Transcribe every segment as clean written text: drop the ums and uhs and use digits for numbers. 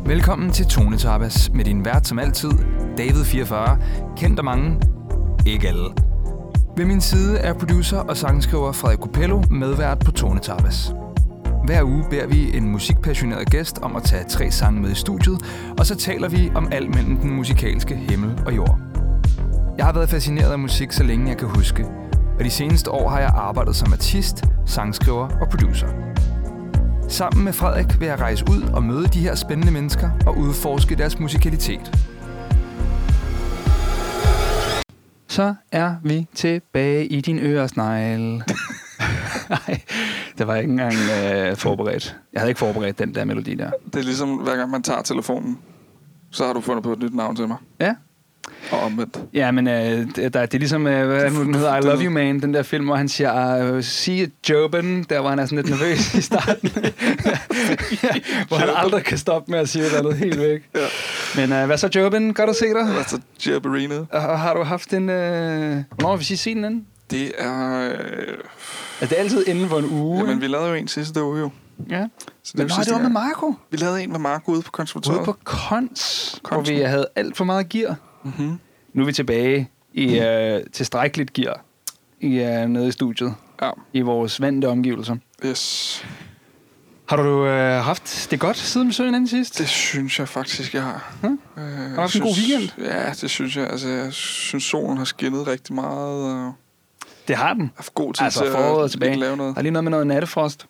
Velkommen til Tonetapas med din vært som altid, David 44, kendt af mange, ikke alle. Ved min side er producer og sangskriver Frederik Copello medvært på Tonetapas. Hver uge beder vi en musikpassioneret gæst om at tage 3 sange med i studiet, og så taler vi om alt mellem den musikalske himmel og jord. Jeg har været fascineret af musik, så længe jeg kan huske, og de seneste år har jeg arbejdet som artist, sangskriver og producer. Sammen med Frederik vil jeg rejse ud og møde de her spændende mennesker og udforske deres musikalitet. Så er vi tilbage i din øresnegl. Nej, det var ikke engang forberedt. Jeg havde ikke forberedt den der melodi der. Det er ligesom, hver gang man tager telefonen, så har du fundet på et nyt navn til mig. Ja. Og omvendt. Ja, men det er ligesom, hvad den hedder, I Love You Man, den der film, hvor han siger, see it, Jobin, der var han er sådan lidt nervøs i starten. Hvor han aldrig kan stoppe med at sige noget helt væk. Ja. Men hvad så, Jobin? Godt at se dig. Hvad så, Jobberino? Og har du haft en... Hvornår vil vi sige den anden? Det er... Er det altid inden for en uge? Jamen, vi lavede jo en sidste uge jo. Ja. Men det var med Marco. Vi lavede en med Marco ude på konservatoriet. Ude på Kons, hvor vi havde alt for meget gear. Mm-hmm. Nu er vi tilbage i tilstrækkeligt gear nede i studiet. Ja. I vores vante omgivelser. Yes. Har du haft det godt siden vi så hinanden sidst? Det synes jeg faktisk, jeg har. Har du haft en god weekend? Ja, det synes jeg. Altså, jeg synes, solen har skinnet rigtig meget. Det har den. Jeg har haft god tid altså, til at lave noget. Der er lige noget med noget nattefrost,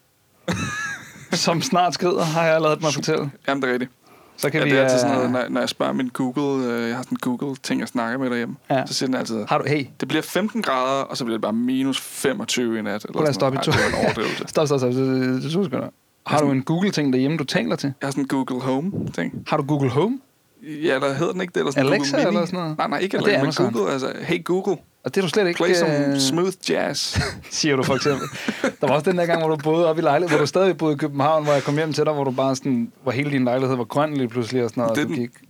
som snart skrider, har jeg lavet mig fortælle. Jamen, det er rigtigt. Så kan det er altid sådan noget, når jeg spørger min Google, jeg har sådan en Google-ting, jeg snakker med derhjemme, så siger den altid, det bliver 15 grader, og så bliver det bare minus 25 i nat. Prøv at stoppe i to. Stop. Har du en Google-ting derhjemme, du taler til? Jeg har sådan en Google Home-ting. Har du Google Home? Ja, eller hedder den ikke det? Eller sådan Alexa Google Mini? Eller sådan noget? Nej, ikke Alexa, men Google. Altså, hey Google. Og det er du slet ikke... Play some smooth jazz. Siger du for eksempel. Der var også den der gang, hvor du boede oppe i lejlighed, hvor du stadig boede i København, hvor jeg kom hjem til dig, hvor du bare sådan... Hvor hele din lejlighed var grøn lige pludselig og sådan noget, og du gik...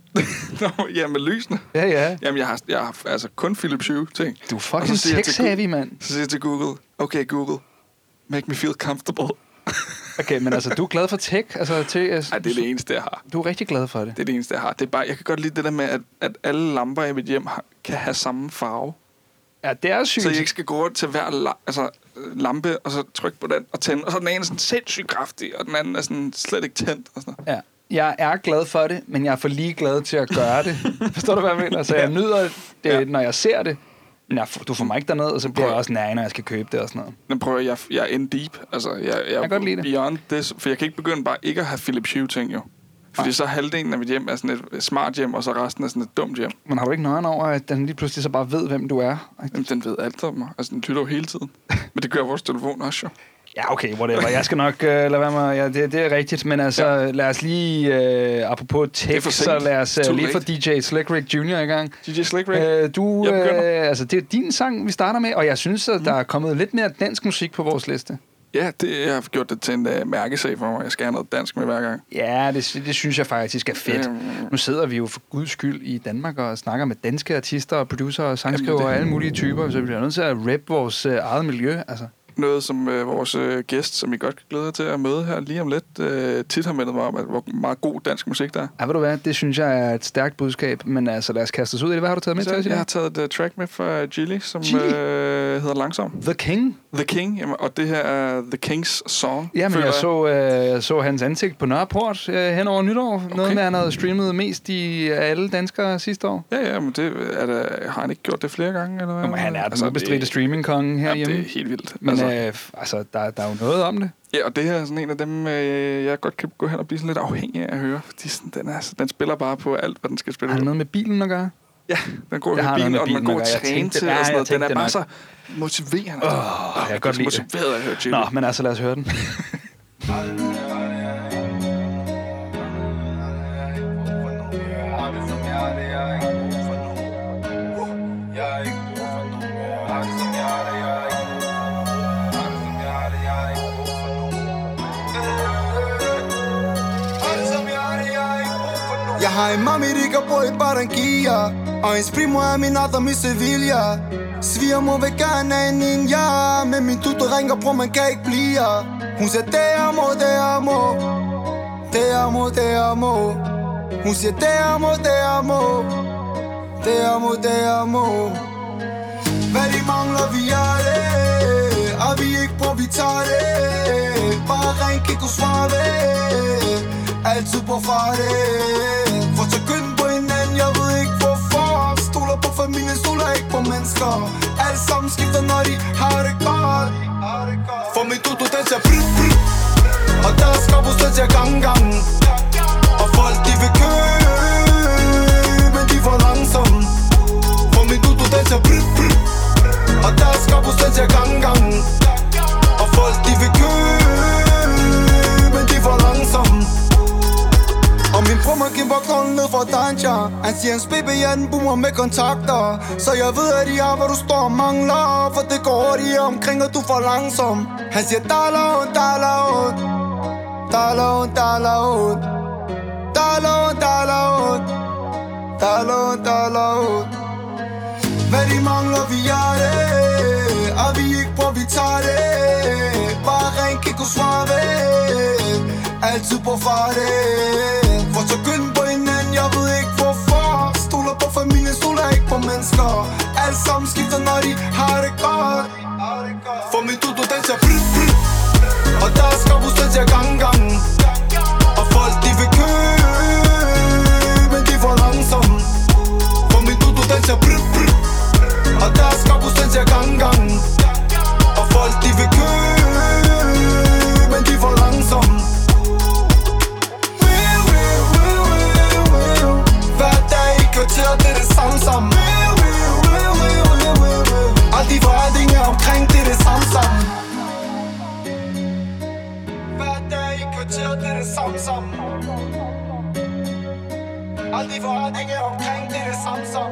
Ja, med lysene. Ja. Jamen, jeg har altså kun Philips Hue ting. Du er fucking tech-savvy, mand. Så siger jeg til Google, okay Google, make me feel comfortable. Okay, men altså, du er glad for tech? Altså, nej, det er det eneste, jeg har. Du er rigtig glad for det? Det er det eneste, jeg har. Det er bare, jeg kan godt lide det der med, at alle lamper i mit hjem kan have samme farve. Ja, det er sygt. Så jeg ikke skal gå rundt til hver lampe, og så trykke på den og tænde. Og så er den ene sådan sindssygt kraftig, og den anden er sådan slet ikke tændt. Og sådan. Ja. Jeg er glad for det, men jeg er for lige glad til at gøre det. Forstår du, hvad jeg mener? Så jeg nyder det, når jeg ser det. Men du får mig ikke derned, og så bliver jeg også når jeg skal købe det og sådan noget. Men prøv at jeg er in deep. Altså, jeg kan godt lide det. Beyond this, for jeg kan ikke begynde bare ikke at have Philips Hue-ting, jo. Fordi så halvdelen af mit hjem er sådan et smart hjem, og så resten er sådan et dumt hjem. Men har du ikke nøjen over, at den lige pludselig så bare ved, hvem du er? Jamen, den ved alt om mig. Altså, den lytter jo hele tiden. Men det gør vores telefon også, jo. Ja, okay, whatever. Jeg skal nok lade være med... Ja, det er rigtigt, men altså, lad os lige... apropos tech, så lad os lige få DJ Slick Rick Jr. i gang. DJ Slick Rick? Altså, det er din sang, vi starter med, og jeg synes, at der er kommet lidt mere dansk musik på vores liste. Ja, jeg har gjort det til en mærkesag for mig. Jeg skal have noget dansk med hver gang. Ja, det synes jeg faktisk er fedt. Nu sidder vi jo for guds skyld i Danmark og snakker med danske artister og producer og sangskriver og alle mulige typer, så vi bliver nødt til at rappe vores eget miljø, altså. Noget, som vores gæst, som I godt kan glæde jer til at møde her lige om lidt, tit har meldt mig om, at hvor meget god dansk musik der er. Ja, ved du hvad? Det synes jeg er et stærkt budskab, men altså lad os kaste os ud i det. Hvad har du taget med til os i dag? Jeg har taget et track med fra Gilly, som hedder Langsom. The King? The King, jamen, og det her er The Kings song. Ja, men jeg så hans ansigt på Nørreport hen over nytår. Okay. Noget med, han havde streamet mest i alle danskere sidste år. Ja, men det har han ikke gjort det flere gange? Eller hvad? Jamen, han er den ubestridte streamingkonge herhjemme. Det er helt vildt. Men altså, der er jo noget om det. Ja, og det her er sådan en af dem, jeg godt kan gå hen og blive sådan lidt afhængig af at høre. Fordi sådan, den spiller bare på alt, hvad den skal spille. Har det noget med bilen at gøre? Ja, den går med bilen, og den er god at træne til. Og sådan noget. Den er bare så motiverende. Jeg kan godt lide det. Motiveret at høre Jimmy. Nå, men altså lad os høre den. Jeg har en mami, der kan bo i Barranquilla, og hendes primo er min adam i Sevilla. Svigermor vil gerne have en ninja, men min tutor ringer, bror, man kan ikke blive her. Hun siger, det amo, det amo, det amo, det amo. Hun siger, det amo, det amo. Det amo, det amo. Hvad de mangler, vi er det. Og vi ikke på, vi tager det. Bare ring, kig og svar det. Altid på farte. For så køn på hinanden, jeg ved ikke hvorfor. Stoler på familien, stoler ikke på mennesker. Alle sammen skifter, når de har det godt. For min tutu, den siger bryt, bryt. Og der er skabus, den siger gang, gang. Og folk, de vil købe, men de får langsomt. For min tutu, den siger bryt, bryt. Og der er skabus, den siger gang, gang. Og folk, de vil købe, men de får langsomt. Og min bror, man kæmper knolden ned fra Danja. Han siger, hans baby, ja, den boomer med kontakter. Så jeg ved, at de har, hvor du står og mangler. For det går hurtigt omkring, og du får langsom. Han siger, dalon, dalon. Dalon, dalon. Dalon, dalon. Dalon, dalon. Hvad de mangler, vi er det. Og vi ikke på, vi tager det. Bare ring, kig og svar ved. Altid på farte. For så køn på hinanden, jeg ved ikke hvorfor. Stoler på familien, stoler ikke på mennesker. Alle sammen skifter, når de har det godt. For min tutu, den siger bryt, bryt. Og der er skabus, den siger gang, gang. Og folk, de vil købe, men de får langsomt. For min tutu, den siger bryt, bryt. Og der er skabus, den siger gang, gang. Og folk, de vil købe, men de får langsomt. Det er det samme sammen. Alle de forretninger omkring, det er det samme sammen. Hver dag i kvarteret, det er det samme sammen. Alle de forretninger omkring, det er det samme sammen.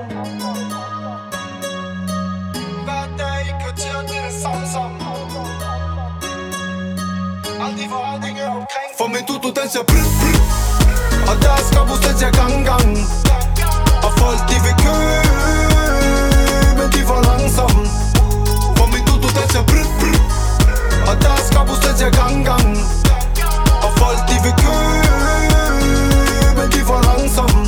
Hver dag i kvarteret, det er det samme sammen. Alle de forretninger omkring. For min tutu, den siger bryt, bryt. Og der er skabus, den siger gang, gang. Og folk, de vil købe, men de får langsomt. For min tutu, den siger bryt, bryt. Og der er skabus, den siger gang, gang. Og folk, de vil købe, men de får langsomt.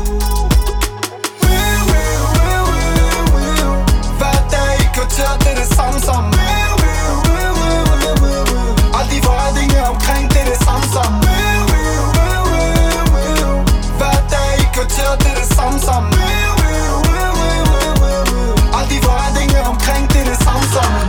Hver dag i kvarteret, det er det samme sammen. Alle de forretninger omkring, det er det samme sammen. Hver dag i kvarteret, det er det samme sammen. Alle de forretninger omkring, det er det samme sammen.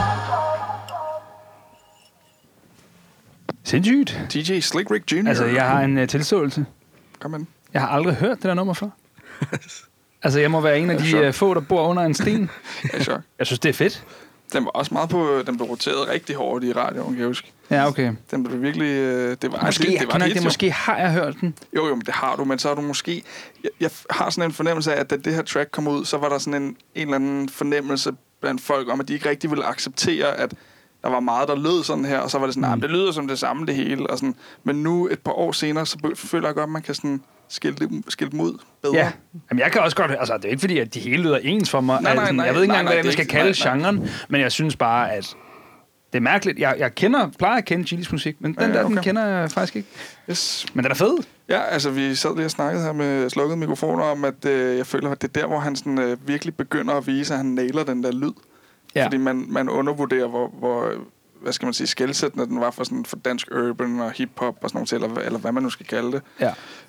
Sindssygt. DJ Slick Rick Jr. Altså, jeg har en tilståelse. Kom ind. Jeg har aldrig hørt det der nummer før. Altså, jeg må være en af de få, der bor under en sten. Jeg synes, det er fedt. Den var også meget på... Den blev roteret rigtig hårdt i radioen, kan jeg huske. Ja, okay. Den blev virkelig... Det var måske har jeg hørt den. Jo, men det har du, men så har du måske... Jeg har sådan en fornemmelse af, at da det her track kom ud, så var der sådan en eller anden fornemmelse blandt folk om, at de ikke rigtig ville acceptere, at der var meget, der lød sådan her, og så var det sådan, det lyder som det samme, det hele. Og sådan. Men nu, et par år senere, så føler jeg godt, at man kan sådan skilte dem ud bedre. Ja, jamen jeg kan også godt... Altså, det er ikke fordi, at de hele lyder ens for mig. Nej, jeg ved ikke engang, hvad jeg skal kalde genren, men jeg synes bare, at det er mærkeligt. Jeg plejer at kende Chilis musik, men den kender jeg faktisk ikke. Yes. Men den er fed. Ja, altså vi sad lige og snakkede her med slukkede mikrofoner om, at jeg føler, at det er der, hvor han sådan, virkelig begynder at vise, at han nailer den der lyd. Ja. Fordi man undervurderer, hvor hvad skal man sige, skelsættende den var for dansk urban og hiphop og sådan noget, eller hvad man nu skal kalde det. Ja.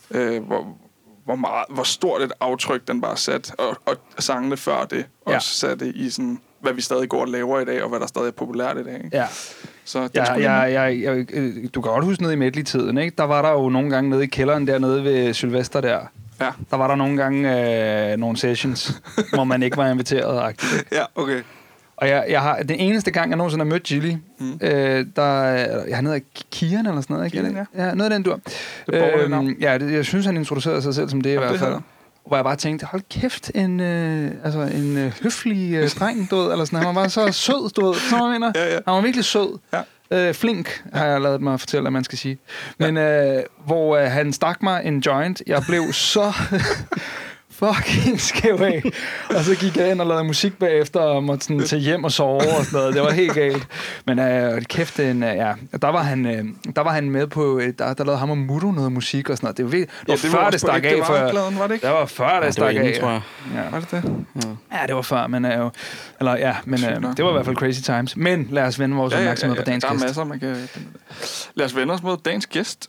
Hvor stort et aftryk den bare sat, og sangene før det også satte i sådan, hvad vi stadig går og laver i dag, og hvad der stadig er populært i dag. Ikke? Ja. Så du kan godt huske nede i medley-tiden, ikke? Der var der jo nogle gange nede i kælderen dernede ved Sylvester der. Ja. Der var der nogle gange nogle sessions, hvor man ikke var inviteret. Ja, okay. Og jeg har den eneste gang, jeg nogensinde har mødt Chili, jeg har nede af Kian eller sådan noget, ikke? Kian, ja, noget af den dur. Jeg synes, han introducerede sig selv som det i hvert fald. Hvor jeg bare tænkte, hold kæft, en høflig dreng, du ved, eller sådan. Han var bare så sød, du ved, sådan noget, mener. Ja. Han var virkelig sød. Ja. Flink, har jeg lavet mig fortælle, at man skal sige. Men hvor han stak mig en joint, jeg blev så fucking skæv af. Og så gik jeg ind og lavede musik bagefter, og måtte sådan tage hjem og sove og sådan noget. Det var helt galt. Men kæft, der var han med på, der lavede ham og Mudo noget musik og sådan noget. Det var før det stak af. Det var før det stak af. Tror jeg. Ja. Var det det? Ja, det var før, men det var i hvert fald crazy times. Men lad os vende vores opmærksomhed på dagens gæst. Der er masser, man kan... Lad os vende os mod dagens gæst.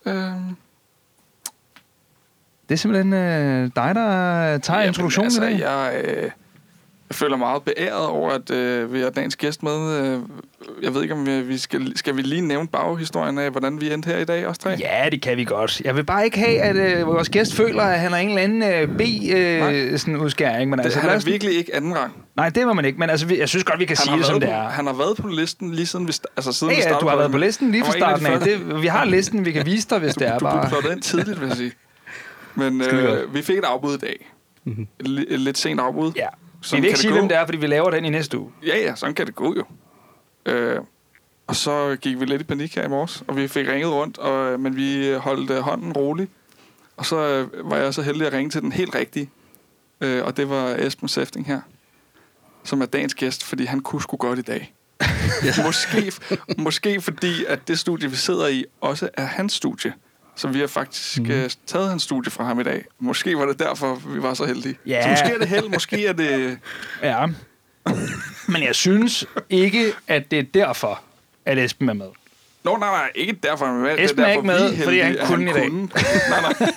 Det er simpelthen dig, der tager introduktionen i dag. Jeg føler meget beæret over, at vi har dagens gæst med. Jeg ved ikke, om vi skal vi lige nævne baghistorien af, hvordan vi endte her i dag, os tre? Ja, det kan vi godt. Jeg vil bare ikke have, at vores gæst føler, at han har en eller anden B-udskæring. Men altså, han er virkelig ikke anden rang. Nej, det var man ikke, men altså, jeg synes godt, vi kan sige det, som det er. Han har været på listen lige siden vi startede. Ja, du har været på listen lige fra starten af. Vi har listen, vi kan vise dig, hvis det er bare... Du blev plottet ind tidligt, vil jeg sige. Men vi fik et afbud i dag. Mm-hmm. Et lidt sent afbud. Ja. Vi vil ikke sige, hvem det er, fordi vi laver den i næste uge. Ja, sådan kan det gå jo. Og så gik vi lidt i panik her i morges, og vi fik ringet rundt, men vi holdt hånden rolig. Og så var jeg så heldig at ringe til den helt rigtige. Og det var Esben Sefting her, som er dagens gæst, fordi han kunne sgu godt i dag. Måske fordi, at det studie, vi sidder i, også er hans studie. Så vi har faktisk taget hans studie fra ham i dag. Måske var det derfor, vi var så heldige. Ja. Så måske er det held, måske er det... Ja. Men jeg synes ikke, at det er derfor, at Esben er med. Nej, ikke derfor han er med. Esben er ikke med, fordi han kunne i dag. Nej.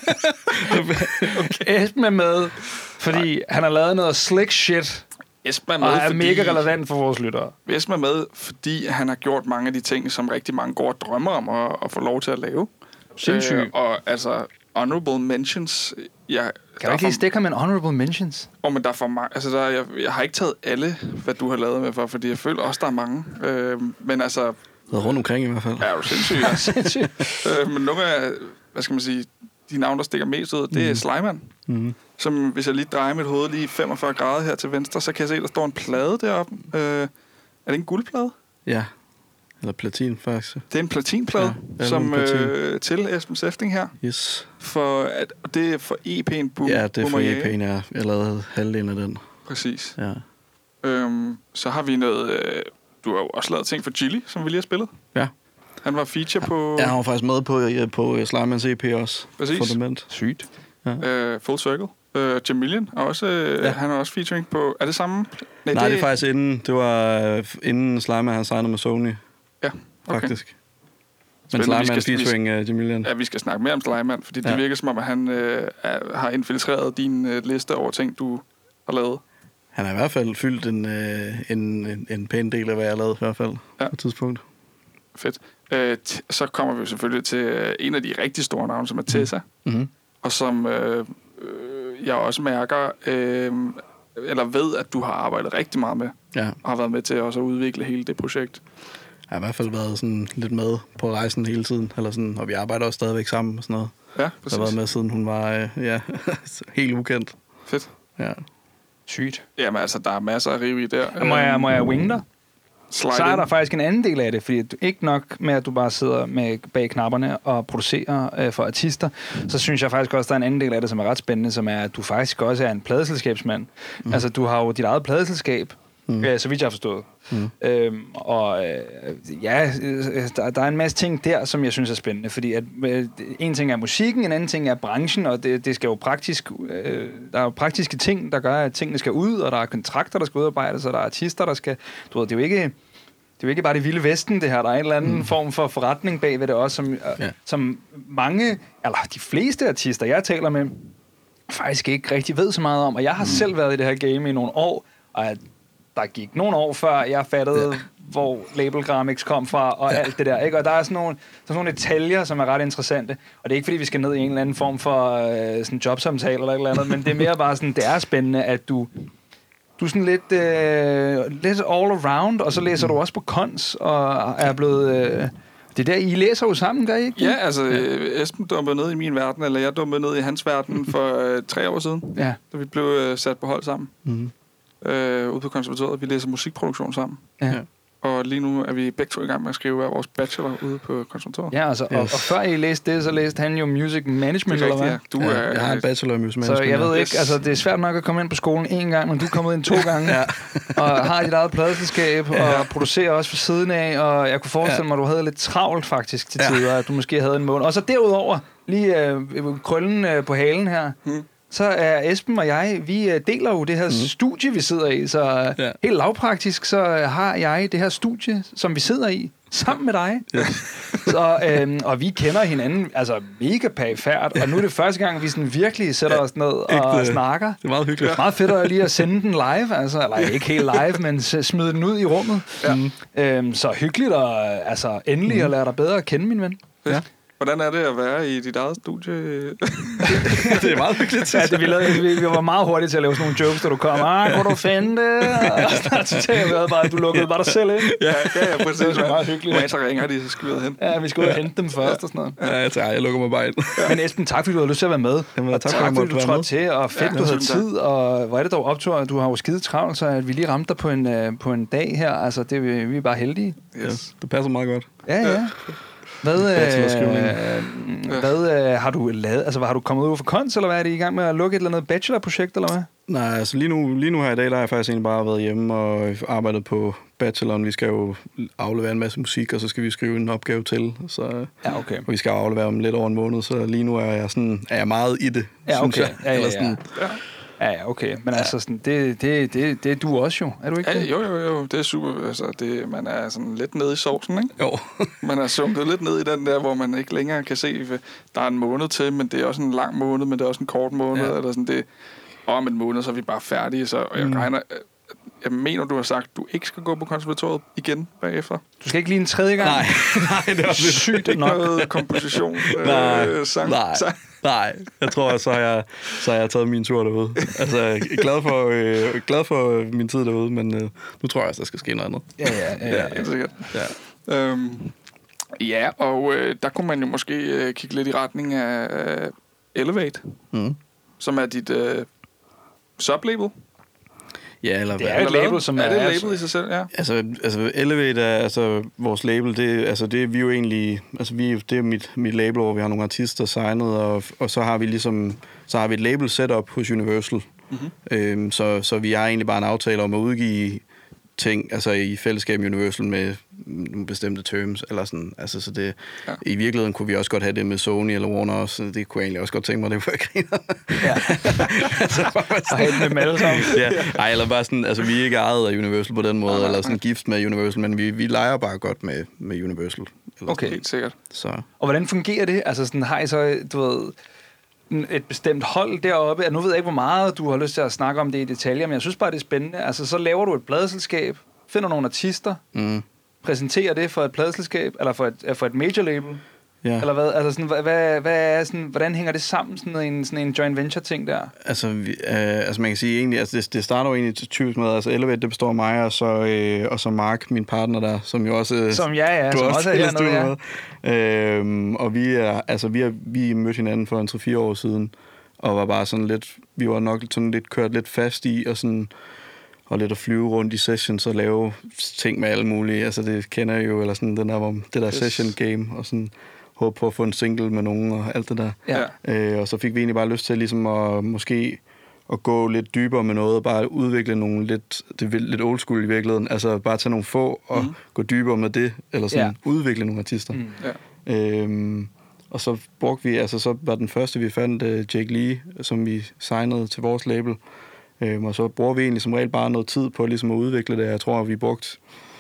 Okay. Esben er med, fordi han har lavet noget slick shit, Esben er med, og er mega relevant for vores lyttere. Esben er med, fordi han har gjort mange af de ting, som rigtig mange går og drømmer om at få lov til at lave. Sindssygt. Og altså, honorable mentions... Kan du ikke lige stikke ham en honorable mentions? Men der er for mange... Altså, jeg har ikke taget alle, hvad du har lavet med for, fordi jeg føler også, der er mange. Men altså... Det er rundt omkring i hvert fald. Ja, jo sindssygt. Men nogle af, hvad skal man sige, de navne, der stikker mest ud, det er Sleiman. Mm. Som, hvis jeg lige drejer mit hoved lige 45 grader her til venstre, så kan jeg se, der står en plade deroppe. Er det en guldplade? Ja. Eller platin, faktisk. Det er en platinplade, som til Esben Sefting her. Yes. Det er for EP'en Boom. Ja, det er for EP'en, ja. Jeg lavede halvdelen af den. Præcis. Ja. Så har vi noget... Du har jo også lavet ting for Chili, som vi lige har spillet. Ja. Han var feature på... Ja, han var faktisk med på Slimans EP også. Præcis. Fundament. Sygt. Ja. Full Circle. Jamilian er også... Han er også featuring på... Er det samme? Nej, det er faktisk inden... Det var inden Sliman, han signede med Sony. Ja, okay. Faktisk. Men Sliman featuring Jamilian. Ja, vi skal snakke mere om Sliman, fordi det virker som om, at han har infiltreret din liste over ting, du har lavet. Han har i hvert fald fyldt en pæn del af, hvad jeg har lavet i hvert fald på et tidspunkt. Fedt. Så kommer vi selvfølgelig til en af de rigtig store navne, som er Tessa. Mm-hmm. Og som jeg også mærker, eller ved, at du har arbejdet rigtig meget med. Ja. Og har været med til også at udvikle hele det projekt. Jeg har i hvert fald været sådan lidt med på rejsen hele tiden. Eller sådan, og vi arbejder også stadigvæk sammen og sådan noget. Ja, præcis. Jeg har været med, siden hun var helt ukendt. Fedt. Ja. Sygt. Jamen altså, der er masser at rive i der. Må jeg winge dig? Slide så er der faktisk en anden del af det, fordi ikke nok med, at du bare sidder med bag knapperne og producerer for artister, så synes jeg faktisk også, at der er en anden del af det, som er ret spændende, som er, at du faktisk også er en pladeselskabsmand. Mm. Altså, du har jo dit eget pladeselskab, så vidt jeg har forstået. Mm. Der er en masse ting der, som jeg synes er spændende, fordi at, en ting er musikken, en anden ting er branchen, og det skal jo praktisk, der er jo praktiske ting, der gør, at tingene skal ud, og der er kontrakter, der skal udarbejdes, og der er artister, der skal... Du ved, det er jo ikke bare det vilde vesten, det her. Der er en eller anden form for forretning bag ved det også, som mange, eller de fleste artister, jeg taler med, faktisk ikke rigtig ved så meget om, og jeg har selv været i det her game i nogle år, og der gik nogle år før, jeg fattede, hvor Label Grammix kom fra, og alt det der, ikke? Og der er sådan nogle detaljer, som er ret interessante. Og det er ikke, fordi vi skal ned i en eller anden form for sådan jobsamtale eller et eller andet, men det er mere bare sådan, det er spændende, at du er sådan lidt all around, og så læser du også på cons, og er blevet... det er der, I læser jo sammen, gør I ikke? Ja, altså, Esben dumpede ned i min verden, eller jeg dumpede ned i hans verden for 3 år siden, da vi blev sat på hold sammen. Mm. Ude på konservatoriet. Vi læser musikproduktion sammen. Ja. Og lige nu er vi begge to i gang med at skrive vores bachelor ude på konservatoriet. Ja, altså, og før I læste det, så læste han jo Music Management, eller hvad? Ja. Jeg har en bachelor i Music Management. Så jeg ved ikke, altså det er svært nok at komme ind på skolen en gang, men du er kommet ind 2 gange, og har dit eget pladeselskab, og producerer også for siden af, og jeg kunne forestille mig, at du havde lidt travlt faktisk til tider, at du måske havde en måned. Og så derudover, lige krøllen på halen her, så er Esben og jeg, vi deler jo det her studie, vi sidder i, så helt lavpraktisk, så har jeg det her studie, som vi sidder i, sammen med dig. Så, og vi kender hinanden altså mega perifært, og nu er det første gang, vi sådan virkelig sætter os ned og snakker. Det er meget hyggeligt. Meget fedt at lige at sende den live, altså, eller ikke helt live, men smide den ud i rummet. Så hyggeligt og altså, endelig at lære dig bedre at kende, min ven. Ja. Hvordan er det at være i dit eget studie? Det er meget hyggeligt. Vi var meget hurtige til at lave sådan nogle jokes, da du kom. Kunne du finde det? Og du lukkede bare dig selv ind. Ja, præcis. Det var meget hyggeligt. Men så ringer de, så skal vi ud og hente. Ja, vi skal ud og hente dem først og sådan noget. Ja, jeg lukker mig bare ind. Men Esben, tak fordi du havde lyst til at være med. Jamen, og tak fordi du trådte til, og fedt, du havde tid. Og hvor er det dog optur, at du har jo skide travlt, så at vi lige ramte dig på en dag her. Altså, vi er bare heldige. Yes. Det passer meget godt. Ja. Hvad har du lavet? Altså, har du kommet ud for Kons, eller hvad er det i gang med at lukke et eller andet bachelorprojekt, eller hvad? Nej, altså lige nu her i dag, der har jeg faktisk egentlig bare været hjemme og arbejdet på bacheloren. Vi skal jo aflevere en masse musik, og så skal vi skrive en opgave til. Så, ja, okay. Og vi skal aflevere om lidt over en måned, så lige nu er jeg meget i det, synes jeg. Ja, okay. Men altså, sådan, det er du også jo. Er du ikke det? Jo. Det er super. Altså, man er sådan lidt nede i sovsen, ikke? Jo. Man er sunket lidt ned i den der, hvor man ikke længere kan se, der er en måned til, men det er også en lang måned, men det er også en kort måned. Ja. Eller sådan, det, om en måned, så er vi bare færdige. Så jeg mener, du har sagt, du ikke skal gå på konservatoriet igen bagefter. Du skal ikke lige en tredje gang? Nej, det var sygt nok. Noget komposition, sang. Nej, jeg tror, så har jeg taget min tur derude. Altså, jeg er glad for min tid derude, men nu tror jeg også, der skal ske noget andet. Ja, helt sikkert. Ja. Og der kunne man jo måske kigge lidt i retning af Elevate, som er dit sublabel. Ja, eller det er et label, som er det label i sig selv, ja. Altså Elevate er altså vores label, det er vi jo egentlig, altså det er mit label, hvor vi har nogle artister signet, og så har vi ligesom, så har vi et label setup hos Universal. Så vi har egentlig bare en aftale om at udgive ting, altså i fællesskab med Universal med nogle bestemte terms, eller sådan, altså så det, i virkeligheden kunne vi også godt have det med Sony eller Warner også, det kunne jeg egentlig også godt tænke mig, det var jeg griner. Ja. Og helt med dem alle sammen. Ja. Ej, eller bare sådan, altså vi er ikke ejet af Universal på den måde, eller sådan gift med Universal, men vi leger bare godt med Universal. Okay, helt sikkert. Så. Og hvordan fungerer det? Altså sådan, har I så, du ved, et bestemt hold deroppe? Nu ved jeg ikke, hvor meget du har lyst til at snakke om det i detaljer, men jeg synes bare, det er spændende. Altså, så laver du et pladeselskab, finder nogle artister, præsenterer det for et pladeselskab, eller for et major label, eller hvad? Altså, sådan, hvad er sådan, hvordan hænger det sammen, sådan en joint venture ting der? Altså, man kan sige egentlig, altså det starter jo egentlig typisk med, altså Elevate, det består af mig, og så Mark, min partner der, som jo også... Som som også er hernede, og vi mødte hinanden for en 3-4 år siden, og var bare sådan lidt, vi var nok sådan lidt kørt lidt fast i, og sådan, og lidt at flyve rundt i sessions og lave ting med alle mulige, altså det kender jeg jo, eller sådan det der session game, og sådan håbe på at få en single med nogen og alt det der. Ja. Og så fik vi egentlig bare lyst til ligesom at måske at gå lidt dybere med noget, og bare udvikle nogle lidt old school i virkeligheden, altså bare tage nogle få og gå dybere med det, eller sådan udvikle nogle artister. Og så brugte vi, altså så var den første, vi fandt Jake Lee, som vi signede til vores label, og så bruger vi egentlig som regel bare noget tid på ligesom at udvikle det. Jeg tror, vi brugte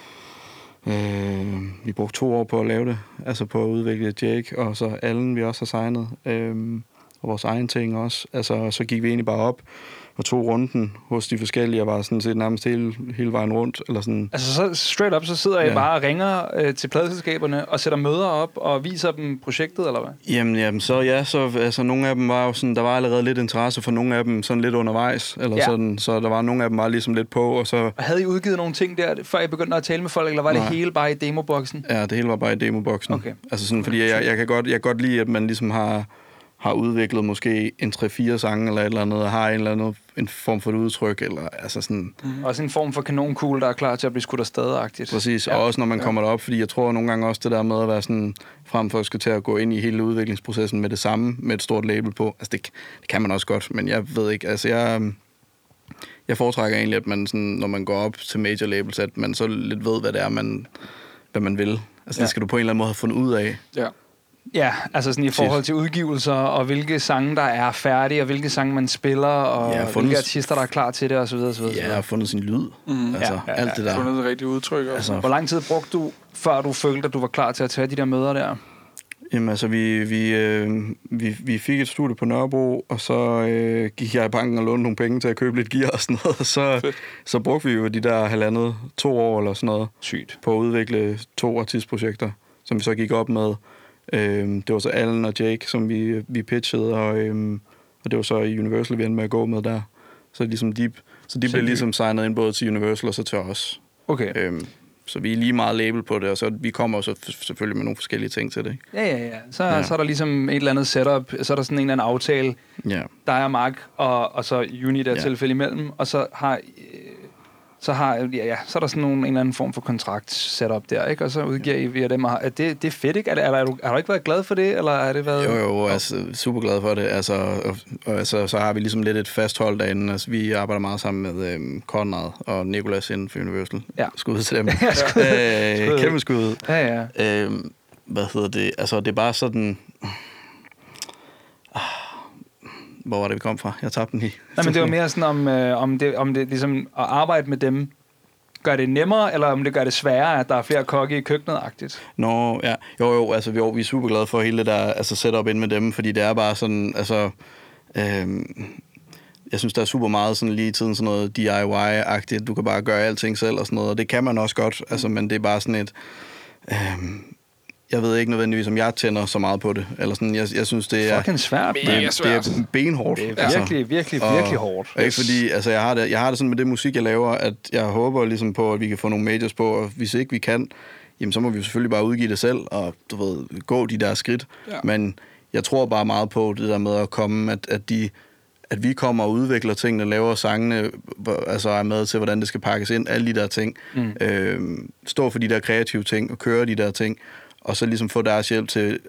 2 år på at lave det, altså på at udvikle Jake, og så Allen, vi også har signet, og vores egen ting også. Altså, så gik vi egentlig bare op og tog runden hos de forskellige, og var sådan set nærmest hele vejen rundt. Eller sådan. Altså så straight up, så sidder I bare og ringer til pladeselskaberne og sætter møder op og viser dem projektet, eller hvad? Jamen så altså nogle af dem var jo sådan, der var allerede lidt interesse for nogle af dem sådan lidt undervejs, eller sådan, så der var nogle af dem var ligesom lidt på, og så... Og havde I udgivet nogle ting der, før I begyndte at tale med folk, eller var det hele bare i demoboksen? Ja, det hele var bare i demoboksen. Okay. Altså sådan, fordi jeg kan godt lide, at man ligesom har har udviklet måske en 3-4 sange eller et eller andet, og har en form for et udtryk, eller altså sådan... Også en form for kanonkugle, der er klar til at blive skudt afsted-agtigt. Præcis, og også når man kommer derop, fordi jeg tror nogle gange også det der med at være sådan, frem for at skal til at gå ind i hele udviklingsprocessen med det samme, med et stort label på, altså det kan man også godt, men jeg ved ikke, altså jeg foretrækker egentlig, at man sådan, når man går op til major labels, at man så lidt ved, hvad det er, hvad man vil. Altså det skal du på en eller anden måde have fundet ud af. Ja. Ja, altså sådan i forhold til udgivelser, og hvilke sange, der er færdige, og hvilke sange, man spiller, og hvilke artister, der er klar til det, og så videre, så videre. Ja, har fundet sin lyd. Altså, alt det der. Fundet det rigtige udtryk. Altså, hvor lang tid brugte du, før du følte, at du var klar til at tage de der møder der? Jamen altså, vi fik et studie på Nørrebro, og så gik jeg i banken og lånte nogle penge til at købe lidt gear og sådan noget, og så brugte vi jo de der 1,5-2 år eller sådan noget. Sygt. På at udvikle 2 artistprojekter, som vi så gik op med. Det var så Allen og Jake, som vi pitchede, og det var så i Universal, vi endte med at gå med der. Så ligesom de blev ligesom signet ind både til Universal og så til os. Okay. Så vi er lige meget label på det, og så vi kommer så selvfølgelig med nogle forskellige ting til det. Ikke? Ja. Så er der ligesom et eller andet setup, så er der sådan en eller anden aftale, der er Mark og så Uni der tilfælde imellem, og så er der sådan en eller anden form for kontrakt setup der, ikke? Og så udgiver I via dem. Det er fedt, ikke? Har du ikke været glad for det, eller er det været... Jo, altså super glad for det. Altså, så har vi ligesom lidt et fast hold derinde. Altså, vi arbejder meget sammen med Conrad og Nicolas inden for Universal. Ja. Skud til dem. Kæmpe skud. Ja. Hvad hedder det? Altså, det er bare sådan... Hvor var det, vi kom fra? Jeg tabte den i. Nej, men det var mere sådan, om det ligesom at arbejde med dem gør det nemmere, eller om det gør det sværere, at der er flere kokke i køkkenet-agtigt? Nå, ja. Jo, altså vi er super glade for hele det der altså setup ind med dem, fordi det er bare sådan, altså... jeg synes, der er super meget sådan lige i tiden sådan noget DIY-agtigt. Du kan bare gøre alting selv og sådan noget, og det kan man også godt, altså, men det er bare sådan et... jeg ved ikke nødvendigvis, om jeg tænder så meget på det. Eller sådan, jeg synes, det er... Fucking svært. Det er benhårdt. Det er virkelig hårdt. Og ikke fordi, altså jeg har det sådan med det musik, jeg laver, at jeg håber ligesom på, at vi kan få nogle majors på, og hvis ikke vi kan, jamen så må vi jo selvfølgelig bare udgive det selv, og du ved, gå de der skridt. Ja. Men jeg tror bare meget på det der med at komme, at vi kommer og udvikler tingene, laver sangene, altså er med til, hvordan det skal pakkes ind, alle de der ting. Stå for de der kreative ting, og køre de der ting, og så ligesom få deres hjælp til,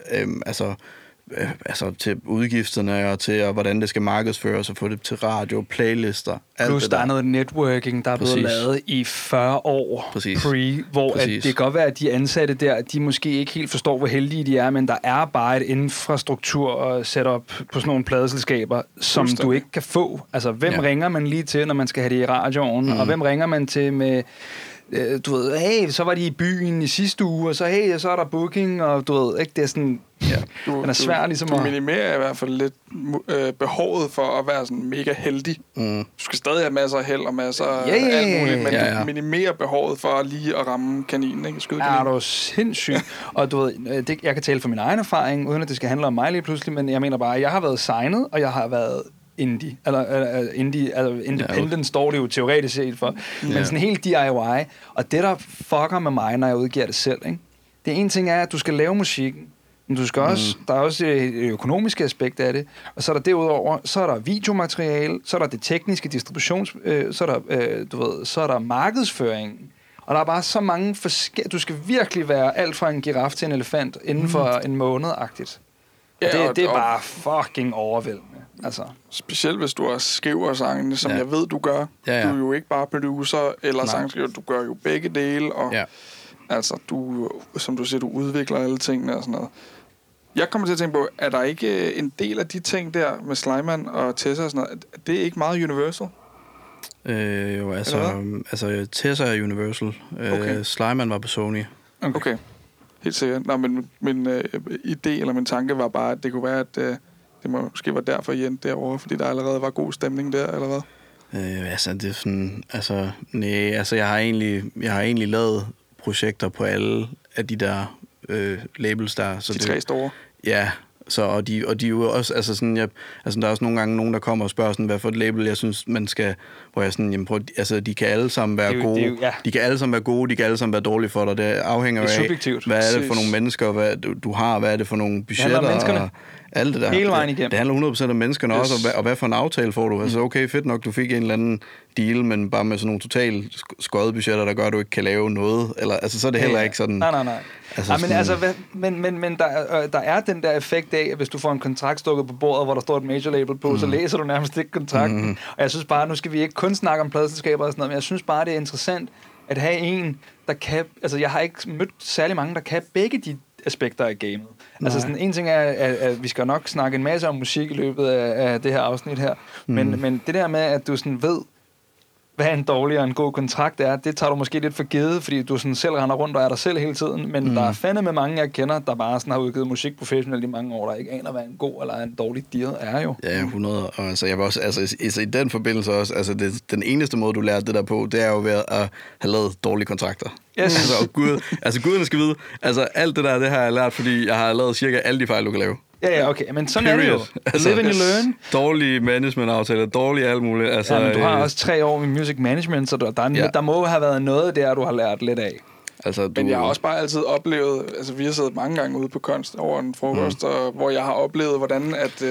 til udgifterne, og til hvordan det skal markedsføres, og få det til radio, playlister, alt plus det der er noget networking, der er blevet lavet i 40 år hvor at det kan godt være, at de ansatte der, de måske ikke helt forstår, hvor heldige de er, men der er bare et infrastruktur og setup på sådan nogle pladeselskaber, som du ikke kan få. Altså, hvem ringer man lige til, når man skal have det i radioen, og hvem ringer man til med... Du ved, hey, så var de i byen i sidste uge, og så hey, så er der booking, og du ved, ikke, det er sådan, den er svær ligesom du minimerer i hvert fald lidt behovet for at være sådan mega heldig. Du skal stadig have masser af held og masser af alt muligt, men du minimerer behovet for lige at ramme kaninen, ikke? Ja, det er sindssygt. Og du ved, jeg kan tale fra min egen erfaring, uden at det skal handle om mig lige pludselig, men jeg mener bare, at jeg har været signet, og jeg har været indie, eller independent står det jo teoretisk set for, men sådan helt DIY, og det der fucker med mig, når jeg udgiver det selv, ikke? Det ene ting er, at du skal lave musikken, men du skal også, der er også et økonomiske aspekt af det, og så er der derudover, så er der videomateriale, så er der det tekniske distributions, så er der markedsføringen, og der er bare så mange forskellige, du skal virkelig være alt fra en giraf til en elefant inden for en måned-agtigt. Ja, det er bare fucking overvældende. Altså. Specielt hvis du også skriver sangene, som jeg ved, du gør. Du er jo ikke bare producer eller sangskriver, du gør jo begge dele, og altså, du, som du siger, du udvikler alle tingene og sådan noget. Jeg kommer til at tænke på, er der ikke en del af de ting der med Slimane og Tessa og sådan noget, det er ikke meget Universal? Jo, altså Tessa er Universal. Slimane var på Sony. Okay. Helt sikkert. Nå, men min idé eller min tanke var bare, at det kunne være, at det måske var derfor, I endte derovre, fordi der allerede var god stemning der, eller hvad? Altså, det er sådan... Altså, nej, altså, jeg har egentlig lavet projekter på alle af de der labels der. Så de 3 store? Ja, så, og de er jo også... Altså, sådan, der er også nogle gange nogen, der kommer og spørger sådan, hvad for et label, jeg synes, man skal... Hvor jeg sådan, jamen, altså, de kan alle sammen være gode. De kan alle sammen være gode, de kan alle sammen være dårlige for dig. Det afhænger af, hvad er det for nogle mennesker, hvad du har, hvad er det for nogle budgetter. alt det der. Hele vejen igennem. Det handler 100% om menneskerne også, og hvad for en aftale får du. Altså okay, fedt nok, du fik en eller anden deal, men bare med sådan nogle totalt skøde budgetter, der gør, at du ikke kan lave noget. Eller, altså så er det heller ikke sådan... Nej. Altså, men der er den der effekt af, at hvis du får en kontrakt stukket på bordet, hvor der står et major label på, så læser du nærmest ikke kontrakten. Og jeg synes bare, nu skal vi ikke kun snakke om pladeselskaber og sådan noget, men jeg synes bare, det er interessant at have en, der kan... Altså, jeg har ikke mødt særlig mange, der kan begge de aspekter af gamet. Altså, sådan, en ting er, at vi skal nok snakke en masse om musik i løbet af det her afsnit her, men det der med, at du sådan ved, hvad en dårlig og en god kontrakt er, det tager du måske lidt for givet, fordi du sådan selv render rundt og er der selv hele tiden, men der er fandme mange, jeg kender, der bare sådan har udgivet musik professionelt i mange år, der ikke aner, hvad en god eller en dårlig deal er jo. Ja, 100. Og altså, jeg vil også, altså i den forbindelse også, altså den eneste måde, du lærer det der på, det er jo ved at have lavet dårlige kontrakter. Yes. Altså guderne skal vide, altså alt det der, det har jeg lært, fordi jeg har lavet cirka alle de fejl, du kan lave. Ja, okay, men sådan er det jo. Altså, Live and you learn. Dårlige managementaftaler, dårlige alt muligt. Altså, ja, men du har også 3 år med music management, så der må have været noget der, du har lært lidt af. Altså, Men jeg har også bare altid oplevet, altså vi har siddet mange gange ude på Kunst over en frokost, og, hvor jeg har oplevet, hvordan at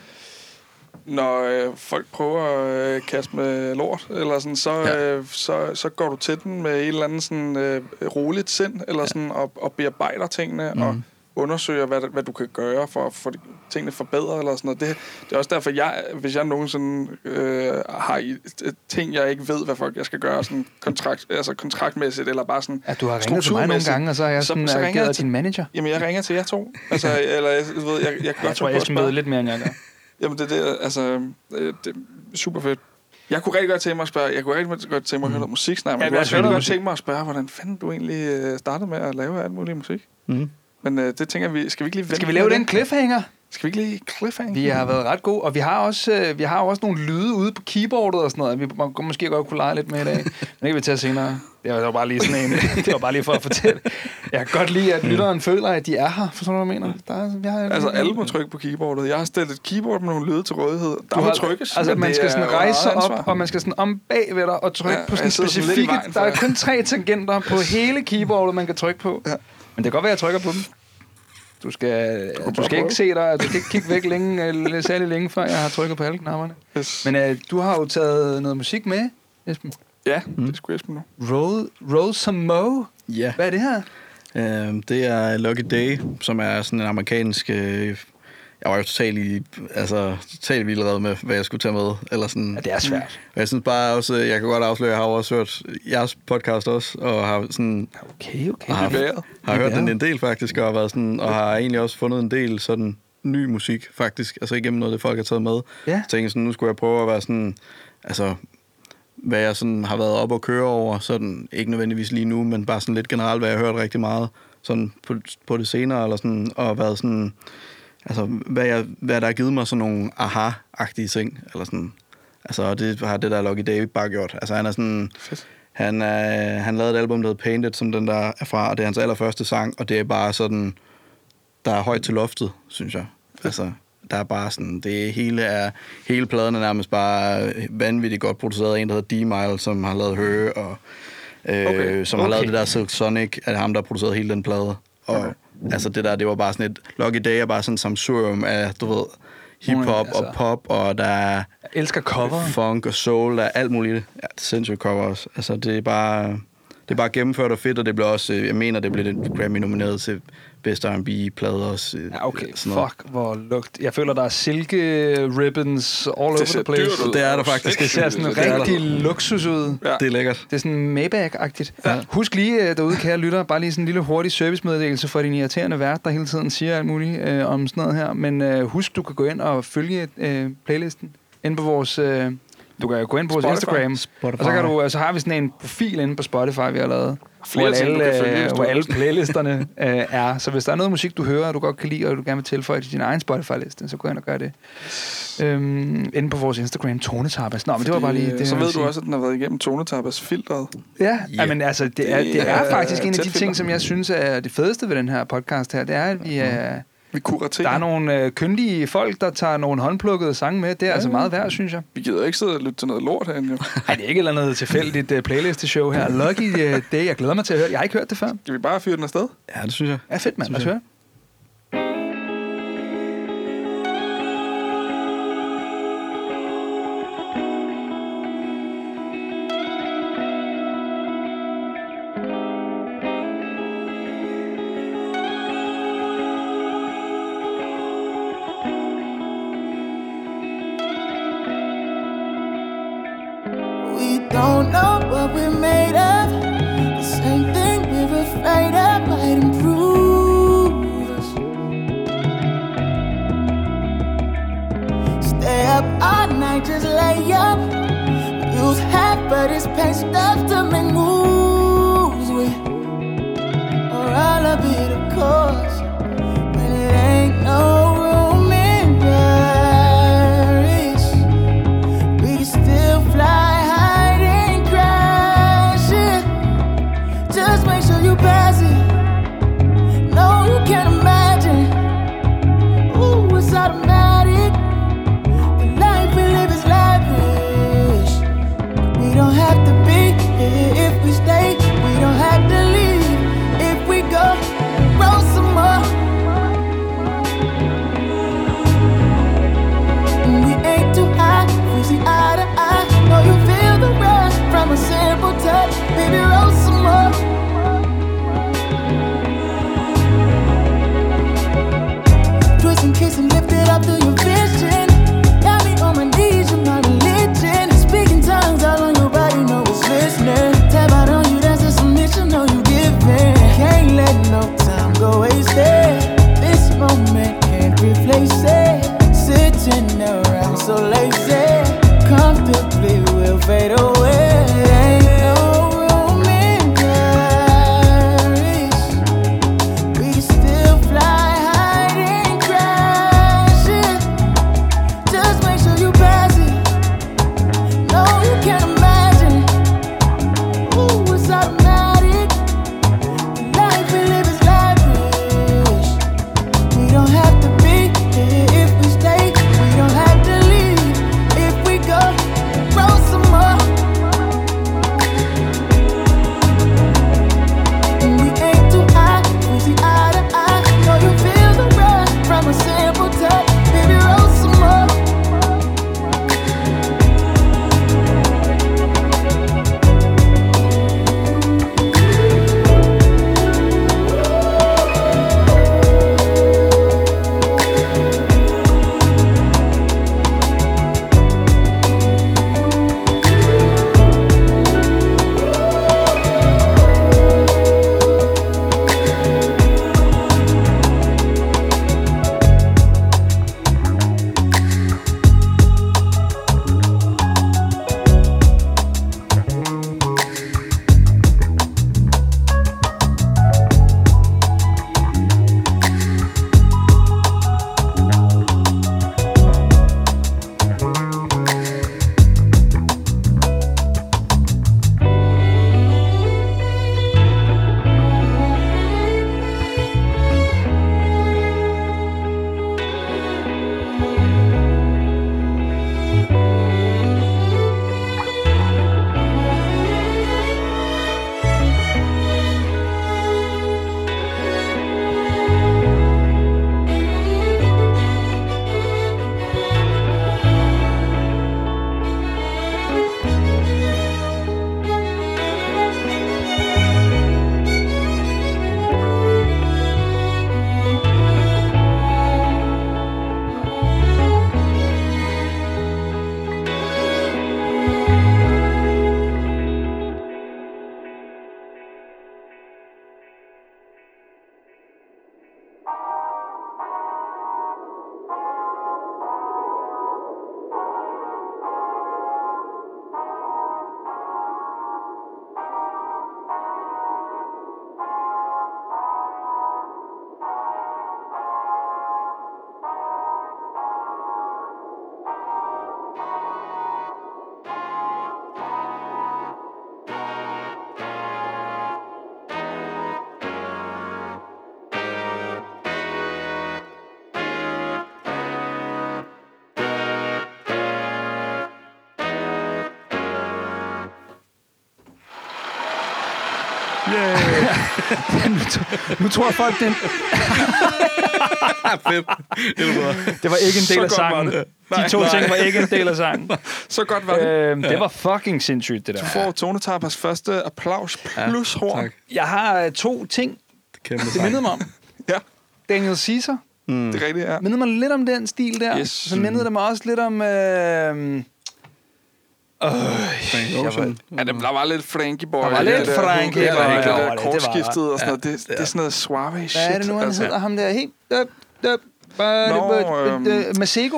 når folk prøver at kaste med lort, eller sådan, så går du til den med et eller andet sådan, roligt sind, eller sådan, og bearbejder tingene, og undersøger, hvad du kan gøre for at få tingene forbedret, eller sådan noget. Det er også derfor, hvis jeg nogensinde har ting, jeg ikke ved, hvad jeg skal gøre, sådan kontraktmæssigt, eller bare sådan du har ringet til mig nogle gange, og så har jeg sådan ageret din manager. Jamen, jeg ringer til jer to. Altså, eller jeg tror, jeg skal møde lidt mere, end jeg gør. Jamen, det er super fedt. Jeg kunne rigtig godt tænke mig at spørge, jeg kunne rigtig godt tænke mig at høre noget musiksnak, men jeg kunne også godt tænke mig at spørge, hvordan fanden du egentlig startede med at lave alt muligt musik? Men det tænker vi, skal vi ikke lige vente? Skal vi lave den cliffhanger? Skal vi ikke lige cliffhanger? Vi har været ret gode, og vi har også nogle lyde ude på keyboardet og sådan noget, vi måske godt kunne lege lidt med i dag. Men det kan vi tage senere. Det var bare lige sådan en. Det var bare lige for at fortælle. Jeg kan godt lide, at lytteren føler, at de er her. Forstår du, hvad jeg mener? Altså, alle må trykke på keyboardet. Jeg har stillet et keyboard med nogle lyde til rådighed. Der må trykkes. Altså, man skal sådan rejse sig op, og man skal sådan om bag ved dig og trykke på sådan specifikke... Der er kun 3 tangenter på hele keyboardet, man kan trykke på. Ja. Men det kan godt være, jeg trykker på dem. Du skal ikke se dig, du skal ikke kigge væk længe, særlig længe, før jeg har trykket på alle knapperne. Yes. Men du har jo taget noget musik med, Esben. Ja, det skulle Esben nu. Roll Some Mo? Ja. Hvad er det her? Det er Lucky Day, som er sådan en amerikansk... Jeg var jo totalt vildred med, hvad jeg skulle tage med. Eller sådan. Ja, det er svært. Og jeg synes bare også, jeg kan godt afsløre, jeg har også hørt jeres podcast også, og har sådan... Okay. Har hørt den en del faktisk, og har været sådan, og har egentlig også fundet en del sådan ny musik faktisk, altså igennem noget, det folk har taget med. Ja. Så tænkte sådan, nu skulle jeg prøve at være sådan, altså, hvad jeg sådan har været op og køre over, sådan, ikke nødvendigvis lige nu, men bare sådan lidt generelt, hvad jeg har hørt rigtig meget, sådan på det senere, eller sådan, og været sådan... Altså, hvad der har givet mig sådan nogle aha-agtige ting, eller sådan. Altså, og det har det der Lucky Day bare gjort. Altså, han er sådan... Fedt. Han lavede et album, der hedder Painted, som den der er fra, og det er hans allerførste sang, og det er bare sådan... Der er højt til loftet, synes jeg. Fedt. Altså, der er bare sådan... Hele pladen er nærmest bare vanvittigt godt produceret. En, der hedder D-Mile, som har lavet Høge, og som har lavet det der Silk Sonic, af ham, der har produceret hele den plade. Og altså det der, det var bare sådan et... Lucky Day er bare sådan en samsurium af, du ved, hip-hop og pop, og der er... Jeg elsker cover. Funk og soul, der er alt muligt. Ja, det er sindssygt cover også. Altså det er bare gennemført og fedt, og det blev også... Jeg mener, det blev den Grammy-nomineret til Best R&B-plade også. Ja, okay. Fuck, hvor lugt. Jeg føler, der er silke ribbons all over the place. Det er der faktisk. Det ser sådan rigtig luksus ud. Ja. Det er lækkert. Det er sådan Maybach-agtigt. Ja. Husk lige derude, kære lytter, bare lige sådan en lille hurtig servicemeddelelse for din irriterende vært, der hele tiden siger alt muligt om sådan noget her. Men husk, du kan gå ind og følge playlisten inde på vores... Du kan gå ind på vores Instagram, og så har vi sådan en profil inde på Spotify, vi har lavet, hvor alle playlisterne er. Så hvis der er noget musik, du hører, og du godt kan lide, og du gerne vil tilføje til din egen Spotify-liste, så gå ind og gør det. Inde på vores Instagram, Tonetapas. Nå, men det var bare lige... Så ved du også, at den har været igennem Tonetapas-filtret. Ja, men altså, det er faktisk en af de ting, som jeg synes er det fedeste ved den her podcast her, det er, at vi er... Vi kuraterer. Der er nogle kyndige folk, der tager nogle håndplukkede sange med. Det er altså meget værd, synes jeg. Vi gider ikke sidde og lytte til noget lort herinde, jo. Nej, det er ikke et eller andet tilfældigt playlist-show her. Lucky Day, jeg glæder mig til at høre. Jeg har ikke hørt det før. Skal vi bare fyre den afsted? Ja, det synes jeg. Ja, fedt, mand. Lad os høre. up all night, just lay up. Use half of this paint stuff to make moves with, or I'll be the cause. But it ain't no room in Paris. We can still fly high and crash it. Just make sure you pass it. No, you can't imagine. Ooh, it's automatic. The life we live is lavish. We don't have to be here if we stay. We don't have to leave if we go. Roll some more. We ain't too high, we see eye to eye. Know you feel the rush from a simple touch. Baby, roll some more. Twist and kiss and lift it up to your vision. Got me on my knees, you're my religion. Speaking tongues all on your body, know what's listening. Tap out on you, that's a submission, know you giving. Can't let no time go wasted. This moment can't replace it. Sitting around so lazy, comfortably we'll fade away. Ain't no room in Paris. We can still fly high and crash it. Just make sure you pass it. No, you can't imagine. Ooh, it's automatic. The life we live is lavish. We don't have to be here if we stay. We don't have to leave if we go. Roll some more. We ain't too high, we see eye to eye. Know you feel the rush from a simple touch. Baby, roll some more. Nu tror jeg folk, den... Det var ikke en del af sangen. De to ting var ikke en del af sangen. Så godt var det. Det var fucking sindssygt, det der. Du får Tonetapas første applaus plus horn. Jeg har to ting, det mindede mig om. Ja. Daniel Caesar. Det er rigtigt, ja. Mindede mig lidt om den stil der. Yes. Så mindede det mig også lidt om... Ja, der var lidt Frankie Boy. Der var lidt Frankie Boy. Det der kortskiftet og sådan noget. Det er sådan noget suave shit. Hvad er det nu, han hedder? Ham der helt... Masego.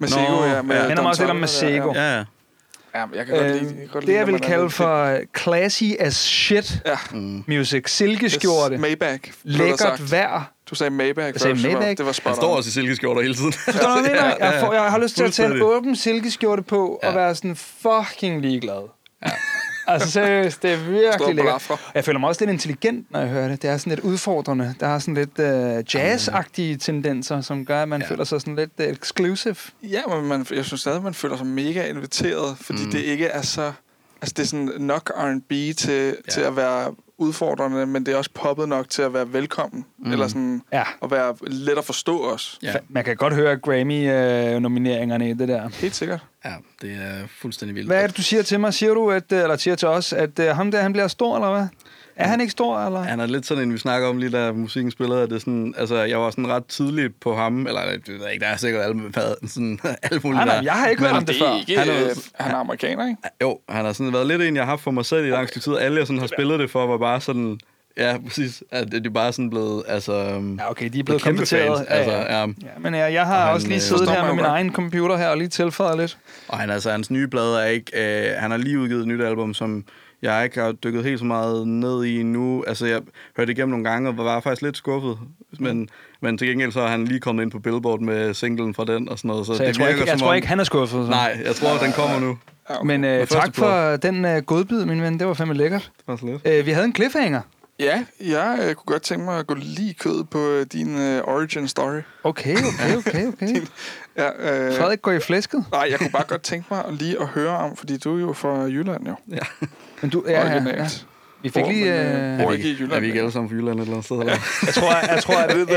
Masego, ja. Den er meget lidt om Masego. Ja. Ja, jeg kan godt lide. Det jeg vil kalde for classy as shit music. Silkeskjorte. Maybach. Lækkert vejr. Du sagde Maybach. Jeg sagde Maybach. Det var spot Han står også i silkeskjorter hele tiden. Forstår du, hvad jeg mener? Jeg har lyst til at tage en åben silkeskjorte på og være sådan fucking ligeglad. Ja. Altså seriøst, det er virkelig lækkert. Jeg føler mig også lidt intelligent, når jeg hører det. Det er sådan lidt udfordrende. Der er sådan lidt jazz-agtige tendenser, som gør, at man føler sig sådan lidt exclusive. Ja, men jeg synes stadig, man føler sig mega inviteret, fordi det ikke er så... Altså, det er sådan nok R&B til at være udfordrende, men det er også poppet nok til at være velkommen. Eller sådan at være let at forstå os. Ja. Man kan godt høre Grammy-nomineringerne i det der. Helt sikkert. Ja, det er fuldstændig vildt. Hvad er det, du siger til mig? Siger du, eller siger til os, at ham der, han bliver stor, eller hvad? Er han ikke stor, eller? Han er lidt sådan en, vi snakker om lige da musikken spillede, at det er sådan, altså, jeg var sådan ret tidligt på ham, eller det ved jeg ikke, der er sikkert sådan alt muligt der. Jeg har ikke hørt om det før. Han er amerikaner, ikke? Jo, han har sådan været lidt en, jeg har haft for mig selv i lang tid. Alle, jeg sådan har spillet det for, var bare sådan... Ja, præcis. At det er bare sådan blevet, altså... Ja, okay, de er blevet kompeteret. Altså, men jeg har også lige siddet her med min egen computer her og lige tilføjet lidt. Og hans nye blade er ikke... han har lige udgivet et nyt album, som jeg ikke har dykket helt så meget ned i nu. Altså, jeg hørte igennem nogle gange og var faktisk lidt skuffet. Men til gengæld så er han lige kommet ind på Billboard med singlen fra den og sådan noget. Så jeg tror ikke, han er skuffet. Så. Nej, jeg tror, den kommer nu. Ja, okay. Men tak for den godbid, min ven. Det var fandme lækkert. Det var så lidt. Vi havde en cliffhanger. Ja, jeg kunne godt tænke mig at gå lige kød på din origin story. Okay. Frederik går i flæsket? Nej, jeg kunne bare godt tænke mig lige at høre om, fordi du er jo fra Jylland, jo. Ja. Men du ja. Vi fik lige... Er vi ikke alle sammen fra Jylland et eller andet sted? Eller? Jeg tror,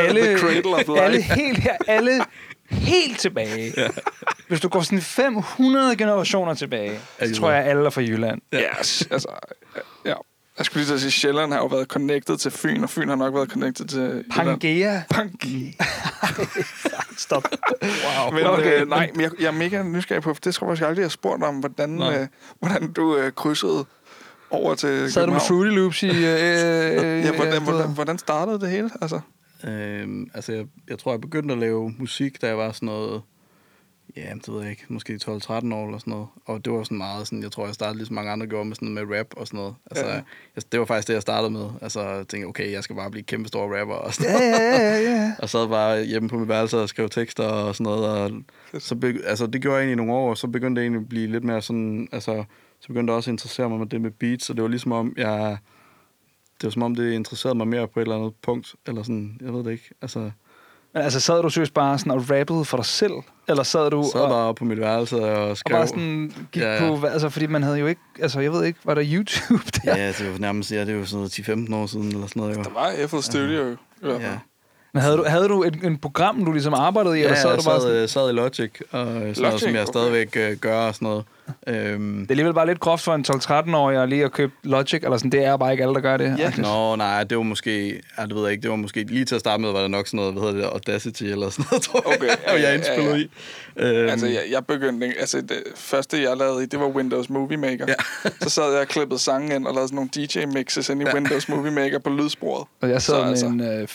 at alle helt tilbage. Ja. Hvis du går sådan 500 generationer tilbage, så tror jeg, alle er fra Jylland. Yes, altså... Ja. Jeg skulle lige til at sige, Sjælland har jo været connected til Fyn, og Fyn har nok været connected til... Pangea. Stop. Wow. Men, okay, nej, men jeg er mega nysgerrig på, for det tror jeg aldrig, jeg har spurgt om, hvordan du krydsede over til København. Sad du med Fruity Loops i... Hvordan startede det hele? Altså, jeg tror, jeg begyndte at lave musik, da jeg var sådan noget... Ja, det ved jeg ikke. Måske 12-13 år eller sådan noget. Og det var sådan meget sådan, jeg tror, jeg startede ligesom mange andre gjorde med sådan noget med rap og sådan noget. Altså, det var faktisk det, jeg startede med. Altså, jeg tænkte, okay, jeg skal bare blive kæmpe stor rapper og sådan noget. Ja. Og sad bare hjemme på mit værelse og skrev tekster og sådan noget. Og så det gjorde jeg egentlig i nogle år, og så begyndte det egentlig at blive lidt mere sådan, altså, så begyndte jeg også at interessere mig med det med beats, og det var ligesom om, det var som om, det interesserede mig mere på et eller andet punkt, eller sådan, jeg ved det ikke, altså... Men altså, sad du seriøst bare sådan og rappede for dig selv? Eller sad du... Sad bare på mit værelse og skrev... Og bare sådan gik på... Altså, fordi man havde jo ikke... Altså, jeg ved ikke, var der YouTube der? Ja, det var nærmest... Ja, det var sådan noget 10-15 år siden, eller sådan noget. Jo. Der var FL Studio. Ja. Men havde du et program, du ligesom arbejdede i? Ja, eller sad jeg du bare sådan... sad i Logic, og sådan noget, som jeg stadigvæk gør og sådan noget. Det er alligevel bare lidt groft for en 12-13-årig at lige at købe Logic, eller sådan, det er bare ikke alle, der gør det. Ja. Nej, det var måske, det ved jeg ikke, det var måske, lige til at starte med, var det nok sådan noget, hvad hedder det, Audacity eller sådan noget, tror jeg, og jeg indspillede i. Altså, jeg begyndte, altså det første, jeg lavede i, det var Windows Movie Maker. Ja. Så sad jeg og klippede sangen ind, og lavede sådan nogle DJ-mixes ind i Windows Movie Maker på lydsporet. Og jeg sad med en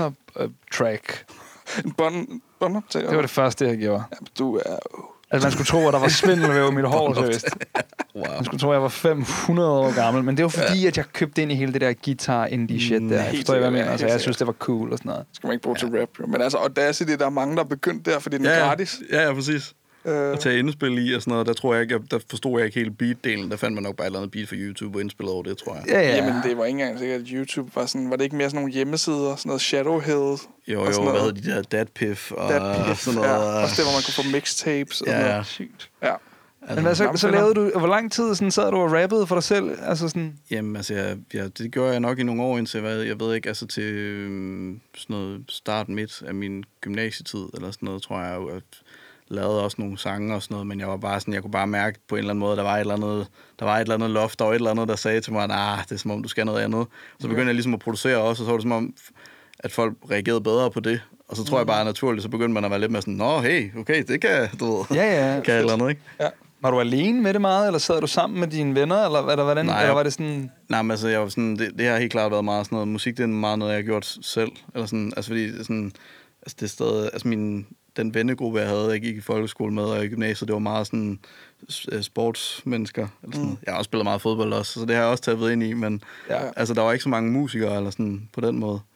4-track. En båndoptager? Det var det første, jeg gjorde. Ja, du er... Altså, man skulle tro, at der var svindel ved mit hår, seriøst. Wow. Man skulle tro, at jeg var 500 år gammel. Men det var fordi, at jeg købte ind i hele det der guitar-indie shit der. Jeg forstår, hvad jeg mener. Altså, jeg synes, det var cool og sådan noget. Skal man ikke bruge til rap, jo. Men altså, Audacity, der er mange, der er begyndt der, fordi den er gratis. Ja, præcis. At tage indspil i og sådan noget, der tror jeg ikke, der forstod jeg ikke hele beat-delen. Der fandt man nok bare et eller andet beat for YouTube og indspillet over det, tror jeg. Ja. Jamen, det var ikke engang sikkert, at YouTube var sådan... Var det ikke mere sådan nogle hjemmesider? Sådan noget Shadowhill? Jo, hvad hedder de der? Datpiff og sådan noget. Ja, også det, hvor man kunne få mixtapes. Ja. Sygt. Ja. Men hvad så lavede du... Hvor lang tid sådan, sad du og rappede for dig selv? Altså sådan... Jamen, altså, det gjorde jeg nok i nogle år indtil, jeg ved ikke, altså til sådan noget start-midt af min gymnasietid, eller sådan noget, tror jeg jo, at lavede også nogle sange og sådan noget, men jeg var bare sådan, jeg kunne bare mærke på en eller anden måde, der var et eller andet loft, der var et eller andet, der sagde til mig, det er som om, du skal noget andet. Så begyndte jeg ligesom at producere også, og så var det som om, at folk reagerede bedre på det. Og så tror jeg bare naturligt, så begyndte man at være lidt mere sådan, hey, okay, det kan, du ved, kan et eller andet, ikke? Ja. Var du alene med det meget, eller sad du sammen med dine venner, eller hvordan? Nej, eller var det sådan... Nej, men altså, jeg var sådan, det har helt klart været meget sådan noget, musik, det er meget noget, jeg har gjort selv, eller sådan, altså fordi sådan, altså det er stadig, altså den vennegruppe, jeg havde, jeg gik i folkeskole med, og i gymnasiet, det var meget sådan sportsmennesker. Eller sådan noget. Jeg har også spillet meget fodbold også, så det har jeg også taget ind i, men altså, der var ikke så mange musikere eller sådan på den måde.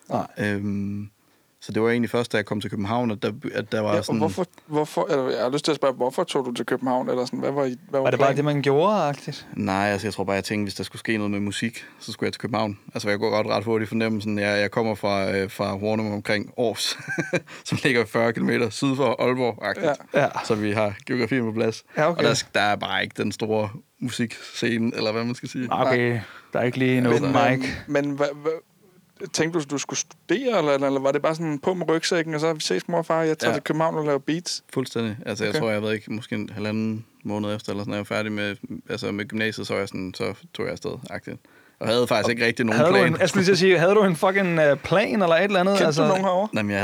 Så det var egentlig først, da jeg kom til København, at der var sådan... Hvorfor, eller jeg har lyst til at spørge, hvorfor tog du til København? Eller sådan, hvad var det bare det, man gjorde-agtigt? Nej, altså jeg tror bare, jeg tænkte, hvis der skulle ske noget med musik, så skulle jeg til København. Altså jeg går ret hurtigt fornemmelsen. Jeg kommer fra Hornum omkring Aarhus, som ligger 40 km syd for Aalborg-agtigt. Ja. Så vi har geografi på plads. Ja, okay. Og der er bare ikke den store musikscene, eller hvad man skal sige. Okay, der er ikke lige en open mic. Men tænkte du skulle studere, eller var det bare sådan på med rygsækken, og så ses mor og far, jeg tager til København og laver beats? Fuldstændig. Altså jeg tror, jeg ved ikke, måske en halvanden måned efter, eller sådan, jeg var færdig med gymnasiet, så tog jeg afsted-agtigt. Og havde faktisk ikke rigtig nogen plan. Jeg skulle lige sige, havde du en fucking plan, eller et eller andet? Kendte du nogen herovre? Nej, men jeg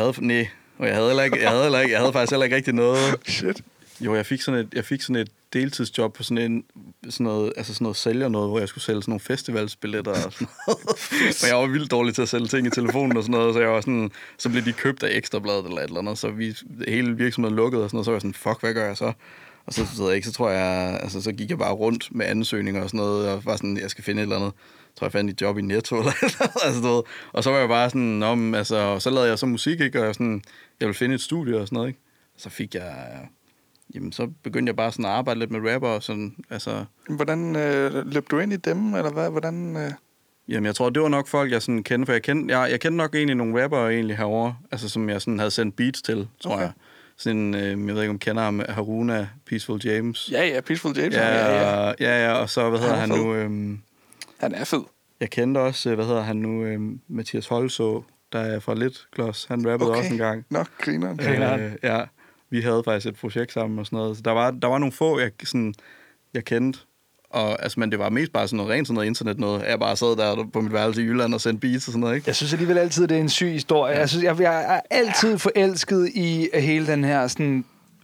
havde faktisk heller ikke rigtig noget. Shit. Jo, jeg fik sådan et deltidsjob på sådan noget sælger noget, hvor jeg skulle sælge sådan nogle festivalsbilletter og sådan noget. Men jeg var vildt dårlig til at sælge ting i telefonen og sådan noget, så jeg var sådan, så blev de købt af Ekstrabladet eller et eller andet, så hele virksomheden lukkede og sådan noget, så var jeg sådan, fuck, hvad gør jeg så? Og så tror jeg, altså så gik jeg bare rundt med ansøgninger og sådan noget, og var sådan, jeg skal finde et eller andet. Jeg tror, jeg fandt et job i Netto eller altså noget. Og så var jeg bare sådan, så lavede jeg så musik, ikke? Og jeg ville finde et studie og sådan noget, ikke? Så fik jeg... Jamen, så begyndte jeg bare sådan at arbejde lidt med rapper og sådan, altså... Hvordan løb du ind i dem, eller hvad? Hvordan... Jamen, jeg tror, det var nok folk, jeg sådan kendte, for jeg kendte nok egentlig nogle rappere egentlig herovre, altså som jeg sådan havde sendt beats til, tror jeg. Sådan, jeg ved ikke, om kender ham, Haruna, Peaceful James. Ja, Peaceful James. Ja, og så, hvad hedder han nu? Han er fed. Jeg kendte også, hvad hedder han nu, Mathias Holså, der er fra Litgloss, han rappede også en gang. Nå, grineren. Ja. Vi havde faktisk et projekt sammen og sådan noget. Så der var nogle få, jeg kendte. Og, altså, men det var mest bare sådan noget rent sådan noget internet noget. Jeg bare sad der på mit værelse i Jylland og sendte beats og sådan noget, ikke? Jeg synes alligevel altid, det er en syg historie. Ja. Jeg synes, jeg er altid forelsket i hele den her sådan...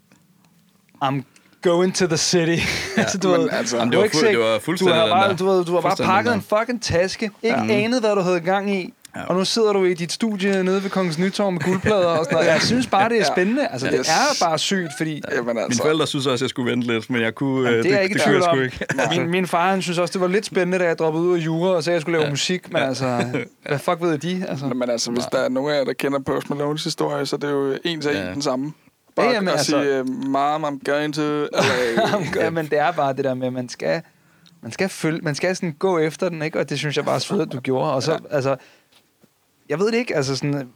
I'm going to the city. Ja. Altså, det var fuldstændig du har bare pakket en fucking taske. Ikke anet, hvad du havde gang i. Ja. Og nu sidder du i dit studie nede ved Kongens Nytorv med guldplader og sådan noget. Jeg synes bare, det er spændende. Altså, det er bare sygt, fordi... Jamen, altså. Mine forældre synes også, at jeg skulle vente lidt, men jeg kunne... Jamen, det er jeg ikke tvivl om. Min far, han synes også, det var lidt spændende, da jeg droppede ud af jura, og så jeg skulle lave musik. Men altså, hvad fuck ved de? Altså. Men altså, hvis der er nogen af jer, der kender Post Malones historie, så det er jo en til den samme. Bare at sige, Mom, I'm going to LA. Men det er bare det der med, at man skal sådan gå efter den, ikke? Og det synes jeg bare er svedt, du gjorde. Og så, altså... Jeg ved det ikke, altså sådan,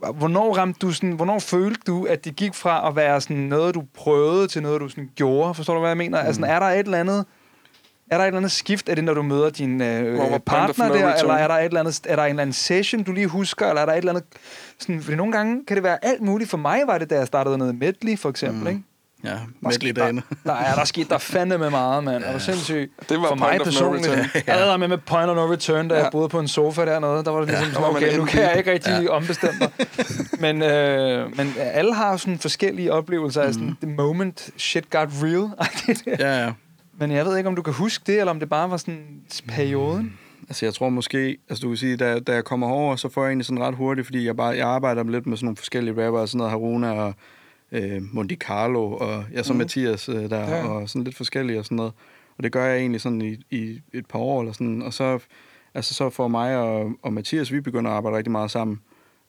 hvornår følte du, at det gik fra at være sådan noget, du prøvede, til noget, du sådan gjorde? Forstår du, hvad jeg mener? Altså, er der et eller andet skift? Er det, når du møder din partner der, eller er der en eller anden session, du lige husker, eller er der et eller andet sådan, fordi nogle gange kan det være alt muligt. For mig var det, da jeg startede noget medley, for eksempel, ikke? Ja, medley-dagene. Der skete der fandme med meget, mand. Er du sindssyg? Det var for mig personligt. Jeg havde med point of no return, da jeg boede på en sofa dernede. Der var det ligesom okay, nu kan jeg ikke rigtig ombestemme mig. Men alle har sådan forskellige oplevelser af sådan, the moment shit got real. Ja. Men jeg ved ikke, om du kan huske det, eller om det bare var sådan perioden. Altså, jeg tror måske, altså du kan sige, da jeg kommer over, så får jeg egentlig sådan ret hurtigt, fordi jeg arbejder lidt med sådan nogle forskellige rapper, sådan noget Haruna og Monte Carlo, og så Mathias der, og sådan lidt forskellige og sådan noget. Og det gør jeg egentlig sådan i et par år eller sådan. Og så, altså så får mig og Mathias, vi begynder at arbejde rigtig meget sammen.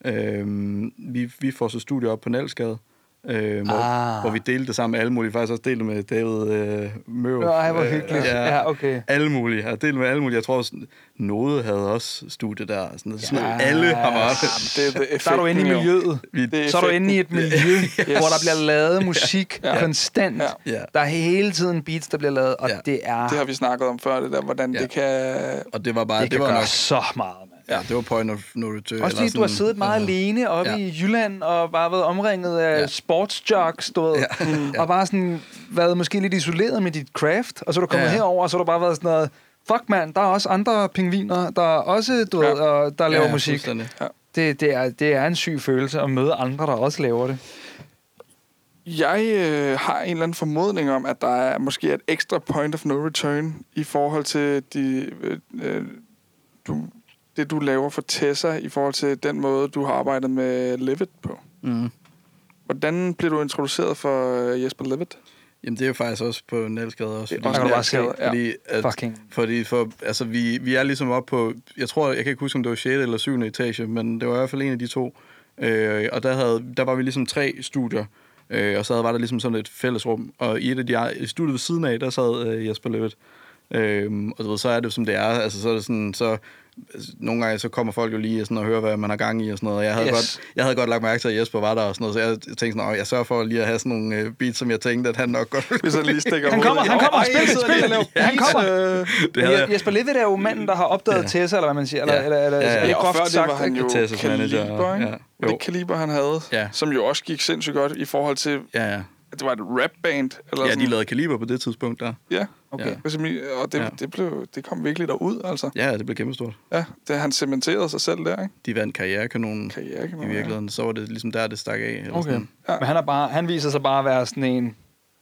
Vi får så studier op på Nælsgade, hvor vi delte det sammen med alle mulige. Faktisk også delte med David Mørup. Nej, hvor hyggeligt. Ja, okay. Alle mulige. Jeg delte med alle mulige. Jeg tror også, Node havde også studie der. Sådan alle har meget. Så er du inde i miljøet. Så er du inde i et miljø, hvor der bliver lavet musik konstant. Der er hele tiden beats, der bliver lavet, og det er... Det har vi snakket om før, det der, hvordan det kan... Og det var bare... Det kan gøre så meget, mand. Ja, det var point of no return. Også fordi du har siddet meget alene oppe i Jylland, og bare været omringet af sportsjocks, du ved. Og bare sådan været måske lidt isoleret med dit craft, og så er du kommet herover, og så har du bare været sådan noget, fuck mand, der er også andre pingviner, der også, du ved, der laver musik. Det er en syg følelse at møde andre, der også laver det. Jeg har en eller anden formodning om, at der er måske et ekstra point of no return i forhold til det, du laver for Tessa, i forhold til den måde, du har arbejdet med Livid på. Hvordan blev du introduceret for Jesper Levitt? Jamen, det er jo faktisk også på Nælskade også. Fordi vi er ligesom oppe på, jeg kan ikke huske, om det var 6. eller 7. etage, men det var i hvert fald en af de to. Og der var vi ligesom 3 studier, og så var der ligesom sådan et fællesrum. Og i et af de studier ved siden af, der sad Jesper Levitt. Og du ved, så er det som det er. Altså, så er det sådan, så nogle gange så kommer folk jo lige sådan og hører, hvad man har gang i og sådan noget. Jeg havde godt lagt mærke til, at Jesper var der og sådan noget, så jeg tænkte sådan, jeg sørger for lige at have sådan nogle beats, som jeg tænkte, at han nok godt... Hvis han lige stikker han kommer, spil. Han kommer. Jesper Levitt er jo manden, der har opdaget Tessa, eller hvad man siger. Eller groft sagt, var han jo Kaliber, det Kaliber, han havde, som jo også gik sindssygt godt i forhold til... Det var et rapband. Eller de lavede Kaliber på det tidspunkt der. Ja, okay. Og det kom virkelig derud, altså. Ja, det blev kæmpestort. Ja, han cementerede sig selv der, ikke? De vandt karrierekanonen i virkeligheden. Så var det ligesom der, det stak af. Okay. Ja. Men han viser sig bare at være sådan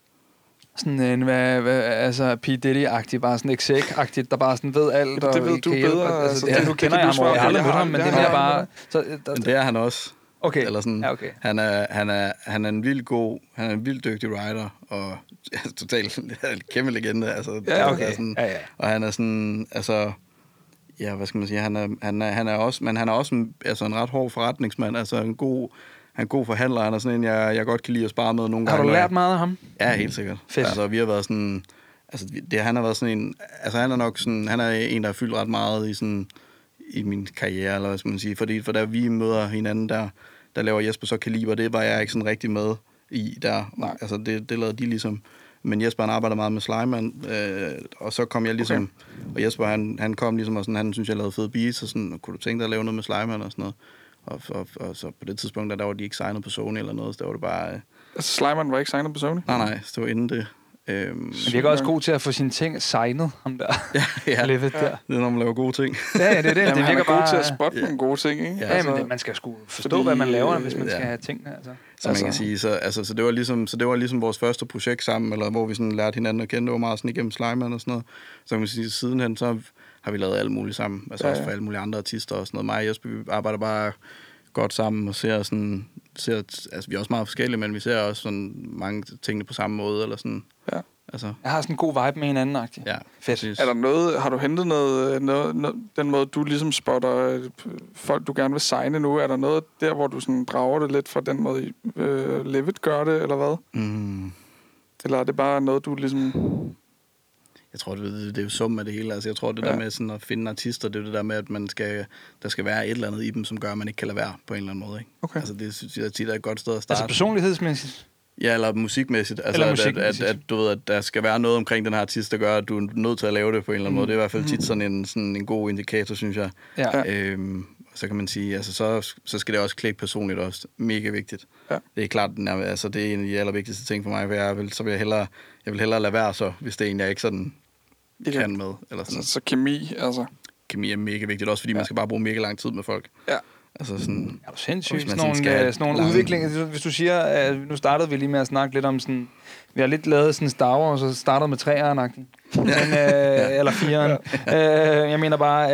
en altså P. Diddy-agtig, bare sådan exec-agtigt, der bare sådan ved alt. Det ved du bedre. Altså, nu kender jeg ham over. Jeg har aldrig mødt ham, men det er bare... Men det er han også. Okay. Eller sådan, okay. Han er en vildt dygtig writer, og totalt kæmpe legende. Altså, okay. Sådan, og han er sådan, altså, hvad skal man sige, han er også, men han er også en ret hård forretningsmand, altså han er en god forhandler, han er sådan en, jeg godt kan lide at spare med nogle gange. Har du lært meget af ham? Ja, helt sikkert. Fedt. Altså, vi har været sådan, han har været sådan en, altså han er nok sådan, han er en, der har fyldt ret meget i sådan, i min karriere, eller hvad skal man sige, for da vi møder hinanden der laver Jesper så Kaliber, det var jeg ikke sådan rigtig med i der. Nej. Altså det lavede de ligesom. Men Jesper han arbejder meget med Slimane, og så kom jeg ligesom, og Jesper han kom ligesom, og sådan, han synes jeg lavede fede beats, og sådan, og kunne du tænke dig at lave noget med Slimane og sådan noget. Og så på det tidspunkt, der var de ikke signet på Sony eller noget, så der var det bare... Altså Slimane var ikke signet på Sony? Nej, det var inden det. Han virker også god til at få sine ting signet, ham der. Ja. Levitt der. Det er, når man laver gode ting. Ja, det er det. Jamen, det virker bare... god til at spotte nogle gode ting, ikke? Ja, men man skal sgu forstå, hvad man laver, hvis man skal have tingene. Altså. Så man kan sige, så det var ligesom vores første projekt sammen, eller hvor vi sådan lærte hinanden at kende. Det var meget sådan igennem Slimane og sådan noget. Så kan man sige, sidenhen, så har vi lavet alt muligt sammen. Altså også for alle mulige andre artister og sådan noget. Mig og Jesper, vi arbejder bare godt sammen og ser sådan... altså, vi er også meget forskellige, men vi ser også sådan mange tingene på samme måde, eller sådan... Ja. Altså. Jeg har sådan en god vibe med hinanden-agtig. Ja, fedt. Er der noget, har du hentet noget, den måde, du ligesom spotter folk, du gerne vil signe nu? Er der noget der, hvor du sådan drager det lidt fra den måde, Levitt gør det, eller hvad? Eller er det bare noget, du ligesom... Jeg tror, det er jo summen af det hele. Altså, jeg tror, det der med sådan at finde artister, det er det der med, at der skal være et eller andet i dem, som gør, at man ikke kan lade være på en eller anden måde. Ikke? Okay. Altså, det synes jeg tit er et godt sted at starte. Altså personlighedsmæssigt? Ja, eller musikmæssigt. Altså, at du ved, at der skal være noget omkring den her artist, der gør, at du er nødt til at lave det på en eller anden måde. Det er i hvert fald tit sådan en god indikator, synes jeg. Ja. Så kan man sige, altså så skal det også klikke personligt også. Mega vigtigt. Ja. Det er klart, altså det er en af de allervigtigste ting for mig, for jeg vil hellere lade være så, hvis det er en, jeg ikke sådan kan med. Eller sådan. Så kemi, altså. Kemi er mega vigtigt, også fordi man skal bare bruge mega lang tid med folk. Ja. Altså sådan... Er du sindssygt? Sådan nogle udviklinger. Hvis du siger, at nu startede vi lige med at snakke lidt om sådan... Vi har lidt lavet sådan Star Wars, og så startede med 3'eren, eller 4'eren. Jeg mener bare,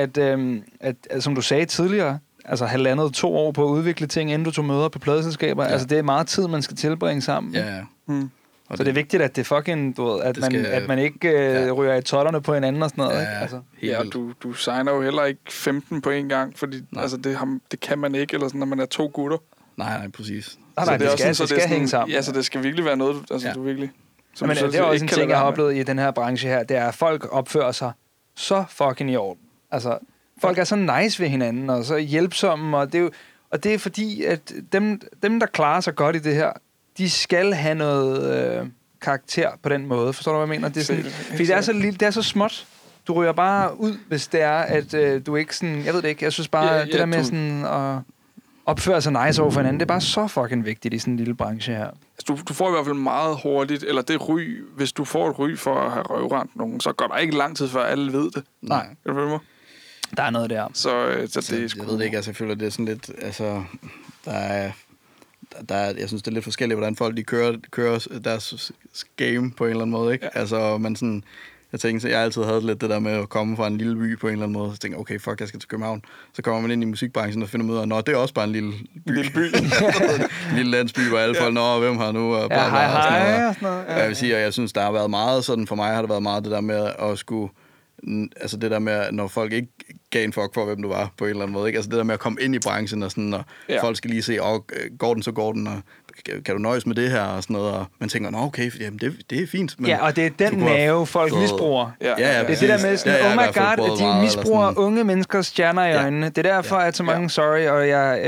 at som du sagde tidligere, altså 1,5-2 år på at udvikle ting, inden du tog møder på pladeselskaber. Ja. Altså det er meget tid, man skal tilbringe sammen. Ja. Så det er vigtigt, at det fucking, du ved, at man ikke ryger i totterne på hinanden og sådan noget. Ja, altså. Du signer jo heller ikke 15 på en gang, fordi altså, det kan man ikke, eller sådan, når man er 2 gutter. Nej, præcis. Nej, det skal hænge sammen. Ja, så det skal virkelig være noget, altså du virkelig... Men det er også en ting, jeg har oplevet i den her branche her, det er, at folk opfører sig så fucking i orden. Altså, folk er så nice ved hinanden, og så hjælpsomme, og det er fordi, at dem, der klarer sig godt i det her, de skal have noget karakter på den måde. Forstår du, hvad jeg mener? Det er sådan, fordi det er så lille, det er så småt. Du ryger bare ud, hvis det er, at du ikke sådan... Jeg ved det ikke. Jeg synes bare, det der med sådan at opføre sig nice over for hinanden, det er bare så fucking vigtigt i sådan en lille branche her. Altså, du får i hvert fald meget hurtigt, eller det ry, hvis du får et ry for at have røvrendt nogen, så går der ikke lang tid, før alle ved det. Nej. Kan du følge mig? Der er noget der. Så det er sgu... Jeg ved det ikke, altså jeg føler, det er sådan lidt... Altså, jeg synes, det er lidt forskelligt, hvordan folk de kører deres game på en eller anden måde, ikke? Ja. Altså, man sådan... Jeg tænkte, jeg altid havde lidt det der med at komme fra en lille by på en eller anden måde. Så tænkte jeg, okay, fuck, jeg skal til København. Så kommer man ind i musikbranchen og finder ud af, det er også bare en lille by. En lille landsby, hvor alle folk, hvem har nu? Og bla, bla, hej. Og jeg vil sige, at jeg synes, der har været meget sådan, for mig har det været meget det der med at skulle, altså det der med, når folk ikke gav en fuck for, hvem du var på en eller anden måde, ikke? Altså det der med at komme ind i branchen og sådan, og folk skal lige se, går den, så går den, og kan du nøjes med det her og sådan noget, og man tænker, okay, jamen det er fint. Men og det er den nave, folk misbruger. Ja, det er det der med sådan, oh my god, de misbruger unge menneskers stjerner i øjnene. Det er derfor, at så mange, sorry, og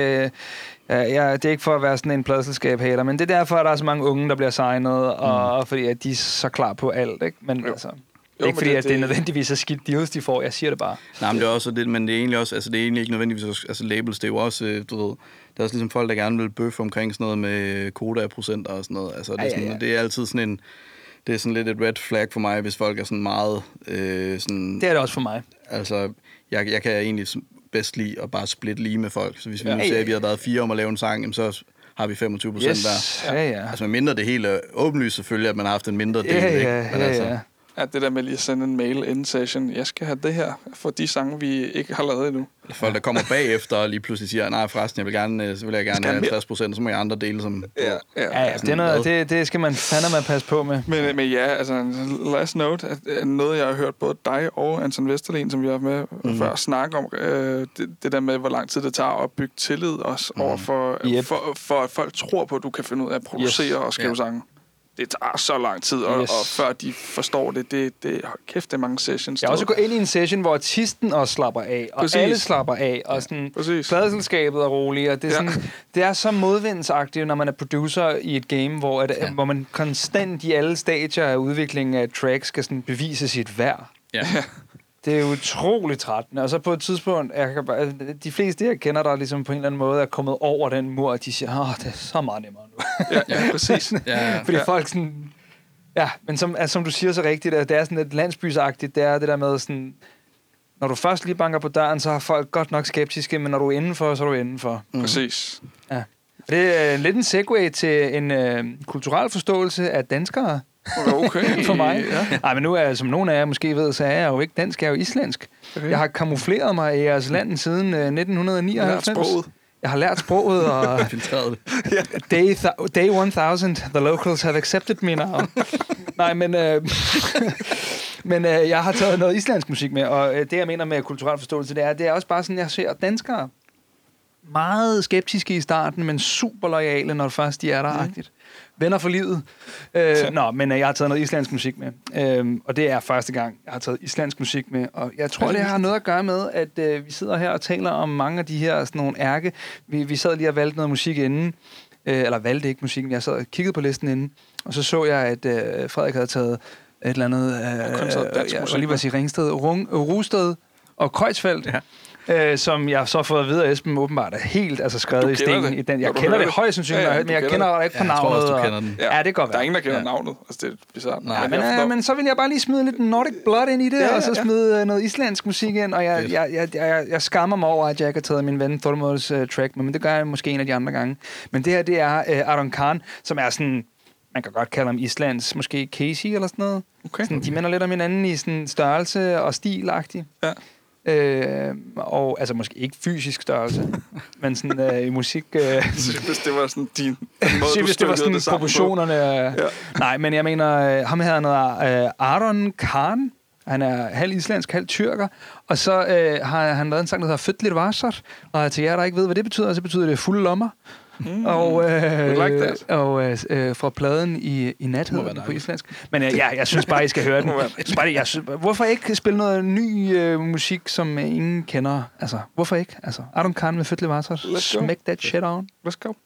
det er ikke for at være sådan en pladselskab-hater, men det er derfor, at der er så mange unge, der bliver signet, og fordi at de er så klar på alt, ikke? Men altså... ikke fordi, at det er nødvendigvis så skidt deals, de får. Jeg siger det bare. Nej, men det er også det, men det er egentlig også, altså det er egentlig ikke nødvendigvis, altså labels, det er jo også, du ved, der er også ligesom folk, der gerne vil bøffe omkring sådan noget med koda-procenter og sådan noget. Altså det er, sådan, det er altid sådan en, det er sådan lidt et red flag for mig, hvis folk er sådan meget sådan... Det er det også for mig. Altså, jeg kan egentlig bedst lide at bare splitte lige med folk. Så hvis vi nu siger, at vi har været 4 om at lave en sang, så har vi 25% der. Altså mindre det helt åbenlyst selvfølgelig, at man har haft en mindre del, ikke? Men altså, Ja, det der med lige at sende en mail inden session. Jeg skal have det her for de sange, vi ikke har lavet endnu. Eller folk, der kommer bagefter og lige pludselig siger, nej forresten, jeg vil gerne have 50%, så må jeg andre dele som... Ja, det er noget, det skal man fandme passe på med. Men ja, altså last note, at noget jeg har hørt både dig og Anton Vesterlen, som vi har haft med før, snakke om, det der med, hvor lang tid det tager at bygge tillid også overfor, for at folk tror på, at du kan finde ud af at producere og skrive sange. Det tager så lang tid, og før de forstår det, kæft, det er mange sessions. Jeg har også gået ind i en session, hvor artisten også slapper af, og alle slapper af, og sådan pladeselskabet er roligt, og det er, sådan, det er så modvindsagtigt, når man er producer i et game, hvor man konstant i alle stadier af udviklingen af tracks skal sådan bevise sit værd. Ja. Det er utroligt trættende. Og så på et tidspunkt, de fleste, jeg kender, der ligesom på en eller anden måde er kommet over den mur, og de siger, det er så meget nemmere nu. Ja, præcis. Fordi folk sådan... Ja, men som du siger så rigtigt, det er sådan lidt landsbysagtigt, det er det der med sådan... Når du først lige banker på døren, så er folk godt nok skeptiske, men når du er indenfor, så er du indenfor. Præcis. Ja. Det er lidt en segue til en kulturel forståelse af danskere. Okay. For mig. Nej, men nu er som nogen af jer måske ved, så er jeg jo ikke dansk, jeg er jo islandsk. Okay. Jeg har kamufleret mig i jeres land siden 1999. Jeg har lært sproget, og day 1000, the locals have accepted me now. Nej, men jeg har taget noget islandsk musik med, og det, jeg mener med kulturel forståelse, det er også bare sådan, jeg ser danskere meget skeptiske i starten, men super loyale, når først de er der-agtigt. Venner for livet. Men jeg har taget noget islandsk musik med. Og det er første gang, jeg har taget islandsk musik med. Og jeg tror, det har noget at gøre med, at vi sidder her og taler om mange af de her sådan nogle ærke. Vi sad lige og valgte noget musik inden. Eller valgte ikke musikken. Jeg sad og kiggede på listen inden. Og så jeg, at Frederik havde taget et eller andet... jeg var lige ved at sige Ringsted, Rungsted og Kreuzfeldt. Ja. Som jeg så har fået at vide af Esben åbenbart er helt skrevet i sten i den. Jeg kender det højst sandsynligt, men jeg kender det ikke på navnet. Jeg tror også, du kender den. Ja, det går. Der er ingen, der kender navnet. Altså, det er bizarrt. Men så vil jeg bare lige smide lidt Nordic Blood ind i det, og så smide noget islandsk musik ind, og jeg skammer mig over, at jeg ikke har taget min ven Thormod's track, men det gør jeg måske en af de andre gange. Men det her, det er Aron Khan, som er sådan... Man kan godt kalde ham Islands, måske Casey eller sådan noget. Okay. Sådan, de minder lidt om hinanden i sådan størrelse og stilagtig. Ja. Og altså måske ikke fysisk størrelse, men sådan i musik. Hvis det var sådan din måde, hvis det var sådan proportionerne. Ja. Nej, men jeg mener, ham her er noget Aron Khan. Han er halv islandsk, halv tyrker. Og så har han lavet en sang, der hedder Fyllir Vasar. Og til jer, der ikke ved, hvad det betyder, så betyder det fulde lommer. Og fra pladen i nat hedder den på islandsk. Men jeg synes bare, I skal høre den. Hvorfor ikke spille noget ny musik, som ingen kender? Altså, hvorfor ikke? Altså, Aron Khan med Fyllir Vasar. Smack that shit on. Let's go.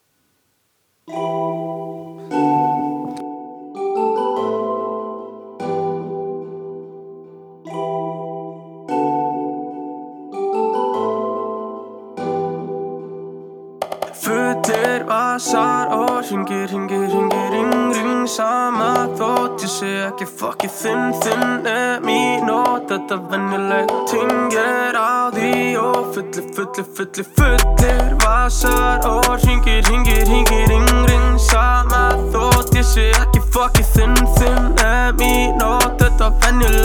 Fullir vasar og hringir ring sama þótt ég sé ekki fucking þinn mín og þetta venjuleg tingir á því og fullir vasar og hringir ring sama þótt ég sé ekki fucking þinn mín og þetta venjuleg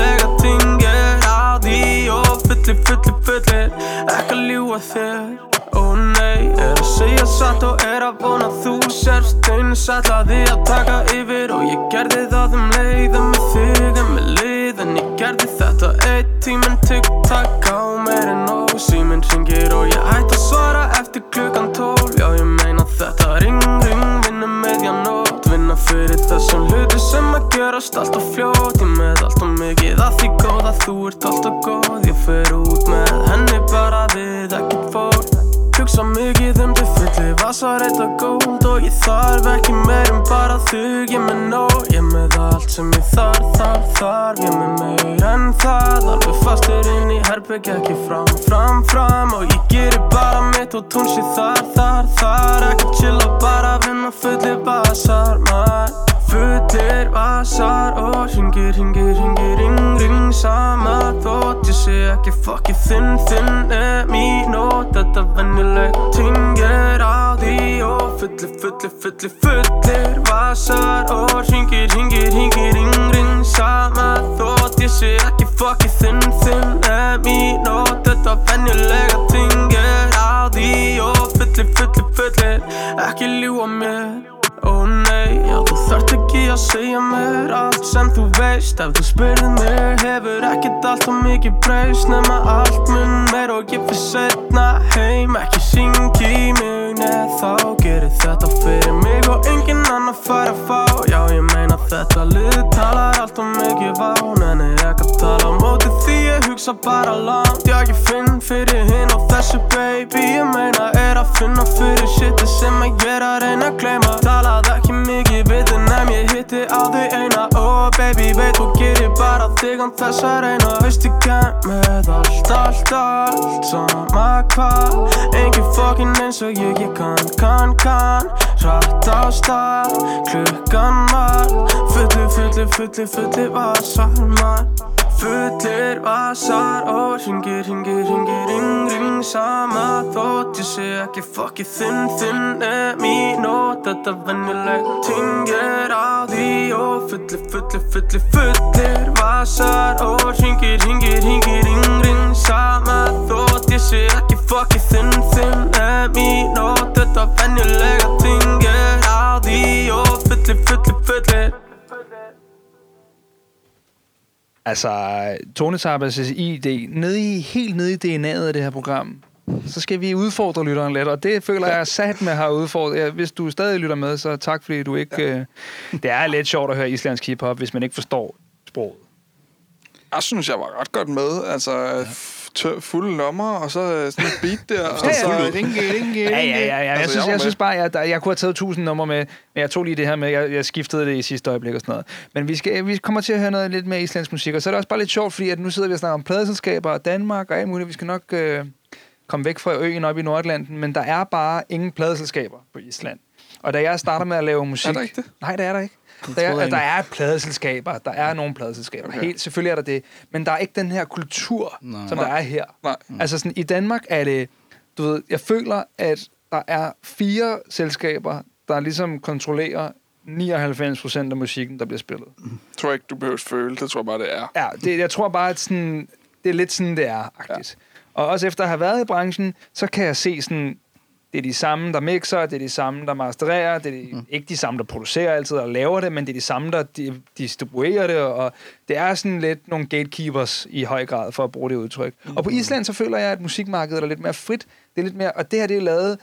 að vona þú sérst eins ætlaði að taka yfir og ég gerði það leið að með þig með lið en ég gerði þetta eitt tíminn tikk-takk á meir en nóg síminn hringir og ég hætti að svara eftir klukkan 12 já ég meina þetta ring vinna meðjan nótt vinna fyrir þessum hluti sem að gerast allt og fljótt ég með allt og mikið að því góða þú ert allt og góð ég fer út með henni bara við ekkert fór hugsa mikið þau fulli vasar eitthvað góld og ég þarf ekki meir en bara þig ég með nóg ég með allt sem ég þarf ég með meir en það alveg fastur inn í herberg ekki fram og ég gerir bara mitt og tún sé þar ekki chilla bara vinna fulli vasar mann fullir vasar og hringir ring sama þótt ég sé ekki fucking þinn mín og þetta venjuleg ting á því og fullir vasar og hringir ring sama þótt ég sé ekki fucking þinn mín og þetta venjulega ting á því og fullir ekki ljúga mér Ó nei, já þú þarft ekki að segja mér allt sem þú veist Ef þú spyrð mig hefur ekkert allt og mikið breyst Nema allt mun meir og ég fyrir setna heim Ekki syngi í mig, neð þá gerir þetta fyrir mig Og enginn annar fær að fá Já ég meina þetta lið talar allt og mikið vá Nenni ekki að tala á móti því ég hugsa bara langt Já ég finn fyrir hinn og þessu baby Ég meina að finna fyrir shiti sem ég að reyna að gleyma Talað ekki mikið við þig nefn ég hitti á þig eina Oh baby veit þú gerir bara þig án þess að reyna Veist ég kann með allt sama hvað Engin fucking eins og ég kann Hratt á stað, klukkan fullir vasar mann Fullir vasar og hringir ring sama þótt ég sé ekki fucking þinn mín og þetta venjuleg ting á því og fullir vasar og hringir ring sama þótt ég sé ekki fucking þinn mín og þetta venjulega ting á því og fullir Altså, Tone Tabas' ID, helt nede i DNA'et af det her program, så skal vi udfordre lytteren lidt, og det føler jeg sat med har udfordret. Hvis du stadig lytter med, så tak fordi du ikke... Det er lidt sjovt at høre islandsk hiphop, hvis man ikke forstår sproget. Jeg synes, jeg var ret godt med. Altså, fulde nummer, og så sådan et beat der, og så ringe. Ja. Jeg synes bare, jeg kunne have taget 1000 numre med, men jeg tog lige det her med, jeg skiftede det i sidste øjeblik og sådan noget. Men vi kommer til at høre noget lidt mere islandsk musik, og så er det også bare lidt sjovt, fordi at nu sidder vi og snakker om pladeselskaber og Danmark og alt muligt. Vi skal nok komme væk fra øen op i Nordatlanten, men der er bare ingen pladeselskaber på Island. Og da jeg starter med at lave musik... Er der ikke det? Nej, det er der ikke. Der er pladeselskaber, der er nogle pladeselskaber. Okay. Helt, selvfølgelig er der det. Men der er ikke den her kultur, som der er her. Nej. Altså sådan, i Danmark er det... Du ved, jeg føler, at der er 4 selskaber, der ligesom kontrollerer 99% af musikken, der bliver spillet. Tror ikke, du behøver føle. Det tror jeg bare, det er. Ja, jeg tror bare, at sådan, det er lidt sådan, det er. Agtigt. Ja. Og også efter at have været i branchen, så kan jeg se sådan... Det er de samme, der mixer, det er de samme, der mastererer, det er ikke de samme, der producerer altid og laver det, men det er de samme, der distribuerer det, og det er sådan lidt nogle gatekeepers i høj grad, for at bruge det udtryk. Og på Island, så føler jeg, at musikmarkedet er lidt mere frit, det er lidt mere, og det her, det er lavet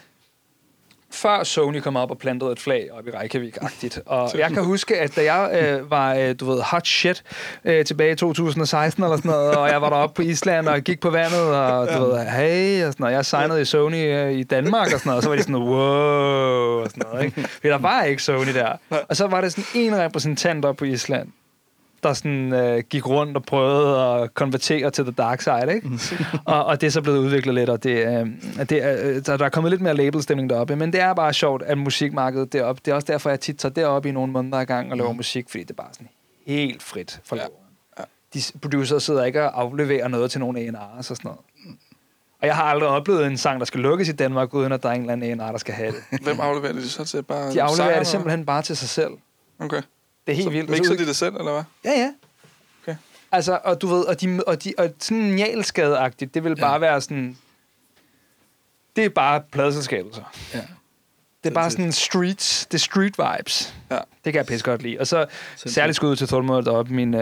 før Sony kom op og plantede et flag op i Reykjavik-agtigt. Og jeg kan huske, at da jeg var, hot shit tilbage i 2016 eller sådan noget, og jeg var deroppe på Island og gik på vandet, og hey, og sådan noget. Jeg signede i Sony i Danmark og sådan noget, og så var de sådan, wow, og sådan noget, ikke? Fordi der var ikke Sony der. Og så var det sådan en repræsentant op på Island, der sådan gik rundt og prøvede at konvertere til the dark side, ikke? og det er så blevet udviklet lidt, og der er kommet lidt mere labelstemning deroppe, men det er bare sjovt, at musikmarkedet deroppe, det er også derfor, jeg tit tager deroppe i nogle måneder i gang og laver musik, fordi det er bare sådan helt frit for låren. Ja. De producer sidder ikke og afleverer noget til nogle A&R'er og sådan noget. Og jeg har aldrig oplevet en sang, der skal lukkes i Danmark, uden at der er en eller anden A&R, der skal have det. Hvem afleverer det så til? Bare de afleverer det simpelthen bare til sig selv. Okay. Det er helt vildt. Mixer de det selv, eller hvad? Ja. Okay. Altså, og du ved, og sådan njalskadeagtigt, det vil bare være sådan... Det er bare pladeselskabet så. Ja. Det er bare sådan street vibes. Ja. Det kan jeg pisse godt lide. Og så særligt skud til Thormod deroppe, min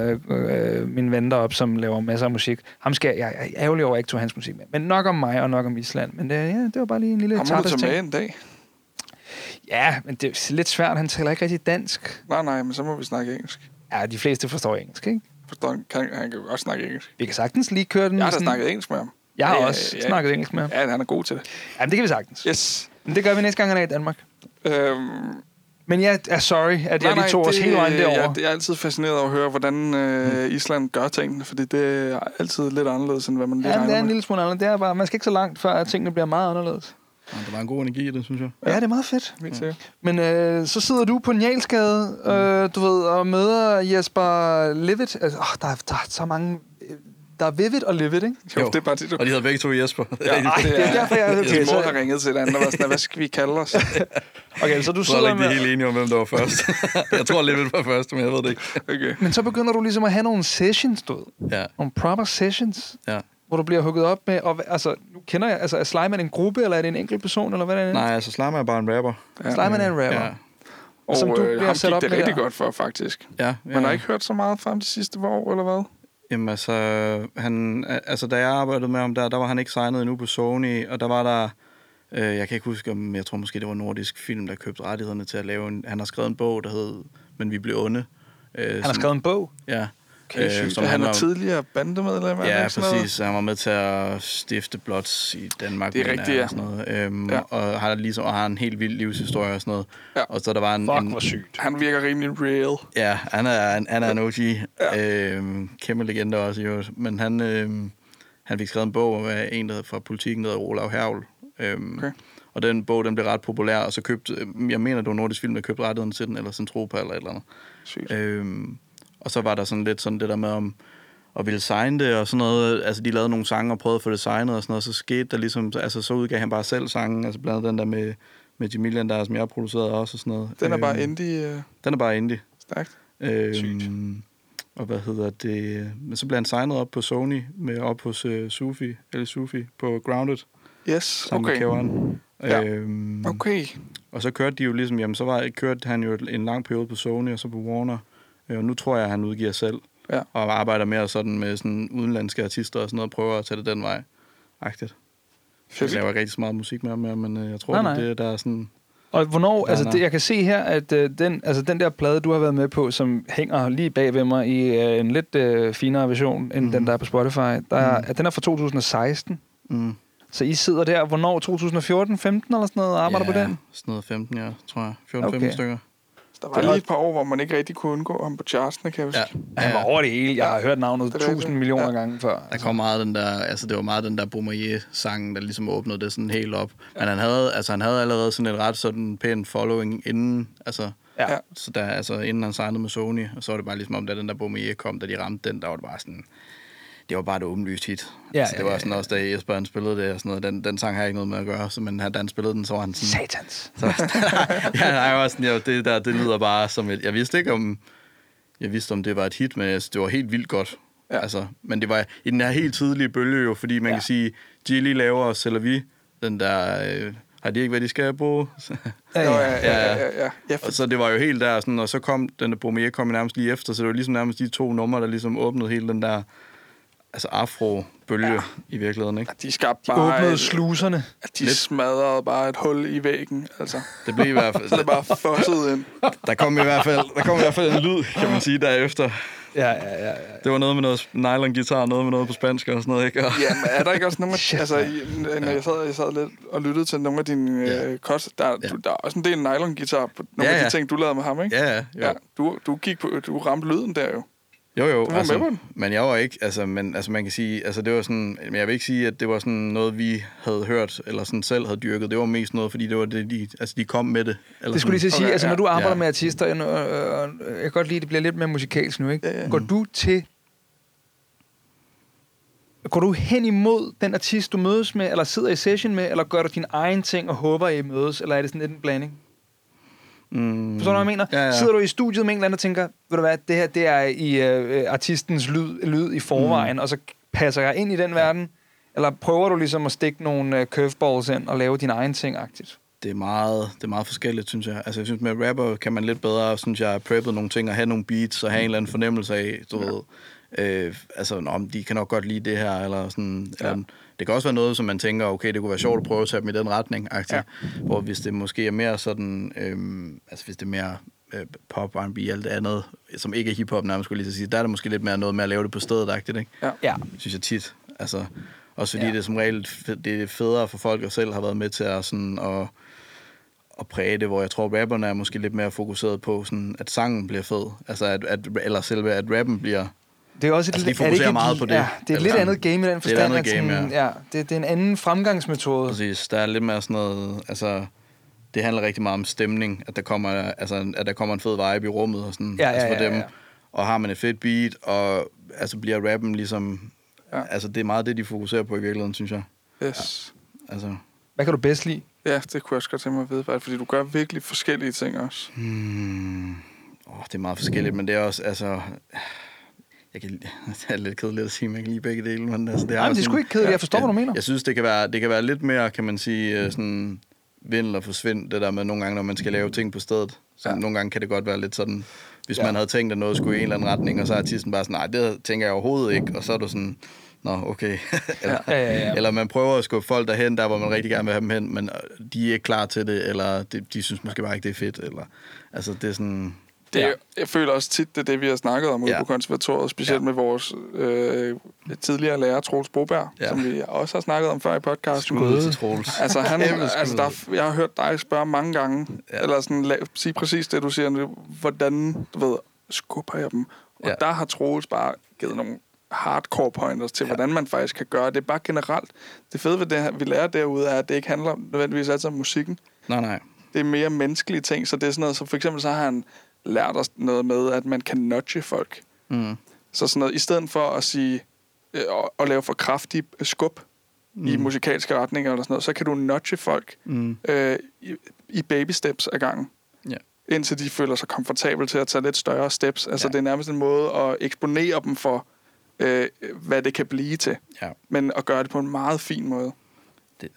ven deroppe, som laver masser af musik. Ham skal jeg er ærgerlig over, at jeg ikke tog hans musik med. Men nok om mig og nok om Island. Men det var bare lige en lille tapas ting. Har du med en dag? Ja, men det er lidt svært. Han taler ikke rigtig dansk. Nej, men så må vi snakke engelsk. Ja, de fleste forstår engelsk, ikke? Han kan jo også snakke engelsk. Vi kan sagtens lige køre den. Jeg har da snakket engelsk med ham. Jeg har også snakket engelsk med ham. Ja, han er god til det. Ja, det kan vi sagtens. Yes. Men det gør vi næste gang, han er i Danmark. Men jeg er sorry, at jeg lige tog os hele vejen derovre. Jeg er altid fascineret over at høre, hvordan Island gør tingene, fordi det er altid lidt anderledes, end hvad man lige regner med. Ja, det er en lille smule anderledes. Det er bare, man skal ikke så langt, før at tingene bliver meget anderledes. Ja, der var en god energi i det, synes jeg. Ja, det er meget fedt. Men så sidder du på Njalsgade, du ved, og møder Jesper Livet. Altså, der er så mange... Der er Vivid og Livid, ikke? Jo, det er bare det, du... Og de hedder begge to Jesper. Ja, det er derfor, jeg okay, mor har ringet til hinanden og var sådan, hvad skal vi kalde os? Okay, så du sidder med... Jeg er ikke helt enig om, hvem der var først. Jeg tror, Livid var først, men jeg ved det ikke. Okay. Men så begynder du ligesom at have nogle sessions, du ved. Ja. Nogle proper sessions. Ja. Hvor du bliver hugget op med... Og, altså, nu kender jeg... Altså, er Sleiman en gruppe, eller er det en enkelt person, eller hvad er det? Nej, altså, Sleiman er bare en rapper. Ja. Sleiman er en rapper. Ja. Og som du bliver sat op det rigtig godt for, faktisk. Ja. Man har ikke hørt så meget fra ham de sidste år, eller hvad? Jamen altså, da jeg arbejdede med ham der var han ikke signet endnu på Sony, og der var der, jeg kan ikke huske, om jeg tror måske det var Nordisk Film, der købte rettighederne til at lave han har skrevet en bog, der hed Men vi blev onde. Han har skrevet en bog? Ja. Okay, som han er tidligere bandemedlem. Ja, præcis. Han var med til at stifte Bloods i Danmark. Det er rigtigt, ja. Sådan noget. Og har en helt vild livshistorie og sådan noget. Ja. Og så der var en hvor sygt. Han virker rimelig real. Ja, han er en OG. Ja. Kæmpe legende også, jo. Men han fik skrevet en bog af en, der hedder fra Politikken, der hedder Olav Hervel. Okay. Og den bog, den blev ret populær, og så købte, jeg mener, det var Nordisk Film, der købte rettigheden til den, eller Centropa, eller et eller andet. Sygt. Og så var der sådan lidt sådan det der med om at ville signe det og sådan noget. Altså, de lavede nogle sange og prøvede at få det signet og sådan noget. Så skete der ligesom... Altså, så udgav han bare selv sangen. Altså, blandt andet den der med Jamilian, der som jeg har produceret også og sådan noget. Den er bare indie... Den er bare indie. Stærkt. Sygt. Og hvad hedder det... Men så blev han signet op på Sony, op hos Sufi på Grounded. Yes, sammen okay. Med Ja. Okay. Og så kørte de jo ligesom... Jamen, kørte han jo en lang periode på Sony og så på Warner. Og nu tror jeg, at han udgiver selv. Ja. Og arbejder mere sådan med sådan udenlandske artister og sådan noget, og prøver at tage det den vej. Agtigt. Jeg laver ikke rigtig så meget musik med ham, men jeg tror, det der er sådan... Og hvornår, jeg kan se her, at den der plade, du har været med på, som hænger lige bag ved mig i en lidt finere version, end den der er på Spotify, den er fra 2016. Mm. Så I sidder der, hvornår? 2014, 15 eller sådan noget, og arbejder på den? Ja, sådan noget 15, ja, tror jeg. 14-15 stykker. Der var lige et par år, hvor man ikke rigtig kunne undgå ham på chartsene, kan jeg huske. Ja. Han var over det hele. Jeg har hørt navnet 1000 millioner gange før. Der kom meget den der, altså det var meget den der Boumaier-sang, der ligesom åbnede det sådan helt op. Men han havde allerede sådan et ret sådan pæn following inden, altså... Ja. Så der, altså inden han signede med Sony, og så var det bare ligesom om, da den der Boumaier kom, da de ramte den, der var det bare sådan... Det var bare et åbenlyst hit. Ja, altså, det var sådan også, da Jesper han spillede det og sådan noget. Den sang har jeg ikke noget med at gøre, så, men da han spillede den, så var han sådan... Satans! Jeg var sådan, det lyder bare som et... Jeg vidste om det var et hit, men det var helt vildt godt. Ja. Altså, men det var i den her helt tidlige bølge jo, fordi man kan sige, Gilly laver Sæller vi, den der... har de ikke, hvad de skal bruge? Ja. Og så det var jo helt der, sådan, og så kom den der Boumaier kom nærmest lige efter, så det var ligesom nærmest de to numre, der ligesom åbnede hele den der... Altså afro-bølge i virkeligheden, ikke? De skabte bare... åbnede sluserne. De smadrede bare et hul i væggen, altså. Det blev i hvert fald... så det bare fosset ind. Der kom i hvert fald en lyd, kan man sige, derefter. Ja. Det var noget med noget nylon-guitar, noget med noget på spansk og sådan noget, ikke? Ja, men er der ikke også nogle... altså, når jeg sad lidt og lyttede til nogle af dine cuts, der er også en del nylon-guitar på nogle af de ting, du lavede med ham, ikke? Ja. Du ramte lyden der jo. Jo, altså, men jeg var ikke, altså man kan sige, altså det var sådan, men jeg vil ikke sige, at det var sådan noget, vi havde hørt, eller sådan selv havde dyrket. Det var mest noget, fordi det var det, de kom med det. Eller det skulle lige så sige, altså når du arbejder med artister, jeg kan godt lide, det bliver lidt mere musikalsk nu, ikke? Ja. Går du hen imod den artist, du mødes med, eller sidder i session med, eller gør du din egen ting og håber, I mødes, eller er det sådan lidt en blanding? Forstår du, hvad jeg mener? Ja. Sidder du i studiet med en eller anden og tænker, ved du hvad, det her, det er i artistens lyd i forvejen, og så passer jeg ind i den verden? Eller prøver du ligesom at stikke nogle curveballs ind og lave din egen ting-agtigt? Det er meget forskelligt, synes jeg. Altså, jeg synes, med rapper kan man lidt bedre, synes jeg, preppet nogle ting og have nogle beats og have en eller anden fornemmelse af, du ved, de kan nok godt lide det her, eller sådan. Ja. Eller, det kan også være noget, som man tænker, okay, det kunne være sjovt at prøve at tage dem i den retning, hvor hvis det måske er mere sådan, hvis det er mere pop, R&B, alt det andet, som ikke er hiphop, nærmest skulle lige sige, der er det måske lidt mere noget med at lave det på stedet, ikke? Ja. Synes jeg tit. Altså, også fordi det er som regel, det er federe for folk, der selv har været med til at sådan at præge det, hvor jeg tror, rapperne er måske lidt mere fokuseret på, sådan, at sangen bliver fed. Altså, eller selve, at rappen bliver... Det er også de fokuserer meget på det. Ja, det er et lidt andet game i den forstand. Det er et andet game, det er en anden fremgangsmetode. Præcis. Der er lidt mere sådan noget... Altså, det handler rigtig meget om stemning, at der kommer en fed vibe i rummet og sådan, for dem. Og har man et fedt beat, og altså bliver rappen ligesom... Ja. Altså, det er meget det, de fokuserer på i virkeligheden, synes jeg. Yes. Ja. Altså... Hvad kan du bedst lide? Ja, det kunne jeg også godt tænke mig at vide, fordi du gør virkelig forskellige ting også. Det er meget forskelligt, men det er også, altså... det er lidt kedeligt at sige, at man kan lide begge dele, men altså... Det er sgu ikke kedeligt, jeg forstår, hvad du mener. Jeg synes, det kan være lidt mere, kan man sige, sådan... Vind og forsvind, det der med nogle gange, når man skal lave ting på stedet. Så nogle gange kan det godt være lidt sådan... Hvis man havde tænkt, at noget skulle i en eller anden retning, og så er artisten bare sådan, nej, det tænker jeg overhovedet ikke, og så er du sådan... Nå, okay. Eller man prøver at skubbe folk derhen, der hvor man rigtig gerne vil have dem hen, men de er ikke klar til det, eller de synes måske bare ikke, det er fedt. Eller, altså, det er sådan... Jeg føler også tit, det er det, vi har snakket om ude på konservatoriet, specielt med vores tidligere lærer, Troels Broberg, som vi også har snakket om før i podcasten. Altså, jeg har hørt dig spørge mange gange, eller sådan, sige præcis det, du siger, hvordan, du ved, skubber jeg dem? Og der har Troels bare givet nogle hardcore pointers til, hvordan man faktisk kan gøre det. Det er bare generelt. Det fede ved det her, vi lærer derude, er, at det ikke handler nødvendigvis altid om musikken. Nej. Det er mere menneskelige ting, så det er sådan noget, så for eksempel så har han lært os noget med, at man kan nudge folk. Så sådan noget, i stedet for at sige, at lave for kraftig skub i musikalske retninger eller sådan noget, så kan du nudge folk i baby steps ad gangen. Indtil de føler sig komfortabel til at tage lidt større steps. Altså det er nærmest en måde at eksponere dem for, hvad det kan blive til. Men at gøre det på en meget fin måde. Det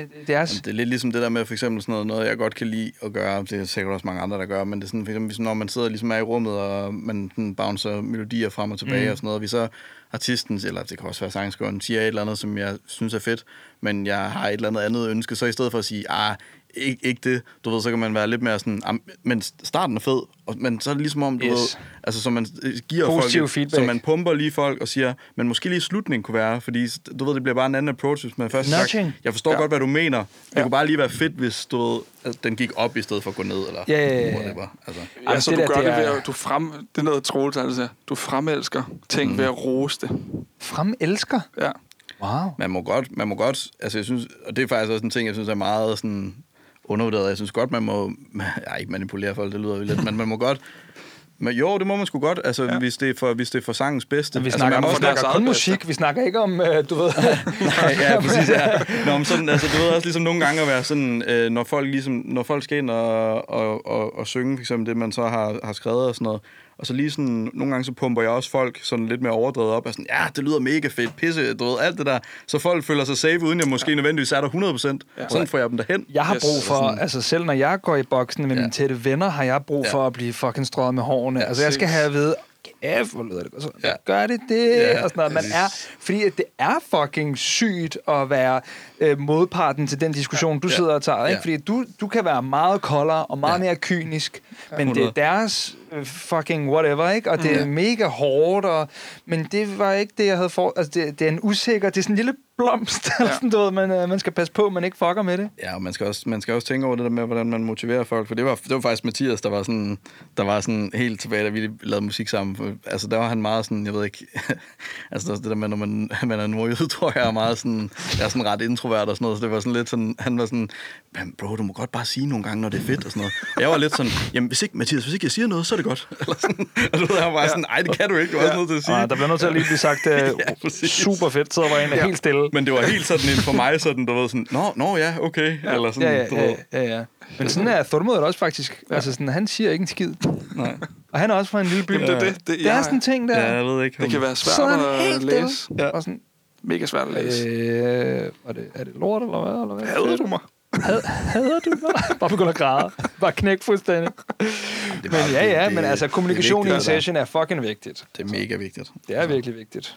er lidt ligesom det der med for eksempel sådan noget jeg godt kan lide at gøre. Det er sikkert også mange andre, der gør, men det er sådan, for eksempel, når man sidder ligesom er i rummet, og man bouncer melodier frem og tilbage og sådan noget, og vi så artisten, eller det kan også være sangskriveren, siger et eller andet, som jeg synes er fedt, men jeg har et eller andet ønske, så i stedet for at sige, ikke det, du ved, så kan man være lidt mere sådan, men starten er fed, men så er det ligesom om, du ved, altså så man giver positiv folk, feedback. så man pumper lige folk og siger, men måske lige slutningen kunne være, fordi du ved, det bliver bare en anden approach, hvis man først sagt, jeg forstår godt, hvad du mener, det kunne bare lige være fedt, hvis du ved, at den gik op i stedet for at gå ned, eller whatever. Altså, du gør det ved at, det er noget Troels, altså, du fremelsker ting ved at rose det. Fremelsker? Ja. Wow. Man må godt, altså jeg synes, og det er faktisk også en ting, jeg synes er meget sådan undervurderet. Jeg synes godt, man må... ikke manipulere folk, det lyder jo lidt, men man må godt... Men jo, det må man sgu godt, altså hvis det er for sangens bedste. Men vi snakker, altså, snakker kun musik, vi snakker ikke om, du ved... Nej, præcis, Nå, men sådan, altså, du ved også ligesom nogle gange at være sådan, når folk skal ind og synge, for eksempel det, man så har skrevet og sådan noget, og så lige sådan, nogle gange så pumper jeg også folk sådan lidt mere overdrevet op, og sådan, det lyder mega fedt, pisse, du ved, alt det der, så folk føler sig safe, uden jeg måske nødvendigvis er der 100%. Sådan får jeg dem derhen. Jeg har brug for, altså selv når jeg går i boksen med mine tætte venner, har jeg brug for at blive fucking strøget med hårene. Altså jeg skal have at vide, hvor lyder det? Så, gør det? Og sådan noget. Man er, fordi det er fucking sygt at være modparten til den diskussion, du sidder og tager. Ikke? Fordi du kan være meget koldere og meget mere kynisk, men 100. Det er deres fucking whatever, ikke? Og det er mega hårdt, men det var ikke det, jeg havde for... Altså, det er en usikker... Det er sådan en lille blomst, sådan, du ved, man skal passe på, man ikke fucker med det. Ja, og man skal også tænke over det der med, hvordan man motiverer folk, for det var faktisk Mathias, der var sådan helt tilbage, da vi lavede musik sammen. Altså, der var han meget sådan, jeg ved ikke... altså, det der med, når man er nordjyde, tror jeg er meget sådan... Jeg er sådan ret introvert og sådan noget, så det var sådan lidt sådan... Han var sådan, bro, du må godt bare sige nogle gange, når det er fedt og sådan noget. Og jeg var lidt sådan, jamen, hvis ikke jeg siger noget, så er det godt. Eller sådan. Og du ved, jeg var bare sådan, ej, det kan du ikke, du har også noget til at sige. Der bliver nødt til at lige blive sagt, super fedt, så var en helt stille. Men det var helt sådan for mig, sådan, du ved, sådan, nå ja, okay. Eller sådan, ja. Men sådan er Thormod også faktisk. Altså sådan, han siger ikke en skid. Nej. Og han er også fra en lille by. Det er sådan en ting der. Ja, jeg ved ikke. Det kan være svært at læse. Ja. Og sådan, mega svært at læse. Er det lort, eller hvad? Hader du mig? Hader du mig? Bare begynder at græde. Bare knæk fuldstændig. Men ja, men altså kommunikation i en session er fucking vigtigt. Det er mega vigtigt. Det er virkelig vigtigt.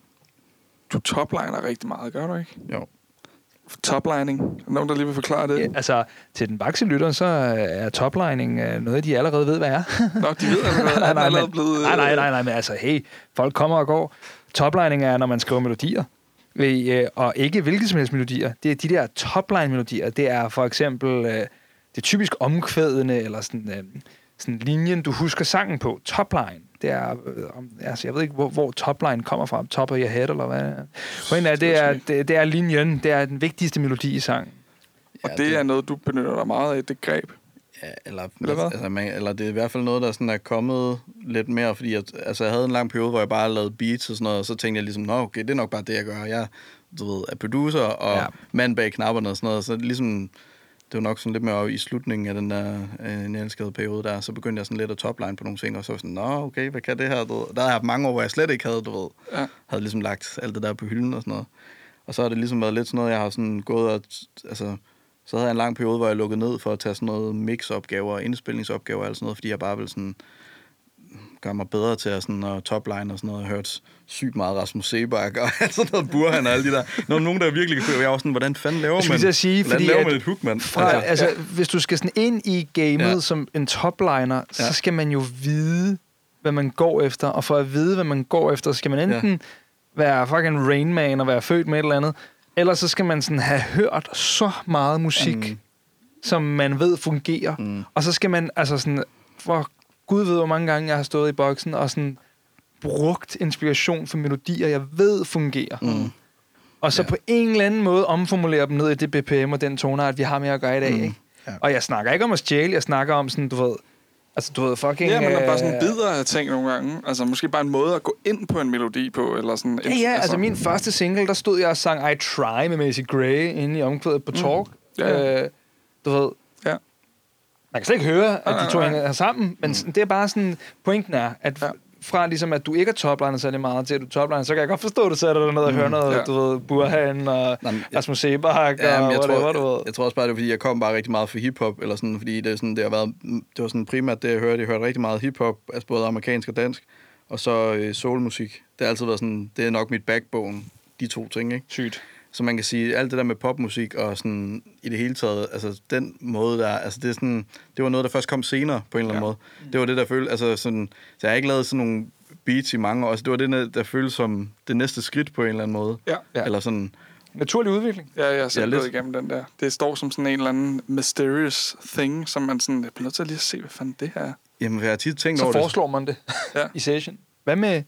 Du topliner rigtig meget, gør du ikke? Jo. Toplining. Er der nogen, der lige vil forklare det? Ja, altså, til den bakse lytter, så er toplining noget, de allerede ved, hvad er. Nå, de ved allerede. Nej, men altså, hey, folk kommer og går. Toplining er, når man skriver melodier. Og ikke hvilke som helst melodier. Det er de der topline-melodier. Det er for eksempel, det er typisk omkvædende, eller sådan linjen, du husker sangen på. Topline. Det er, altså jeg ved ikke, hvor topline kommer fra. Top of your head, eller hvad. Pointen er, det er linjen. Det er den vigtigste melodi i sangen. Og det er noget, du benytter dig meget af, det greb. Ja, eller det er i hvert fald noget, der sådan er kommet lidt mere, fordi jeg havde en lang periode, hvor jeg bare lavede beats og sådan noget, og så tænkte jeg ligesom, okay, det er nok bare det, jeg gør. Jeg er producer og mand bag knapperne og sådan noget, så ligesom, det var nok sådan lidt mere i slutningen af den der nælskede periode der, så begyndte jeg sådan lidt at topline på nogle ting, og så var sådan, okay, hvad kan det her? Der har jeg haft mange år, hvor jeg slet ikke havde, havde ligesom lagt alt det der på hylden og sådan noget. Og så har det ligesom været lidt sådan noget, jeg har sådan gået og, altså, så havde jeg en lang periode, hvor jeg lukkede ned for at tage sådan noget mix-opgaver og indspilningsopgaver og alt sådan noget, fordi jeg bare ville sådan gøre mig bedre til at topline og sådan noget. Jeg hørte sygt meget Rasmus Sebak og alt sådan noget Burhan og alle de der. Nogen, der virkelig kan jeg var sådan, hvordan fanden laver man et hook, mand? Altså, hvis du skal sådan ind i gamet som en topliner, så skal man jo vide, hvad man går efter. Og for at vide, hvad man går efter, skal man enten være fucking Rain Man og være født med et eller andet, eller så skal man sådan have hørt så meget musik, som man ved fungerer. Og så skal man, altså sådan, for Gud ved, hvor mange gange jeg har stået i boksen og sådan brugt inspiration for melodier, jeg ved fungerer. Og så på en eller anden måde omformulere dem ned i det BPM og den toneart, vi har med at gøre i dag. Ikke? Ja. Og jeg snakker ikke om at stjæle, jeg snakker om sådan, du ved fucking... Ja, men der er bare sådan bidder af ting nogle gange. Altså måske bare en måde at gå ind på en melodi på, eller sådan... Altså min første single, der stod jeg og sang I Try med Macy Gray inde i omkvædet på Talk. Du ved... Ja. Man kan slet ikke høre, at de to hænger sammen, men det er bare sådan... Pointen er, at fra ligesom, at du ikke er topliner særlig meget til, at du topliner, så kan jeg godt forstå, at du sætter dig ned og hører noget, du ved, Burhan og Rasmus Sebak og whatever, du ved. Jeg tror også bare, det er, fordi jeg kom bare rigtig meget for hiphop, eller sådan, fordi det, er sådan, det var sådan primært det, jeg hørte. Jeg hørte rigtig meget hiphop, altså både amerikansk og dansk, og så soulmusik. Det har altid været sådan, det er nok mit backbone, de to ting, ikke? Sygt. Så man kan sige, alt det der med popmusik og sådan i det hele taget, altså den måde der, altså det er sådan, det var noget, der først kom senere på en eller anden måde. Det var det, der følte, altså sådan, så jeg har ikke lavet sådan nogle beats i mange år, altså det var det, der føltes som det næste skridt på en eller anden måde. Ja. Eller sådan... Naturlig udvikling. Ja, jeg har selv gået igennem den der. Det står som sådan en eller anden mysterious thing, som man sådan, jeg bliver nødt til at lige at se, hvad fanden det her er. Jamen, jeg har tit tænkt over det. Så foreslår man det i session. Hvad med...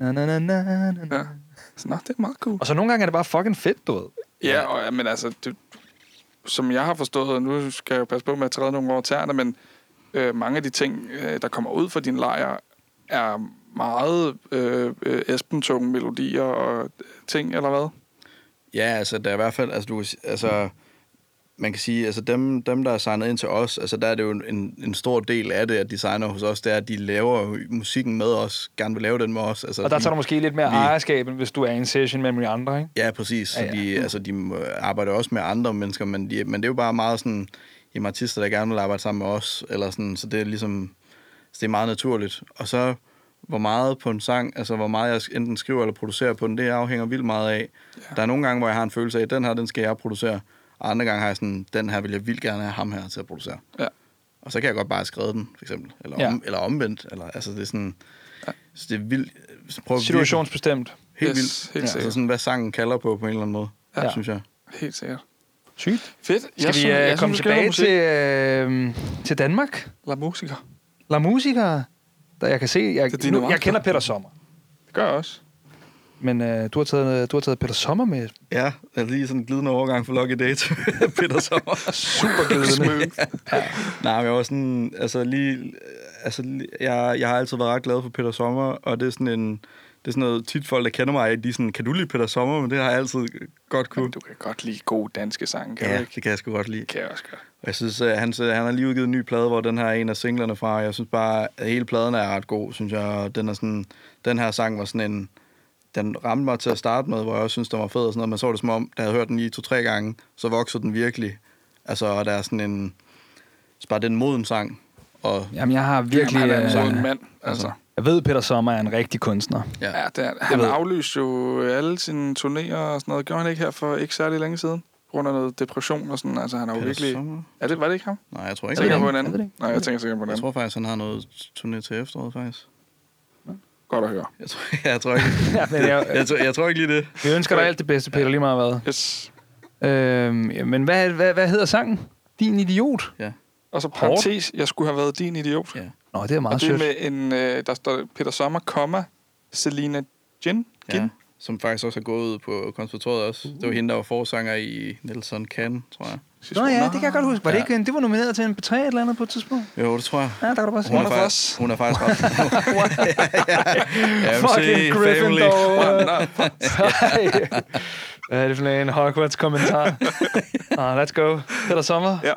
Ja. Så det er meget cool. Og så nogle gange er det bare fucking fedt, du ved. Ja, men altså, som jeg har forstået, nu skal jeg passe på med at træde nogle over tæerne, men mange af de ting, der kommer ud fra din lejr, er meget Esben-tunge melodier og ting, eller hvad? Ja, altså, der er i hvert fald, man kan sige, altså dem, der er signet ind til os, altså der er det jo en stor del af det, at de signer hos os, det er, at de laver musikken med os, gerne vil lave den med os. Altså, og der tager du måske lidt mere ejerskab, end hvis du er i en session med nogle andre, ikke? Ja, præcis. Ja. De arbejder også med andre mennesker, men det er jo bare meget sådan, artister, der gerne vil arbejde sammen med os, eller sådan, så det er ligesom, så det er meget naturligt. Og så, hvor meget på en sang, altså hvor meget jeg enten skriver eller producerer på den, det afhænger vildt meget af. Ja. Der er nogle gange, hvor jeg har en følelse af, at den skal jeg producere. Og andre gange har jeg sådan, den her vil jeg vildt gerne have ham her til at producere. Ja. Og så kan jeg godt bare skrive den, for eksempel. Eller omvendt. Eller, altså det er sådan... Ja. Så det er vildt... Situationsbestemt. Helt vildt. Helt sikkert. Altså sådan, hvad sangen kalder på en eller anden måde, synes jeg. Helt sikkert. Sygt. Fedt. Skal vi komme tilbage til Danmark? La Musica. Der jeg kan se... Jeg kender Peter Sommer. Det gør jeg også. Men du har taget Peter Sommer med. Ja, altså lige sådan en glidende overgang for Lucky Day til Peter Sommer. Super glidende. Nej, men jeg var sådan, jeg har altid været ret glad for Peter Sommer, og det er sådan noget tit folk, der kender mig, de er sådan, kan du lide Peter Sommer? Men det har jeg altid godt kunne. Du kan godt lide gode danske sange, kan du ikke? Det kan jeg sgu godt lide. Det kan jeg også godt. Og jeg synes, han har lige udgivet en ny plade, hvor den her er en af singlerne fra, og jeg synes bare, at hele pladen er ret god, synes jeg. Og den her sang var sådan en... Den ramte mig til at starte med, hvor jeg også synes, den var fed og sådan noget, men så var det som om, da jeg havde hørt den lige 2-3 gange, så voksede den virkelig. Altså, og der er sådan en... Bare den moden sang. Og jamen, jeg har virkelig... Han er en moden mand, altså. Jeg ved, Peter Sommer er en rigtig kunstner. Ja, det er, han aflyste jo alle sine turnéer og sådan noget. Gjorde han ikke her for ikke særlig længe siden? På grund af noget depression og sådan. Altså, han er jo virkelig... Var det ikke ham? Nej, jeg tror ikke. Jeg tænker på en anden. Nej, jeg tænker sikkert på en anden. Jeg tror faktisk, han har noget turné til efteråret, faktisk. Godt at høre. Jeg tror ikke. Jeg tror ikke lige det. Vi ønsker dig alt det bedste, Peter, lige meget hvad. Yes. Men hvad hedder sangen? Din idiot? Ja. Og så parentes, jeg skulle have været din idiot. Ja. Nå, det er meget sødt. Og sødt. det er med en, der står Peter Sommer, Selina Gin. Ja, som faktisk også er gået på konservatoriet også. Det var hende, der var forsanger i Nelson Can, tror jeg. Nå ja, det kan jeg godt huske. Var det ikke det var nomineret til en P3 eller andet på et tidspunkt? Jo, det tror jeg. Ja, der kan du bare sige. Hun er faktisk ret. Fucking Gryffindor. Hvad er det for en Hogwarts-kommentar? Let's go. Peter Sommer. Ja.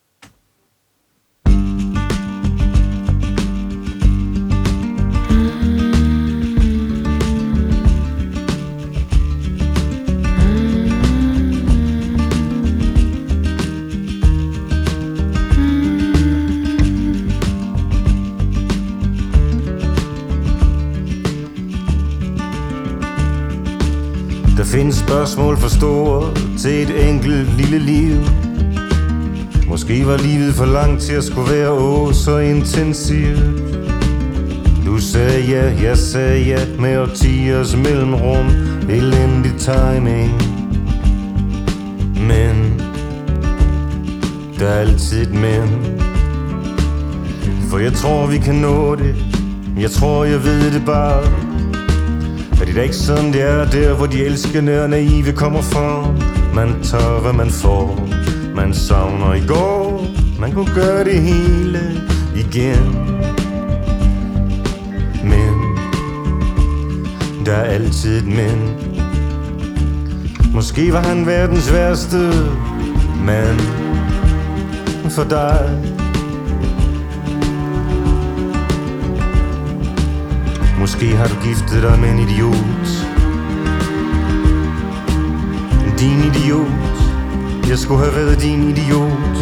Der findes spørgsmål for store til et enkelt lille liv. Måske var livet for langt til at skulle være så intensivt. Du sagde ja, jeg sagde ja med årtiers mellemrum. Elendig timing. Men der er altid et men. For jeg tror vi kan nå det. Jeg tror jeg ved det bare. Er det da ikke sådan det er der, hvor de elskende og naive kommer fra? Man tager hvad man får. Man savner i går. Man kunne gøre det hele igen. Men der er altid et men. Måske var han verdens værste mand for dig. Måske har du giftet dig med en idiot. Din idiot. Jeg skulle have været din idiot.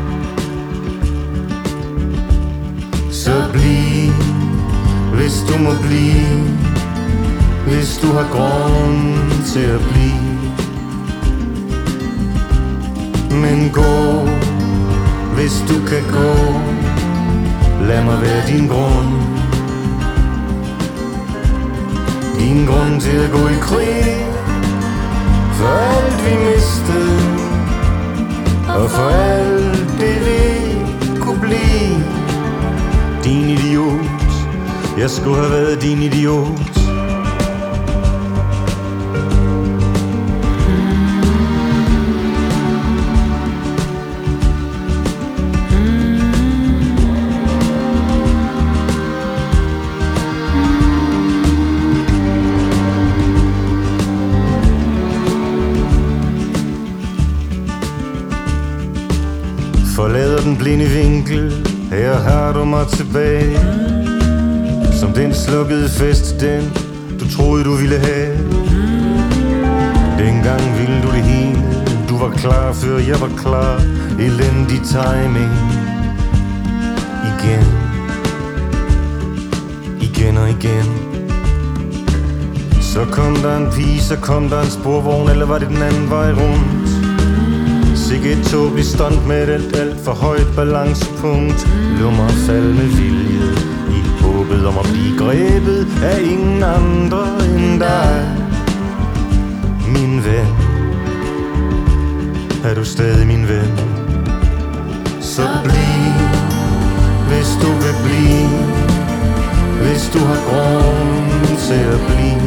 Så bliv, hvis du må blive. Hvis du har grund til at blive. Men gå, hvis du kan gå. Lad mig være din grund. Din grund til at gå i krig. For alt vi mistede. Og for alt det vi kunne blive. Din idiot. Jeg skulle have været din idiot. Forlader den blinde vinkel. Her har du mig tilbage. Som den slukkede fest, den du troede du ville have. Dengang ville du det hele. Du var klar før jeg var klar. Elendig timing. Igen. Igen og igen. Så kom der en pige, så kom der en sporvogn. Eller var det den anden vej rundt? Sikke et tåbeligt stunt med et alt for højt balancepunkt. Lå mig falde med vilje i håbet om at blive grebet af ingen andre end dig. Min ven, er du stadig min ven? Så bliv, hvis du vil blive. Hvis du har grund til at blive.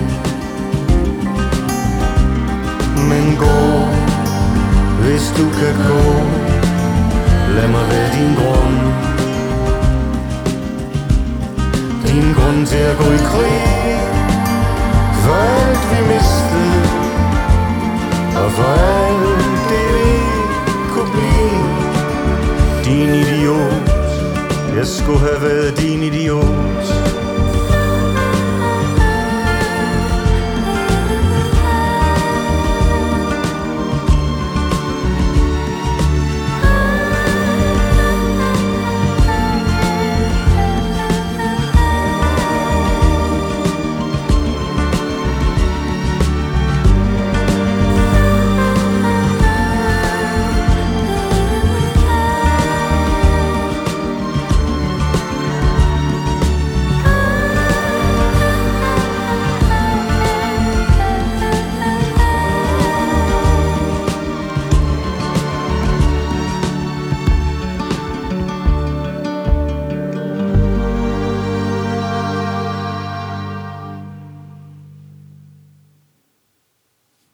Men gå, hvis du kan gå. Lad mig være din grund. Din grund til at gå i krig. For alt vi mistede. Og for alt det vi kunne blive. Din idiot. Jeg skulle have været din idiot.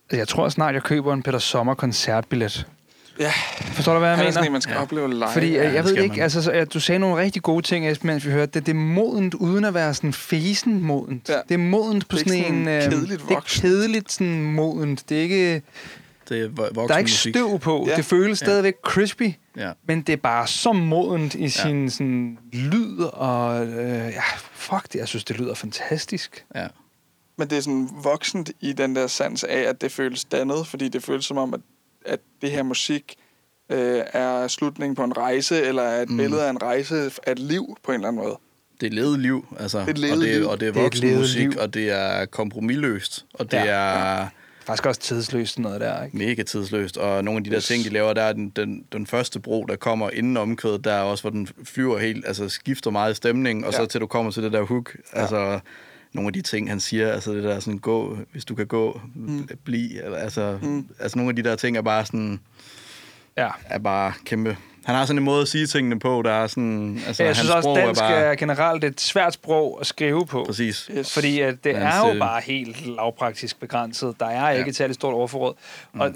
Jeg tror snart, jeg køber en Peter Sommer koncertbillet. Ja. Forstår du, hvad jeg mener? Sådan en, man skal opleve live. Fordi jeg ved ikke, altså, du sagde nogle rigtig gode ting, Esben, mens vi hørte det. Det er modent, uden at være sådan fesen modent. Ja. Det er modent på sådan en... kedeligt voksen. Det er kedeligt sådan modent. Det er ikke... Det er der er ikke støv på. Ja. Det føles stadigvæk crispy. Ja. Men det er bare så modent i sin sådan, lyd. Og fuck det, jeg synes, det lyder fantastisk. Ja. Men det er sådan voksent i den der sans af, at det føles dannet. Fordi det føles som om, at det her musik er slutningen på en rejse, eller er et billede af en rejse af et liv på en eller anden måde. Det er levet liv, altså. Og det er voksen musik, og det er kompromisløst, og det er... Faktisk også tidsløst noget der, ikke? Mega tidsløst, og nogle af de der ting, de laver, der er den første bro, der kommer inden omkvædet, der er også, hvor den flyver helt, altså skifter meget stemning, og så til du kommer til det der hook, altså... Nogle af de ting, han siger, altså det der sådan, gå, hvis du kan gå, bliv, altså nogle af de der ting er bare sådan, er bare kæmpe. Han har sådan en måde at sige tingene på, der er sådan, altså jeg synes også, dansk er generelt et svært sprog at skrive på. Præcis. Yes. Fordi at det er jo bare helt lavpraktisk begrænset. Der er ikke et særligt stort overforråd. Og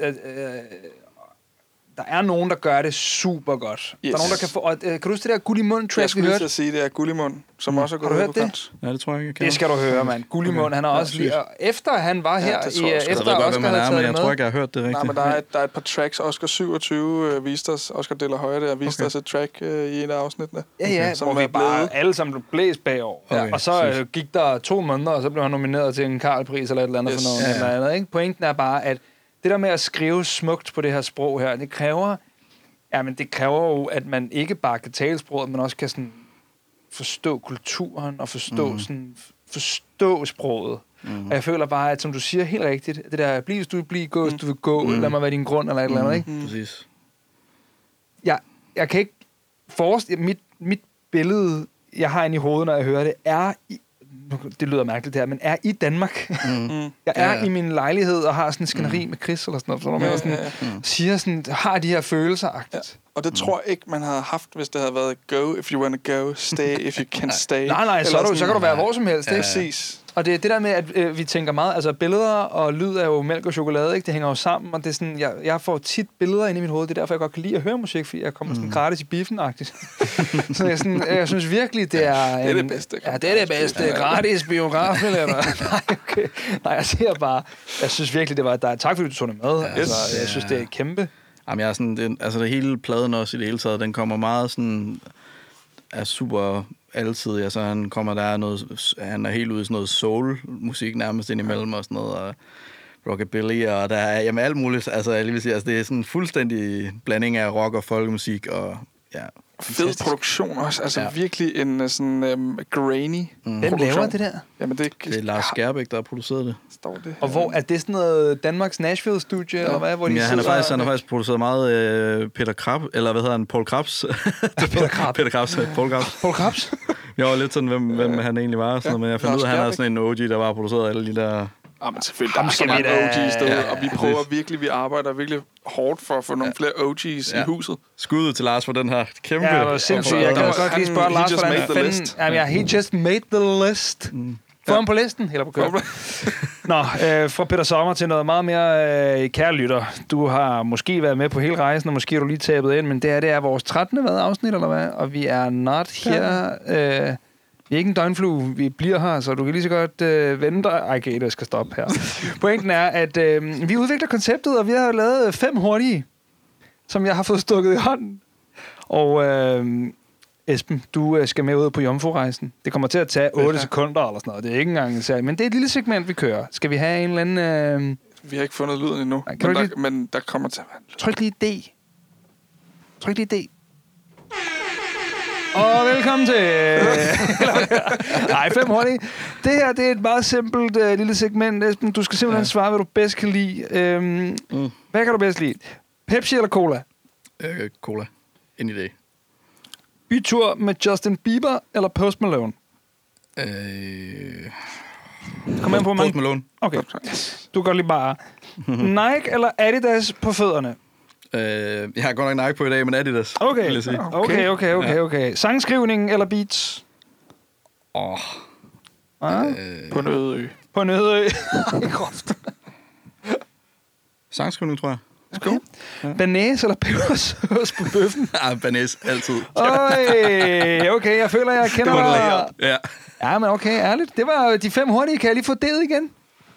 der er nogen, der gør det super godt. Yes. Der er nogen, der kan få... kan du huske det der Guld i mund track, vi hørte? Jeg skulle lige sige, det er Guld i mund, som også er gået på det? Ja, det tror jeg ikke. Det skal du høre, mand. Guld i mund, han har også lige... Efter han var her, efter Oscar havde taget men jeg tror ikke, jeg har hørt det rigtigt. Nej, men der er et par tracks. Oscar 27 viste os, Oscar de la Hoya der, viste os et track i en af afsnittene. Ja, som hvor vi bare alle sammen blev blæst bagover. Og så gik der 2 måneder, og så blev han nomineret til en Carl-pris eller et eller andet for noget andet, ikke? Pointen er bare, at det der med at skrive smukt på det her sprog her, det kræver jo, at man ikke bare kan tale sproget, men også kan sådan forstå kulturen og forstå sproget. Og jeg føler bare, at som du siger helt rigtigt, det der, bliv hvis du vil blive, gå hvis du vil gå, lad mig være din grund, eller et eller andet, ikke? Præcis. Jeg kan ikke forestille, mit billede, jeg har inde i hovedet, når jeg hører det, er det lyder mærkeligt det her, men er i Danmark. Jeg er i min lejlighed og har sådan en skænderi med Chris eller sådan noget, siger sådan, har de her følelser-agtigt. Og det tror jeg ikke, man havde haft, hvis det havde været go if you wanna go, stay if you can stay. Nej, så kan du være hvor som helst. Det er præcis. Og det er det der med, at vi tænker meget, altså billeder og lyd er jo mælk og chokolade, ikke? Det hænger jo sammen, og det er sådan, jeg får tit billeder inde i mit hoved, det er derfor, jeg godt kan lide at høre musik, fordi jeg kommer sådan gratis i biffen-agtigt. Så jeg synes virkelig, det er... det er det bedste. Ja, det er det bedste. Gratis biograf, eller Nej, jeg siger bare, jeg synes virkelig, det var... Tak fordi du tog det med. Altså, jeg synes, det er kæmpe. Jamen, jeg er sådan, det hele pladen også i det hele taget, den kommer meget sådan... er super altid. Altså, han er helt ude i sådan noget soul-musik nærmest indimellem og sådan noget, og rockabilly, og der er jamen alt muligt. Altså, jeg lige vil sige, altså, det er sådan en fuldstændig blanding af rock og folkemusik, og fed produktion også. Altså virkelig en sådan grainy Hvem laver det der? Jamen, det er Lars Skærbæk, der har produceret det. Står det. Og hvor er det sådan noget Danmarks Nashville-studie, eller hvad? Hvor de han har faktisk produceret meget Peter Krab, eller hvad hedder han? Paul Krabs. Peter Krabs. Paul Krabs? Jeg var lidt sådan, hvem han egentlig var. Sådan, men jeg fandt ud af, at han er sådan en OG, der var produceret alle de der... Ja, men selvfølgelig, der er så mange OG's derude, og vi prøver virkelig, vi arbejder virkelig hårdt for at få nogle flere OG's i huset. Skuddet til Lars for den her kæmpe... Ja, det var sindssygt. Jeg kan godt lige spørge Lars, hvordan fanden... Jamen, he just made the list. Få ham på listen, eller på køb. Nå, fra Peter Sommer til noget meget mere kære lytter. Du har måske været med på hele rejsen, og måske har du lige tabet ind, men det er vores 13. afsnit, eller hvad? Og vi er not here... Vi er ikke en døgnflue, vi bliver her, så du kan lige så godt vente. Okay, det skal stoppe her. Pointen er, at vi udvikler konceptet, og vi har lavet 5 hurtige, som jeg har fået stukket i hånden. Og Esben, du skal med ud på Jomfru-rejsen. Det kommer til at tage 8 sekunder eller sådan noget. Det er ikke engang særligt, men det er et lille segment, vi kører. Skal vi have en eller anden... Vi har ikke fundet lyden endnu, men der kommer til at være... Tryk lige D. Tryk lige D. Og velkommen til... Nej, 5 hurtige. Det her, det er et meget simpelt lille segment, Esben. Du skal simpelthen svare, hvad du bedst kan lide. Hvad kan du bedst lide? Pepsi eller cola? Cola. Any day. Bytur med Justin Bieber eller Post Malone? Kom ind på Post Malone. Okay. Du går lige bare... Nike eller Adidas på fødderne? Jeg har godt nok Nike på i dag, men Adidas. Okay. Sangskrivning eller beats? På en øde ø. På en øde ø. Groft. Sangskrivning, tror jeg. Okay. Ja. Banæs eller pebersauce på bøffen? Ja, banæs, altid. Okay, jeg føler, jeg kender dig. Ja. Ja, men okay, ærligt. Det var de 5 hurtige. Kan jeg lige få det igen?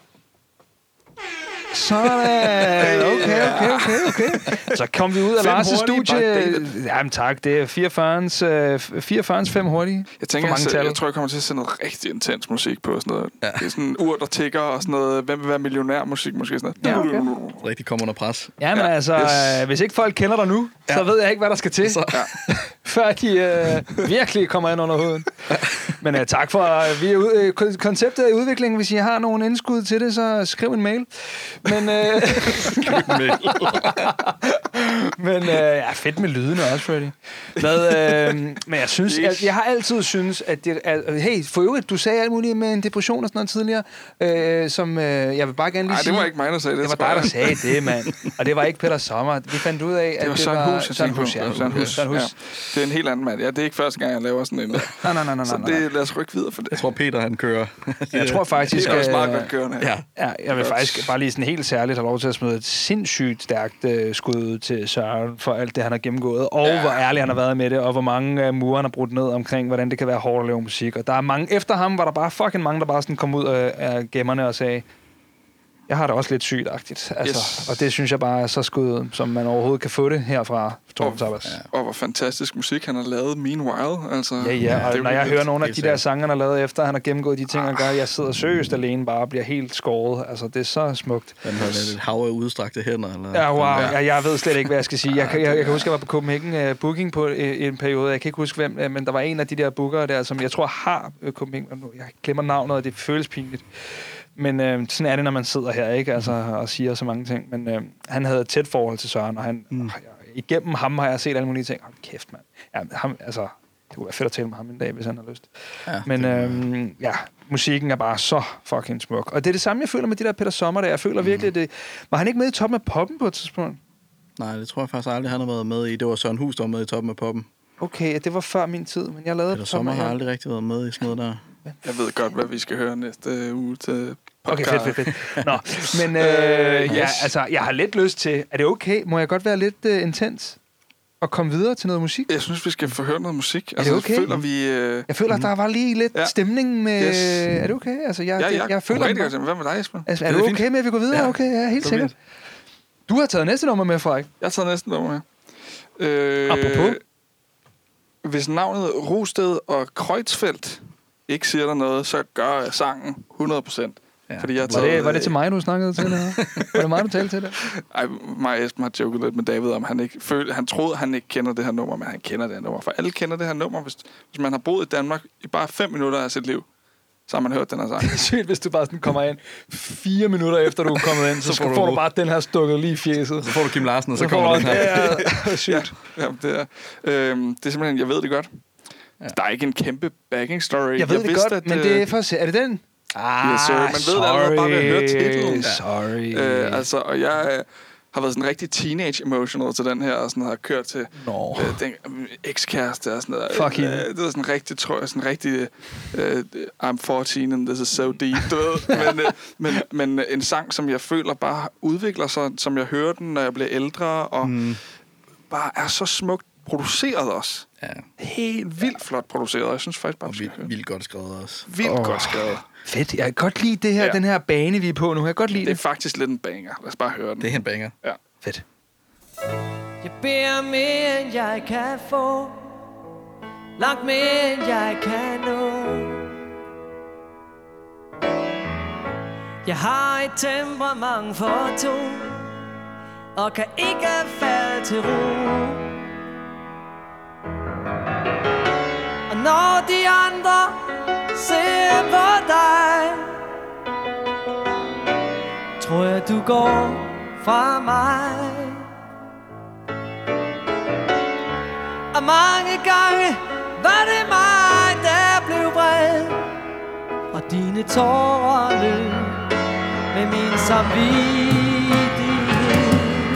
Sådan. Okay. Så kom vi ud af Lars' studie. Jamen tak, det er 44'ens 5 hurtige. Jeg tænker, jeg tror, jeg kommer til at se noget rigtig intens musik på. Sådan noget. Ja. Det er sådan en ur, der tigger, og sådan noget, hvem vil være millionær musik måske. Sådan noget. Ja, okay. Rigtig kommer under pres. Ja, men hvis ikke folk kender dig nu, så ved jeg ikke, hvad der skal til. Før de virkelig kommer ind under huden. Men tak for, konceptet er i udvikling. Hvis I har nogen indskud til det, så skriv en mail. Men fedt med lydene også, Freddy. Men jeg synes, jeg har altid synes, at det hey, for øvrigt, du sagde alt muligt med en depression og sådan noget tidligere, som jeg vil bare gerne lige sige. Nej, det var ikke mig, der sagde det. Det var dig, der sagde det, mand. Og det var ikke Peter Sommer. Vi fandt ud af, at det var Søren Hus. Det er en helt anden mand. Ja, det er ikke første gang, jeg laver sådan en der. Nej. Så det lad os rykke videre for det. Jeg tror, Peter, han kører. Jeg tror faktisk... Det er også meget godt kørende. Ja, jeg vil faktisk bare lige sådan helt særligt have lov til at smide et sindssygt stærkt skud til Søren for alt det, han har gennemgået, og hvor ærlig han har været med det, og hvor mange murer han har brudt ned omkring, hvordan det kan være hårdt at lave musik. Og der er mange, efter ham var der bare fucking mange, der bare sådan kom ud af gemmerne og sagde, jeg har det også lidt sygt-agtigt. Altså, og det synes jeg bare er så skud, som man overhovedet kan få det herfra. Og hvor fantastisk musik han har lavet Meanwhile. Altså, og når jeg hører nogle af de der sange, han har lavet efter, han har gennemgået de ting, han gør, jeg sidder seriøst alene bare og bliver helt skåret. Altså, det er så smukt. Han har lidt hav af udstrakte hænder. Eller? Ja, wow. Jeg ved slet ikke, hvad jeg skal sige. Jeg kan huske, jeg var på Copenhagen Booking på en periode. Jeg kan ikke huske, hvem, men der var en af de der bookere der, som jeg tror har Copenhagen. Jeg glemmer navnet, og det føles pinligt. Men sådan er det, når man sidder her, ikke? Altså, og siger så mange ting. Men han havde et tæt forhold til Søren, og han, igennem ham har jeg set alle mulige ting. Hold kæft, mand. Ja, ham, altså, det kunne være fedt at tale med ham en dag, hvis han har lyst. Ja, men musikken er bare så fucking smuk. Og det er det samme, jeg føler med de der Peter Sommer der. Jeg føler virkelig, det... Var han ikke med i Toppen af Poppen på et tidspunkt? Nej, det tror jeg faktisk aldrig, han har været med i. Det var Søren Hus, der var med i Toppen af Poppen. Okay, det var før min tid, men jeg lavede... Peter Sommer har aldrig rigtig været med i sådan noget der. Jeg ved godt, hvad vi skal høre næste uge til podcast. Okay, fedt. Nå, men altså, jeg har lidt lyst til... Er det okay? Må jeg godt være lidt intens? Og komme videre til noget musik? Jeg synes, vi skal få hørt noget musik. Er det okay? Jeg føler, at der var lige lidt stemning med... Er det okay? Altså, jeg føler... Hvad med dig, Jesper? Altså, er du okay med, at vi går videre? Ja. Okay, ja, helt sikkert. Du har taget næste nummer med, Frederik. Jeg har taget næste nummer med. Apropos? Hvis navnet Rosted og Kreutzfeldt ikke siger der noget, så gør jeg sangen 100%. Ja. Fordi jeg var det til mig, du snakkede til det her? Var det mig, du talte til det? Ej, mig og Esben har joket lidt med David om, han troede, han ikke kender det her nummer, men han kender det her nummer. For alle kender det her nummer. Hvis man har boet i Danmark i bare 5 minutter af sit liv, så har man hørt den her sang. Det er sygt, hvis du bare sådan kommer ind 4 minutter efter, du er kommet ind, så får du bare den her stukket lige i fjeset. Så får du Kim Larsen, og så kommer den her. Det er sygt. Ja, det er simpelthen, jeg ved det godt. Ja. Der er ikke en kæmpe backing story. Jeg ved det godt, men det er for at se. Er det den? Yes, sir. Man ved det allerede bare ved at høre titlen. Sorry. Og jeg har været sådan rigtig teenage emotional til den her, og sådan har kørt til den ekskæreste og sådan noget. Fuck hende. Det var sådan rigtig, tror jeg, sådan rigtig I'm 14 and this is so deep, du ved. men en sang, som jeg føler bare udvikler sig, som jeg hører den, når jeg bliver ældre, og bare er så smukt produceret også. Ja. Helt vildt flot produceret. Jeg synes faktisk bare, vildt godt skrevet også. Vildt godt skrevet. Fedt. Jeg kan godt lide det her, den her bane, vi er på nu. Jeg kan godt lide det. Det er faktisk lidt en banger. Lad os bare høre den. Det er en banger. Ja. Fedt. Jeg beder mere, end jeg kan få. Langt mere, end jeg kan nå. Jeg har et temperament for 2, og kan ikke falde til ro. Og når de andre ser på dig, tror jeg du går fra mig. Og mange gange var det mig, der blev vred, og dine tårer løb med min samvittighed.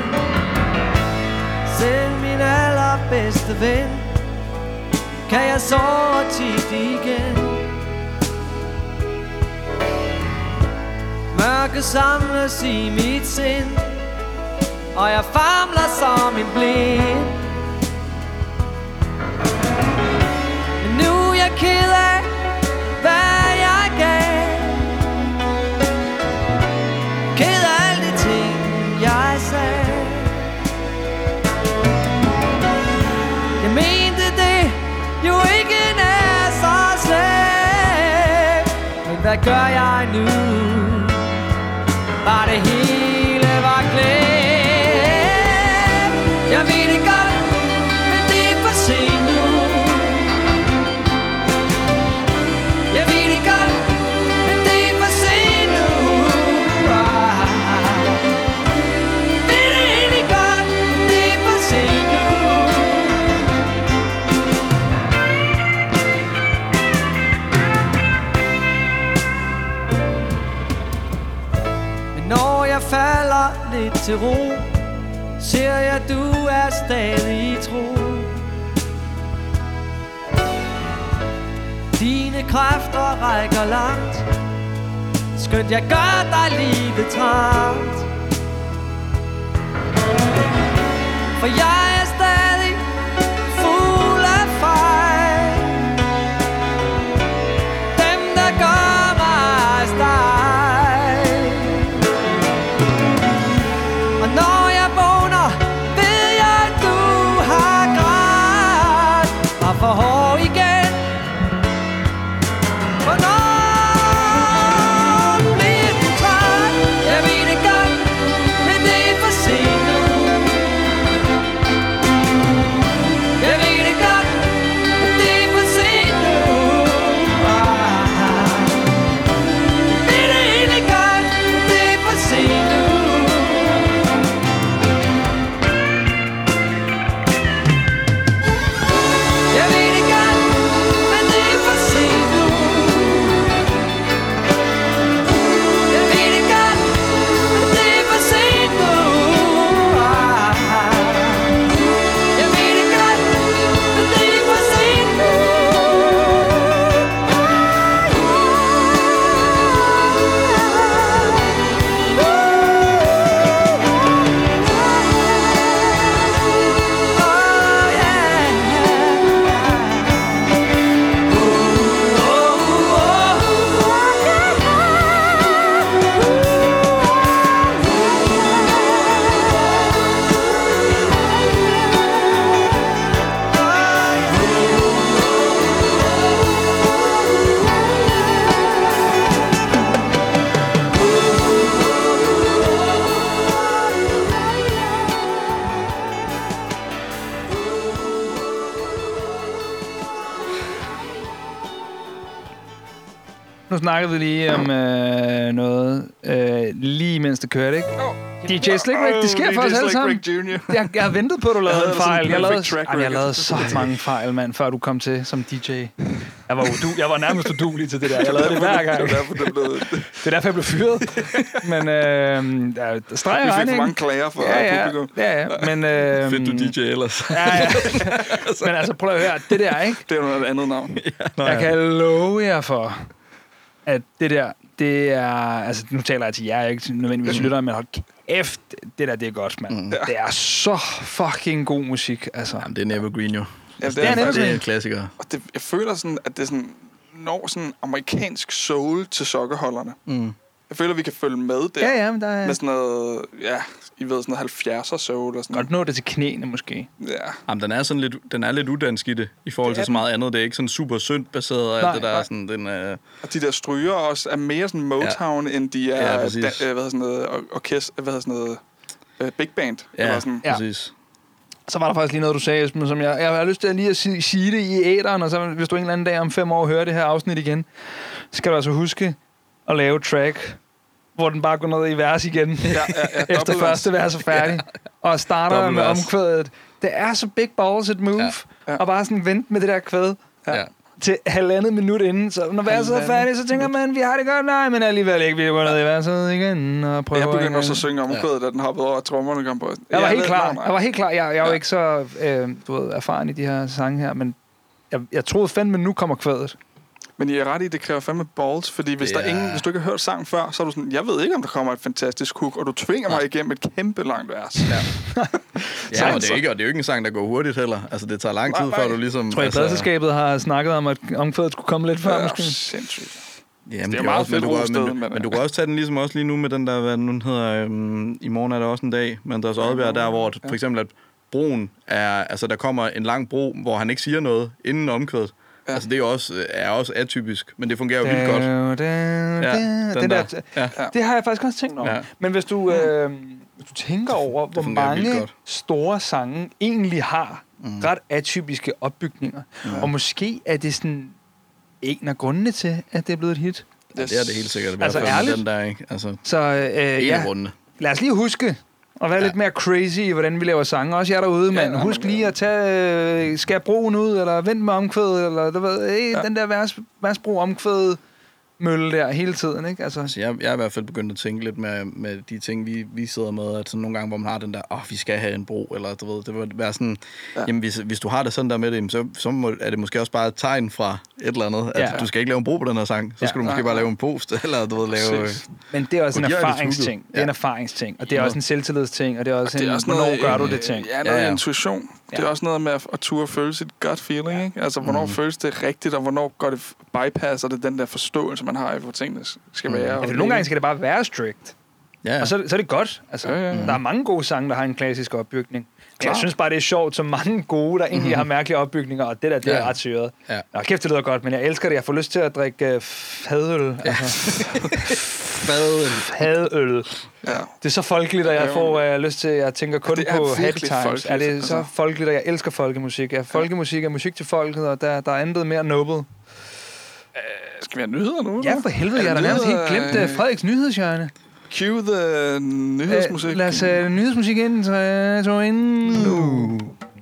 Selv min allerbedste ven kan jeg såre tit igen. Mørke samles i mit sind, og jeg famler som en blind. Men nu er jeg ked af, hvad jeg gav. Ked af alle de ting, jeg sagde. Jeg mente det jo ikke er så slemt. Men hvad gør jeg nu? Var det hele var glemt. Jeg ved det godt, men det er for sent nu. Jeg ved det godt, men det er for sent nu. Ved det egentlig godt, det er for sent nu. Men når jeg falder lidt til ro, ser jeg, du er stadig tro. Dine kræfter rækker langt, skønt jeg gør dig livet trangt. For jeg er stadig fuld af fejl, dem der gør mig stejl. Og når jeg vågner, ved jeg, at du har grædt og for hård igen. Hvornår bliver du træt? Jeg ved det godt, men det er for sent nu. Jeg ved det godt, men det er for sent nu. Ved det egentlig godt, men det er for sent nu. Jeg ved det godt, men det er for sent nu. Jeg ved det godt, men det er for sent nu. Jeg ved det godt, men det er for sent nu. Nu snakkede vi lige om noget, lige mens det kørte, ikke? DJ Slick Rick, det sker for os alle sammen. Jeg har ventet på, at du lavede en fejl. Jeg lavede så mange fejl, mand, før du kom til som DJ. Jeg var nærmest uduelig til det der. Jeg lavede det hver gang. Det er derfor, jeg blev fyret. Men streg i regningen. Vi fik for mange klager for publikum. Ja. Men, fedt, du DJ ellers. Ja. Men altså, prøv at høre. Det der, ikke? Det er jo noget andet navn. Jeg kan love jer for, at det der, det er... Altså, nu taler jeg til jer, ikke nødvendigvis lytter, men hold kæft, det der, det er godt, mand. Det er så fucking god musik, altså. Jamen, det er Nevergreen, jo. Ja, det er en klassiker. Og det, jeg føler sådan, at det sådan når sådan amerikansk soul til sokkeholderne. Jeg føler, vi kan følge med der. Ja, men der er... Med sådan noget, I ved, sådan noget 70'er soul og sådan godt nå det til knæene, måske. Ja. Jamen, den er lidt udansk i det, i forhold til så meget andet. Det er ikke sådan super syndt baseret og alt det der. Sådan, den, og de der stryger også er mere sådan Motown, end de er, big band. Ja, sådan. præcis. Så var der faktisk lige noget, du sagde, Esben, som jeg har lyst til lige at sige det i æteren, og så hvis du en eller anden dag om 5 år hører det her afsnit igen, skal du altså huske at lave track, hvor den bare går ned i vers igen, efter første vers er færdig, og starter med omkvædet. Det er så big balls et move, og bare sådan vente med det der kvæd. Til 1,5 minut inden, så når verset er færdigt, så tænker man, vi har det godt, nej, men alligevel ikke, vi går ned i verset igen og prøver. Jeg begyndte også at synge omkvædet, da den hoppede over, og trommerne kom på. Jeg var helt klar. Jeg er jo ikke så erfaren i de her sange her, men jeg troede fandme, nu kommer kvædet. Men I er ret i, det kræver fandme balls, fordi hvis hvis du ikke har hørt sangen før, så er du sådan, jeg ved ikke, om der kommer et fantastisk hook, og du tvinger mig igennem et kæmpe langt vers. Ja, og det er jo ikke en sang, der går hurtigt heller. Altså, det tager lang tid, før du ligesom... Tror jeg, pladselskabet har snakket om, at omkvædet skulle komme lidt før, måske? Sindssygt. Jamen, det er meget fedt men du kan også tage den ligesom også lige nu med den der, hvad den nu hedder, i morgen er der også en dag, med Andreas Odbjerg, der hvor for eksempel, at broen er, altså der kommer en lang bro, hvor han ikke siger noget inden omkvædet. Ja. Altså det er også atypisk, men det fungerer jo vildt godt. Det har jeg faktisk også tænkt over. Ja. Men hvis du tænker over, hvor mange store sange egentlig har ret atypiske opbygninger, og måske er det sådan en af grundene til, at det er blevet et hit. Ja, det er det helt sikkert. Altså ærligt. Den der, ikke? Altså, så lad os lige huske at være lidt mere crazy i, hvordan vi laver sange. Også jer derude, mand. Husk lige at tage skær broen ud, eller vent med omkvædet, eller du ved, den der versbro omkvædet mølle der hele tiden, ikke? Altså jeg er i hvert fald begyndt at tænke lidt med de ting, vi sidder med, at sådan nogle gange, hvor man har den der, vi skal have en bro, eller du ved, det vil være sådan, jamen hvis du har det sådan der med det, så er det måske også bare et tegn fra et eller andet, at du skal ikke lave en bro på den her sang, så skal du måske bare lave en post, eller du ved, lave... Men det er også en erfaringsting, det er en erfaringsting, og det er også en selvtillidsting, og det er også en, hvornår gør du det ting. Ja, noget intuition. Det er også noget med at turde føle sit gut feeling, ikke? Altså, hvornår føles det rigtigt, og hvornår går det bypasser det den der forståelse, man har i, hvor tingene skal være. Ja, for nogle gange skal det bare være strict. Ja. Og så er det godt. Altså, der er mange gode sange, der har en klassisk opbygning. Men jeg synes bare, det er sjovt, så mange gode, der egentlig har mærkelige opbygninger, og det er ret syret. Ja. Nå, kæft, det lyder godt, men jeg elsker det. Jeg får lyst til at drikke fadøl. Fadøl. Ja. Det er så folkeligt, at jeg får lyst til, jeg tænker kun på Happy Times. Er det så folkeligt, at jeg elsker folkemusik. Ja, folkemusik er musik til folket, og der er intet mere noble. Skal vi have nyheder nu? Ja, for helvede. Jeg har da nærmest helt glemt Frederiks nyhedshjørne. Cue the nyhedsmusik. Lad os nyhedsmusik ind, så ind nu.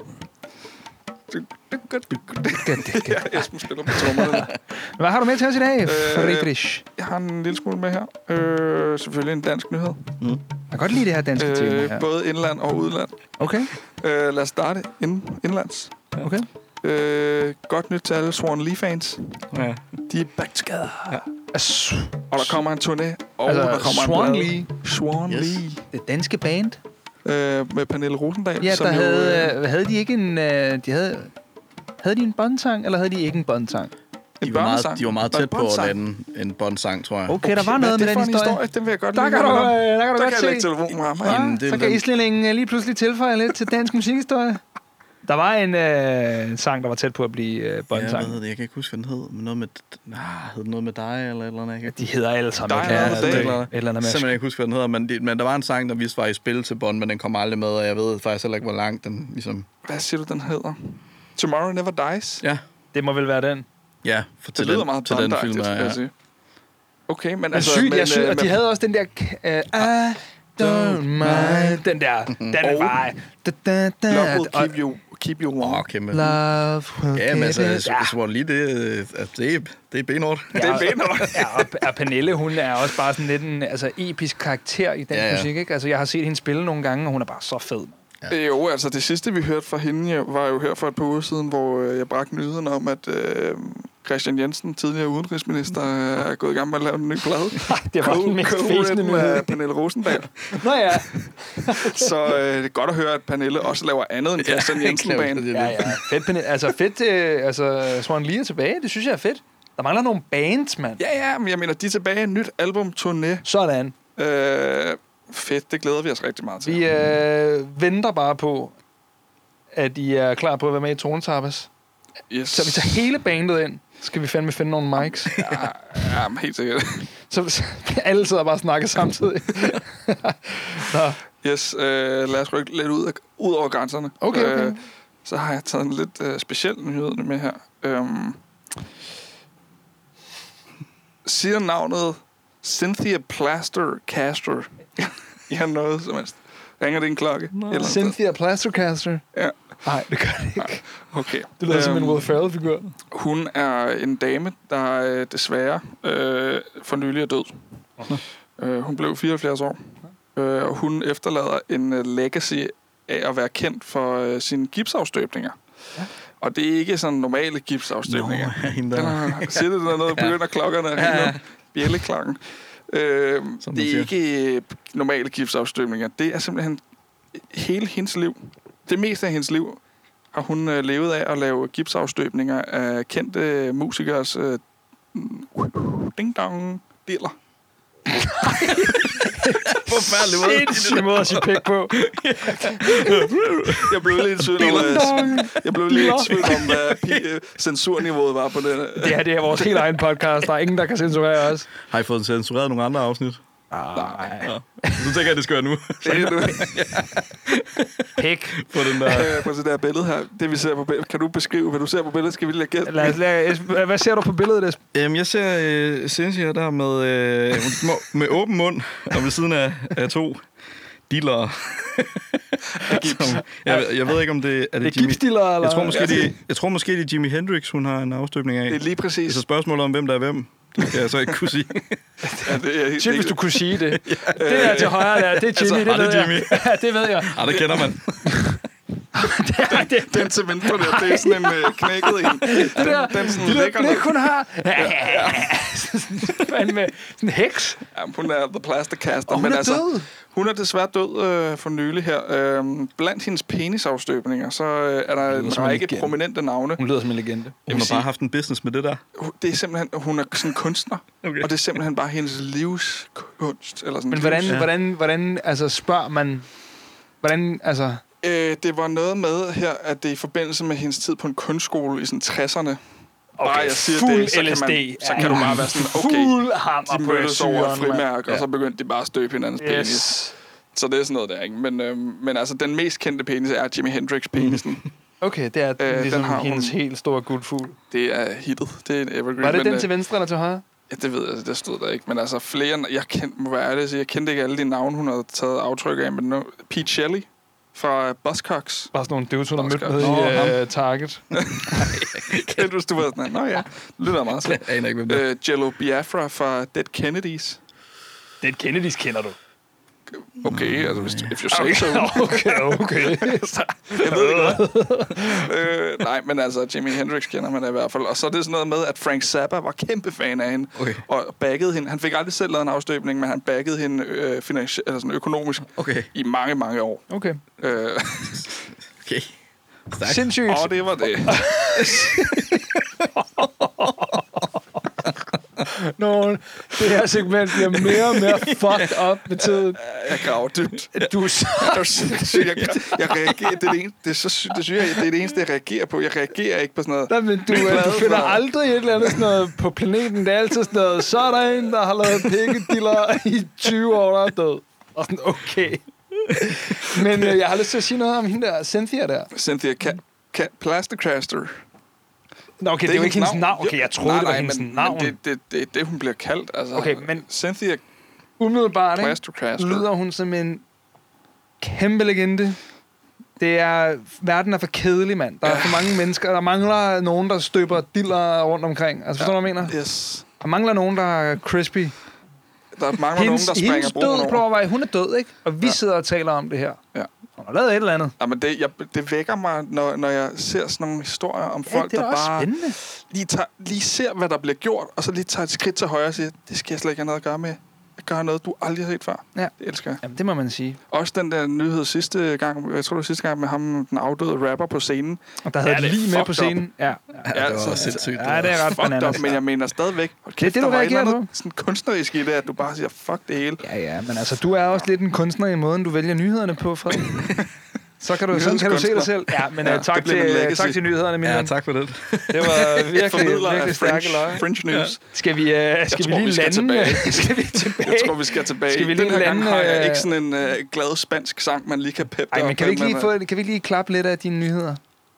Esben spiller på trommerne. Hvad har du med til os i dag, Friedrich? Jeg har en lille smule med her. Selvfølgelig en dansk nyhed. Jeg kan godt lide det her danske tema her. Både indland og udland. Okay. Lad os starte indlands. Okay. Godt nyt til alle Swan Lee-fans. Ja. De er back together. Ja. Og der kommer en turné. Og altså, der kommer Swan Lee. Swan Lee. Det danske band. Med Pernille Rosendahl. Ja, der havde de ikke en... Havde de en båndsang, eller havde de ikke en båndsang? De var meget tæt på en båndsang, tror jeg. Okay, der var noget med den historie. Den vil jeg godt der kan du godt se. Så kan islændingen lige pludselig tilføje lidt til dansk musikhistorie. Der var en sang, der var tæt på at blive båndsang. Ja, jeg kan ikke huske, hvad den hed. Men noget med, hed noget med dig, eller et eller andet? De hedder alle sammen. Simpelthen ikke huske, hvad den hedder. Men der var en sang, der vist var i spil til bånd, men den kom aldrig med, og jeg ved faktisk heller ikke, hvor langt den ligesom... Hvad siger du, den hedder? Tomorrow Never Dies? Ja. Det må vel være den. Ja, for det lyder meget til den film, ja. Okay, men altså... Sygt, jeg synes, og de havde også den der... Don't mind. Den der, den var... Love will keep you warm. Kæmpe. Love will ja, men altså, Swan Lee, det er benhårdt. Ja, det er benhårdt. Ja, og Pernille, hun er også bare sådan lidt en episk karakter i den musik, ikke? Altså, jeg har set hende spille nogle gange, og hun er bare så fed. Ja. Jo, altså det sidste, vi hørte fra hende, var jo her for et par uger siden, hvor jeg bragte nyheden om, at Christian Jensen, tidligere udenrigsminister, er gået i gang med at lave en ny plade. Det var den mest fæsende nyhed. Af Pernille Rosendahl. Nå ja. Så det er godt at høre, at Pernille også laver andet end Christian Jensen-band. Ja. Fedt, Pernille. Altså fedt, Swan Lee er tilbage. Det synes jeg er fedt. Der mangler nogle bands, mand. Ja, men jeg mener, de er tilbage. Nyt album, turné. Sådan. Fedt, det glæder vi os rigtig meget til. Vi venter bare på, at I er klar på at være med i Tonetappes. Yes. Så vi tager hele bandet ind. Skal vi fandme finde nogle mics? Ja, helt sikkert. Så alle sidder bare og snakker samtidig. Yes, lad os rykke lidt ud over grænserne. Okay. Så har jeg taget en lidt speciel nyhed med her. Siger navnet Cynthia Plaster-Caster. Ja, noget som helst. Ringer det en klokke? Cynthia Plaster-Caster? Ja. Nej, det gør det ikke. Nej. Okay. Det lyder som en Will Ferrell-figur. Hun er en dame, der desværre for nylig er død. Hun blev 74 år. Og hun efterlader en legacy af at være kendt for sine gipsafstøbninger. Ja. Og det er ikke sådan normale gipsafstøbninger. Hende der. Siger det der noget, begynder klokkerne at ringe bjælleklakken. Det er ikke normale gipsafstøbninger. Det er simpelthen hele hendes liv. Det meste af hendes liv har hun levet af at lave gipsafstøbninger af kendte musikers ding-dong-diller. Sindssygt måde at sige pæk på. Jeg blev lidt i tvivl om, hvad censurniveauet var på det. Det er vores helt egen podcast. Der er ingen, der kan censurere os. Har I fået censureret nogle andre afsnit? Nej. Ja. Nu tænker jeg, det skal være nu. Pæk. På den der, på det der billede her. Det vi ser på billedet. Kan du beskrive, hvad du ser på billedet? Skal vi lige gætte? Hvad ser du på billedet, Esben? Jeg ser Cynthia der med åben mund, og ved siden af 2 dillere. Jeg ved ikke, om det er det gipsdiller, eller? Jeg tror måske, det er Jimi Hendrix, hun har en afstøbning af. Det er lige præcis. Det er så spørgsmålet om, hvem der er hvem. Det kan jeg så ikke kunne sige. Shit, hvis du kunne sige det. Det er til højre der. Det er Jimmy, det ved jeg. Ja, det ved jeg. Det kender man. Den til venstre der, det er sådan en knækket en. Den sådan lækker blik, hun har. Med sådan en heks. Ja, hun er The Plaster Caster. Og hun er død. Hun er desværre død for nylig her. Blandt hendes penisafstøbninger, så er der en række prominente navne. Hun lyder som en legende. Hun har bare haft en business med det der. Det er simpelthen, hun er sådan en kunstner. Okay. Og det er simpelthen bare hendes livskunst. Eller sådan Men hvordan altså spørger man... Hvordan, altså... Det var noget med her, at det er i forbindelse med hendes tid på en kunstskole i sådan 60'erne. Okay, jeg siger fuld det, så kan du bare være sådan, okay, de mødtes over et frimærk, og så begyndte de bare at støbe hinandens penis. Så det er sådan noget der, ikke? Men altså, den mest kendte penis er Jimi Hendrix-penisen. Okay, det er ligesom hendes helt store guldfugl. Det er hittet. Det er en evergreen. Var det den til venstre eller til højre? Ja, det ved jeg, det stod der ikke. Men altså, flere... Jeg kendte ikke alle de navne, hun havde taget aftryk af, men Pete Shelley fra Buzzcocks. Bare sådan nogle dudes, hun har mødt med i Target. Kendte, hvis du var sådan, nå ja, det lyder meget sådan. Jeg aner ikke, hvem det er. Jello Biafra fra Dead Kennedys. Dead Kennedys kender du? Okay, altså, if you say so. Okay. Jeg ved ikke hvad. Nej, men altså, Jimi Hendrix kender man i hvert fald. Og så er det sådan noget med, at Frank Zappa var kæmpe fan af hende. Okay. Og backede hende. Han fik aldrig selv lavet en afstøbning, men han backede hende økonomisk i mange, mange år. Okay. Okay. Sindssygt. Og det var det. Det her segment bliver mere og mere fucked up med tiden. Jeg graver dybt. Du er så... Jeg reagerer. Det er det eneste, jeg reagerer på. Jeg reagerer ikke på sådan noget. Nej, men du finder aldrig et eller andet sådan noget på planeten. Det er altid sådan noget, så er der en, der har lavet pikkediller i 20 år, der er død. Og sådan, okay. Men jeg har lyst til at sige noget om hende der, Cynthia der. Cynthia Plastercaster. Nå, okay, det er jo ikke hendes navn. Okay, jeg troede, det var hendes navn. Men det er det, hun bliver kaldt. Altså, okay, men Cynthia umiddelbart, lyder hun som en kæmpe legende. Det er... Verden er for kedelig, mand. Der er for mange mennesker. Der mangler nogen, der støber diller rundt omkring. Altså, forstår du, hvad jeg mener? Yes. Der mangler nogen, der er crispy. Der mangler nogen, der springer broen over. Hun er død, ikke? Og vi sidder og taler om det her. Ja. Hun har lavet et eller andet. Ja, men det vækker mig, når jeg ser sådan nogle historier om folk, der bare lige ser, hvad der bliver gjort, og så lige tager et skridt til højre og siger, det skal jeg slet ikke have noget at gøre med. Jeg gør noget, du aldrig har set før. Ja. Det elsker jeg. Jamen, det må man sige. Også den der nyhed sidste gang, jeg tror det var sidste gang, med ham, den afdøde rapper på scenen. Og der havde det lige med på scenen. Ja, det var sindssygt. Ja, det er ret bananas. Men jeg mener stadigvæk, kæft, det du reagerer på. Sådan kunstnerisk i det, at du bare siger, fuck det hele. Ja, men altså, du er også lidt en kunstner i måden, du vælger nyhederne på, Fred. Så kan du se dig selv. Ja, men tak til nyhederne, mine Ja, tak for det. Det var virkelig stærke løg. French news. Ja. Skal vi lige lande? Skal vi tilbage? Jeg tror, vi skal tilbage. Skal vi lige lande? Gang har jeg ikke sådan en glad spansk sang, man lige kan peppe op. Ej, men kan vi lige klappe lidt af dine nyheder?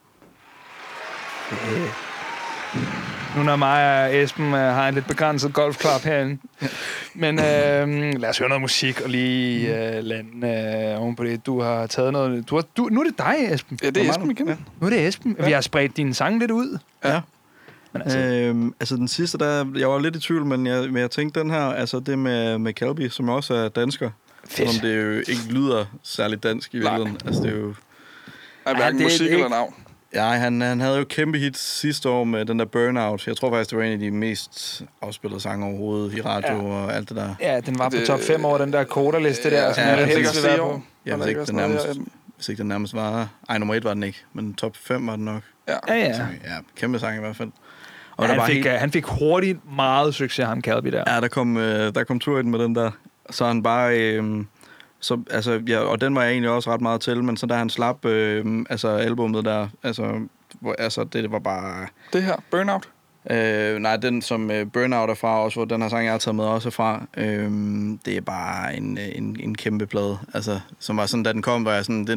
Nu når mig og Esben har en lidt begrænset golfklap herinde. Men lad os høre noget musik og lige lande oven på det. Du har taget noget... Nu er det dig, Esben. Ja, det er Esben igen. Ja. Nu er det Esben. Ja. Vi har spredt dine sange lidt ud. Ja. Men altså den sidste, jeg var lidt i tvivl, men jeg tænkte den her, altså det med Calby, som også er dansker. Fedt. Selvom det jo ikke lyder særligt dansk i virkeligheden. Altså det er jo... hverken musik eller navn. Ja, han havde jo kæmpe hit sidste år med den der Burnout. Jeg tror faktisk, det var en af de mest afspillede sange overhovedet i radio og alt det der. Ja, den var på top 5 over den der Coda-liste der, som jeg helst vil være på. Ja, hvis ikke den nærmest var... Ej, nummer 1 var den ikke, men top 5 var den nok. Ja, kæmpe sang i hvert fald. Og han fik hurtigt meget succes, ham Calvi der. Ja, der kom tur i den med den der. Så han bare... og den var jeg egentlig også ret meget til, men så da han slap albumet der, det var bare... Det her, Burnout? Nej, den som Burnout er fra, også hvor den her sang, jeg har taget med, også er fra, det er bare en kæmpe plade. Altså, som var sådan, da den kom, var jeg sådan,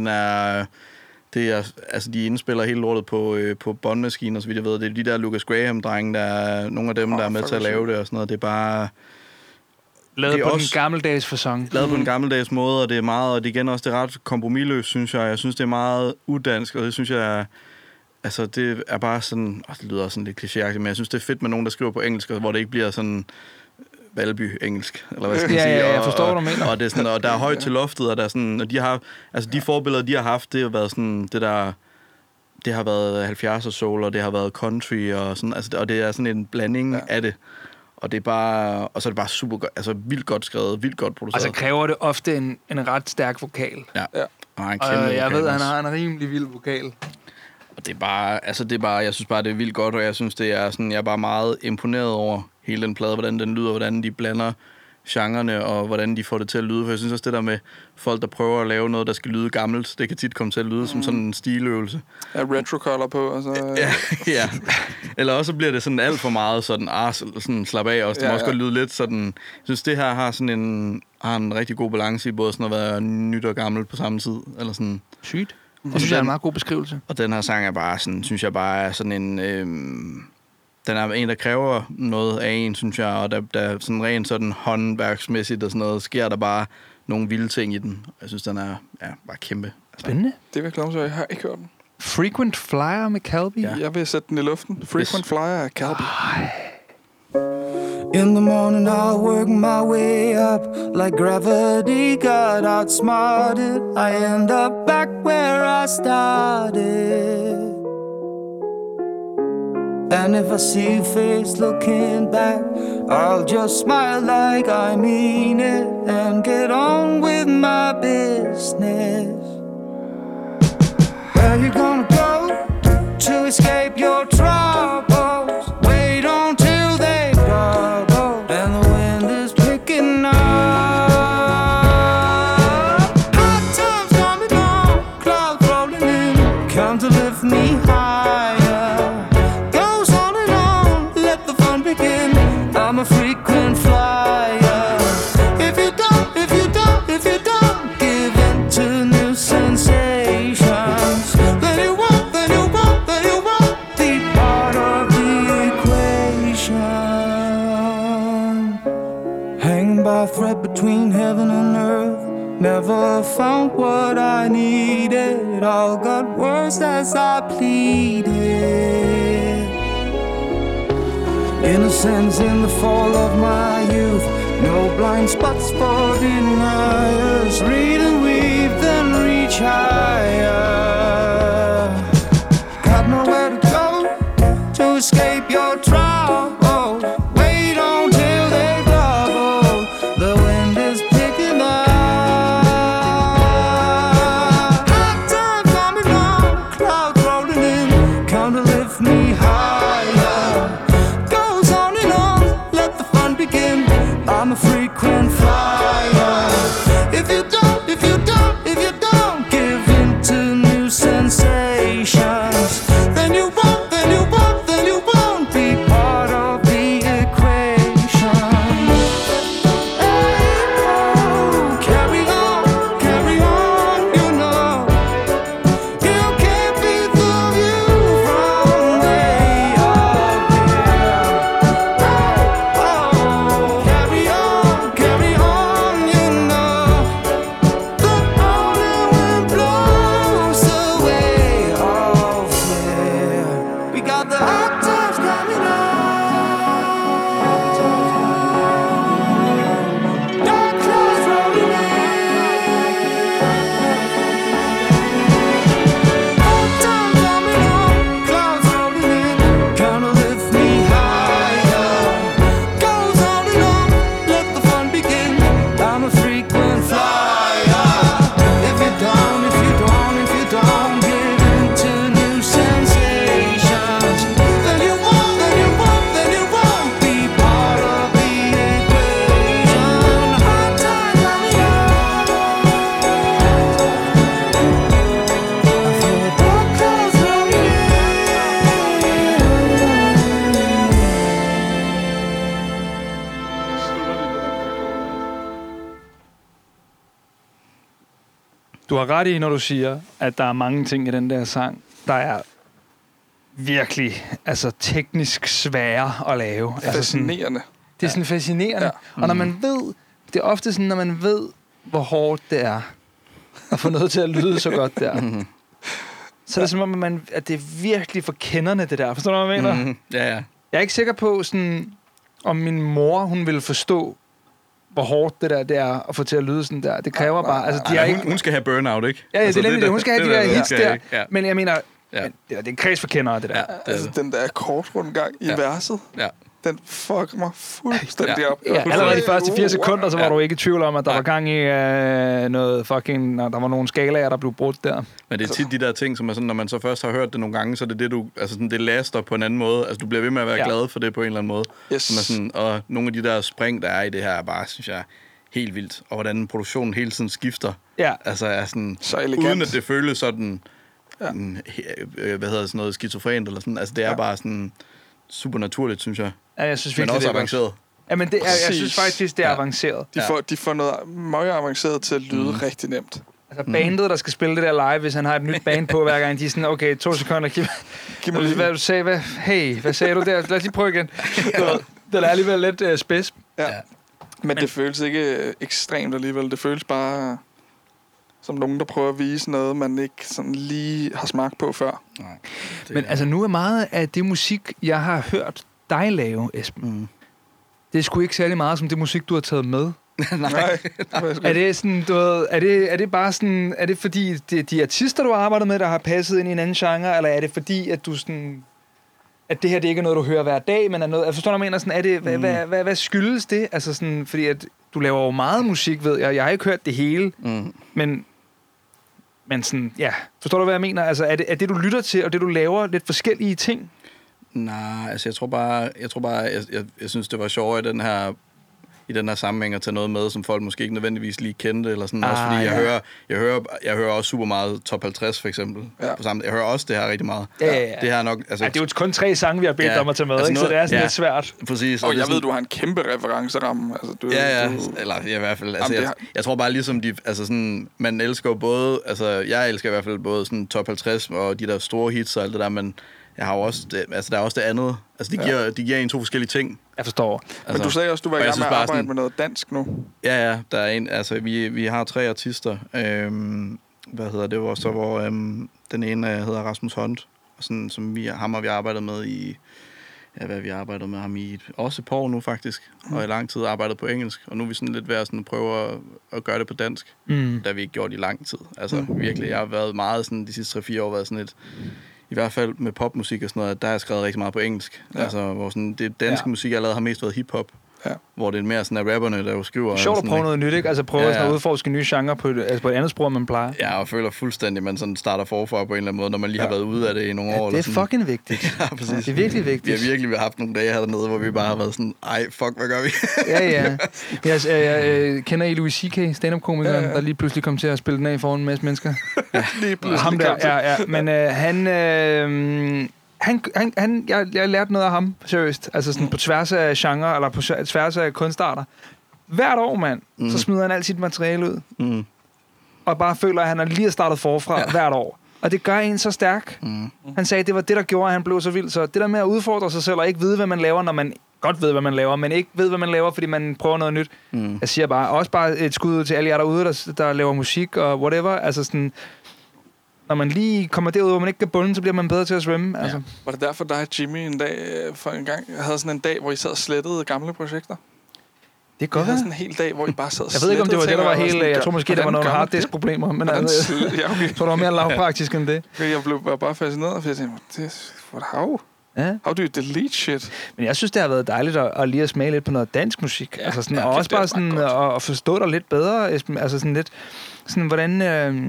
de indspiller hele lortet på båndmaskiner, så vidt jeg ved. Det er de der Lucas Graham-drenge, der er nogle af dem, der er med til at lave det og sådan noget. Det er bare... Lavet på den gammeldags facon. Lavet på den gammeldags måde, og det er meget, og det igen også, det er ret kompromisløst, synes jeg. Jeg synes, det er meget udansk, og det synes jeg, altså det er bare sådan, det lyder også sådan lidt klichéagtigt, men jeg synes, det er fedt med nogen, der skriver på engelsk, hvor det ikke bliver sådan Valby-engelsk, eller hvad skal jeg sige. Ja, jeg forstår, hvad du mener. Og det er sådan, og der er højt til loftet, og der er sådan, og de har, altså de forbilleder, de har haft, det har været sådan, det har været 70'er soul, og det har været country, og sådan, altså, og det er sådan en blanding af det. Og det er bare, og så er det bare super godt, altså vildt godt skrevet, vildt godt produceret. Altså kræver det ofte en ret stærk vokal. Ja. Og jeg ved, at han har en rimelig vild vokal. Og det er bare, jeg synes bare, det er vildt godt, og jeg synes, det er sådan, jeg er bare meget imponeret over hele den plade, hvordan den lyder, hvordan de blander genrerne, og hvordan de får det til at lyde. For jeg synes også, det der med folk, der prøver at lave noget, der skal lyde gammelt, det kan tit komme til at lyde som sådan en stiløvelse. Ja, retrocolor på. Altså. Ja. Eller også bliver det sådan alt for meget sådan, sådan slap af også. Det må også godt lyde lidt sådan... Jeg synes, det her har sådan en rigtig god balance i både sådan at være nyt og gammelt på samme tid. Eller sådan. Sygt. Det synes jeg er en meget god beskrivelse. Og den her sang er bare sådan, synes jeg bare er sådan en... den er en, der kræver noget af en, synes jeg, og der sådan rent sådan håndværksmæssigt og sådan noget, sker der bare nogle vilde ting i den. Jeg synes, den er bare kæmpe. Spændende. Det vil jeg glæde mig, jeg har ikke hørt den. Frequent Flyer med Calvi? Ja. Jeg vil sætte den i luften. Frequent Flyer af Calvi. In the morning I'll work my way up like gravity got outsmarted. I end up back where I started. And if I see a face looking back, I'll just smile like I mean it and get on with my business. Where you gonna go to escape your troubles? Wait until they bubble and the wind is picking up. Hot times coming on, clouds rolling in, come to lift me higher. I'm a frequent flyer. If you don't give in to new sensations, then you won't be part of the equation. Hanging by a thread between heaven and earth, never found what I needed. It all got worse as I pleaded. Innocence in the fall of my youth, no blind spots for deniers. Read and weave, then reach higher. Got nowhere to go to escape your trouble. Wait until they double. The wind is picking up. Hot time coming on, clouds rolling in, come to lift me higher. I'm a frequent flyer. If you don't give Du har ret i, når du siger, at der er mange ting i den der sang, der er virkelig teknisk svære at lave. Fascinerende. Det er sådan fascinerende. Ja. Og når man ved, det er ofte sådan, når man ved, hvor hårdt det er at få noget til at lyde så godt der. Så er det som om, at det er virkelig for kenderne, det der. Forstår du, hvad jeg mener? Ja. Jeg er ikke sikker på, sådan, om min mor, hun ville forstå, hvor hårdt det er at få til at lyde sådan der. Det kræver bare... Altså, de ikke... Hun skal have burnout, ikke? Ja, det er nemlig det. Hun skal have de der hits der. Ja. Men jeg mener, det er en kreds for kendere, det der. Altså, den der akkordrundgang i verset. Ja. Den fucker mig fuldstændig op. Ja, allerede de første 4 sekunder, så var du ikke i tvivl om, at der var gang i noget fucking... Der var nogle skalaer, der blev brudt der. Men det er tit de der ting, som er sådan, når man så først har hørt det nogle gange, så er det du... Altså sådan, det laster på en anden måde. Altså, du bliver ved med at være glad for det på en eller anden måde. Yes. Som er sådan, og nogle af de der spring, der er i det her, er bare, synes jeg, helt vildt. Og hvordan produktionen hele tiden skifter. Ja. Altså er sådan... Så elegant. Uden at det føles sådan... noget skizofrent eller sådan. Altså, det er bare sådan super naturligt, synes jeg. Ja, jeg synes virkelig, men også det er avanceret. Ja, men jeg synes faktisk, det er avanceret. De får noget meget avanceret til at lyde rigtig nemt. Altså bandet, der skal spille det der live, hvis han har et nyt band på hver gang, de er sådan, okay, 2 sekunder, giv mig hvad du sagde, hvad sagde du der? Lad os lige prøve igen. Det er alligevel lidt spids. Ja. Men det føles ikke ekstremt alligevel. Det føles bare som nogen, der prøver at vise noget, man ikke sådan lige har smagt på før. Nej, men altså nu er meget af det musik, jeg har hørt dig lave, Esben. Det er sgu ikke særlig meget som det musik, du har taget med. Nej. Er det sådan, du ved, er det bare sådan, er det fordi de artister, du har arbejdet med, der har passet ind i en anden genre, eller er det fordi, at du sådan, at det her det ikke er noget, du hører hver dag, men er noget, jeg forstår, hvad jeg mener, sådan, er det, hvad skyldes det? Altså sådan, fordi at du laver jo meget musik, ved jeg har ikke hørt det hele, men sådan, ja, forstår du, hvad jeg mener? Altså, er det, du lytter til, og det, du laver, lidt forskellige ting? Nej, altså jeg tror bare, jeg synes, det var sjovere i den her sammenhæng at tage noget med, som folk måske ikke nødvendigvis lige kendte, eller sådan. Også fordi jeg hører også super meget Top 50, for eksempel. Ja. På samme. Jeg hører også det her rigtig meget. Ja. Det her nok, altså, det er jo kun 3 sange, vi har bedt om at tage med, altså ikke? Så det er sådan lidt svært. Præcis. Og jeg ved, du har en kæmpe referenceramme. Altså, eller i hvert fald. Altså, jeg tror bare ligesom, altså sådan, man elsker jo både, altså jeg elsker i hvert fald både sådan Top 50 og de der store hits og alt det der, men jeg har jo også, der er også det andet. Altså, de giver en 2 forskellige ting. Jeg forstår. Altså, men du sagde også, du var i gang med at arbejde med noget dansk nu. Ja, der er en, altså, vi har 3 artister. Det var så, hvor den ene hedder Rasmus Hunt, og sådan, som ham har vi arbejdet med i, vi har arbejdet med ham i også et par år nu faktisk, og i lang tid arbejdet på engelsk, og nu er vi sådan lidt ved at sådan prøve at gøre det på dansk. Det har vi ikke gjort i lang tid. Altså virkelig, jeg har været meget sådan, de sidste 3-4 år været sådan et, i hvert fald med popmusik og sådan noget, der har jeg skrevet rigtig meget på engelsk. Ja. Altså, hvor sådan, det danske musik, jeg lavede, har mest været hiphop. Ja. Hvor det er mere sådan, at rapperne, der jo skriver... Det er sjovt at prøve noget nyt, ikke? Altså prøve at udforske nye genre på et andet sprog, man plejer. Ja, og føler fuldstændig, at man sådan starter forfra på en eller anden måde, når man lige har været ude af det i nogle år. Det er fucking vigtigt. Ja, præcis. Det er virkelig vigtigt. Vi har virkelig haft nogle dage hernede, hvor vi bare har været sådan, fuck, hvad gør vi? Jeg kender I Louis C.K., stand-up-komikeren, der lige pludselig kom til at spille den af foran en masse mennesker. Lige pludselig. Ham der, men jeg lærte noget af ham, seriøst. Altså sådan på tværs af genre, eller på tværs af kunstarter. Hvert år, mand, så smider han alt sit materiale ud. Og bare føler, at han er lige startet forfra hvert år. Og det gør en så stærk. Han sagde, at det var det, der gjorde, at han blev så vild. Så det der med at udfordre sig selv, og ikke vide, hvad man laver, når man godt ved, hvad man laver, men ikke ved, hvad man laver, fordi man prøver noget nyt. Jeg siger bare, også bare et skud til alle jer derude, der laver musik og whatever. Altså sådan... Når man lige kommer derud, hvor man ikke kan bunde, så bliver man bedre til at svømme. Altså. Var det derfor, dig og Jimmy en dag for en gang havde sådan en dag, hvor I sad og slettede gamle projekter? Det kan godt være. Sådan en hel dag, hvor I bare sad og slettede. Jeg ved ikke, om det var det, der var helt... Jeg tror måske, der var nogle harddisk-problemer, men jeg tror, det var mere lavpraktisk end det. Jeg blev bare fascineret, for jeg tænkte, how do you delete shit? Men jeg synes, det har været dejligt at lige at smage lidt på noget dansk musik. Altså sådan, og også bare sådan at forstå dig lidt bedre, Esben. Altså sådan lidt... Sådan, hvordan...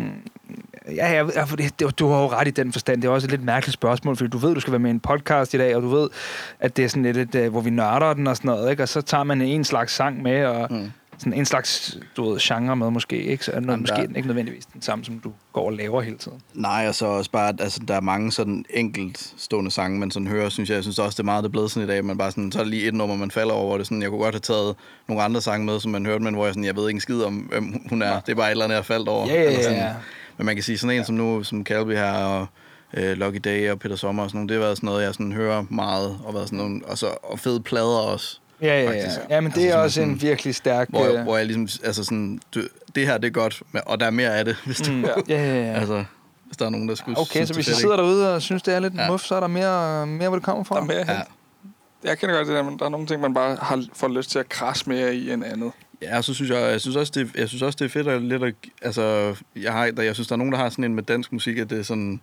du har jo ret i den forstand. Det er også et lidt mærkeligt spørgsmål, fordi du ved, du skal være med i en podcast i dag, og du ved, at det er sådan lidt, hvor vi nørder den og sådan noget, ikke? Og så tager man en slags sang med, og sådan en slags, du ved, genre med måske, ikke? Så er noget, måske ikke nødvendigvis den samme, som du går og laver hele tiden. Nej, og så også bare, altså der er mange sådan enkeltstående sange, man sådan hører, synes jeg synes også, det er meget, det er blevet sådan i dag, man bare sådan, så er det lige et nummer, man falder over, det sådan, jeg kunne godt have taget nogle andre sange med, som man hørte, men hvor jeg sådan, jeg ved ikke en skid om, hvem hun er, det er bare et eller andet, jeg faldt over. Ja. Men man kan sige sådan en som nu, som Calby her, og Lucky Day og Peter Sommer og sådan nogle, det har været sådan noget, jeg sådan hører meget, og været sådan nogle, og fede plader også. Ja, men det er også sådan, en virkelig stærk... Hvor jeg ligesom, altså sådan, det her, det er godt, og der er mere af det, hvis du... Altså, hvis der er nogen, der skulle... Okay, så hvis I sidder derude og synes, det er lidt muff, så er der mere, hvor det kommer fra? Der er mere Jeg kender godt det der, men der er nogle ting, man bare får lyst til at krasse mere i end andet. Ja, så synes jeg synes også, det er fedt at lidt at... Altså, jeg synes, der er nogen, der har sådan en med dansk musik, at det er sådan...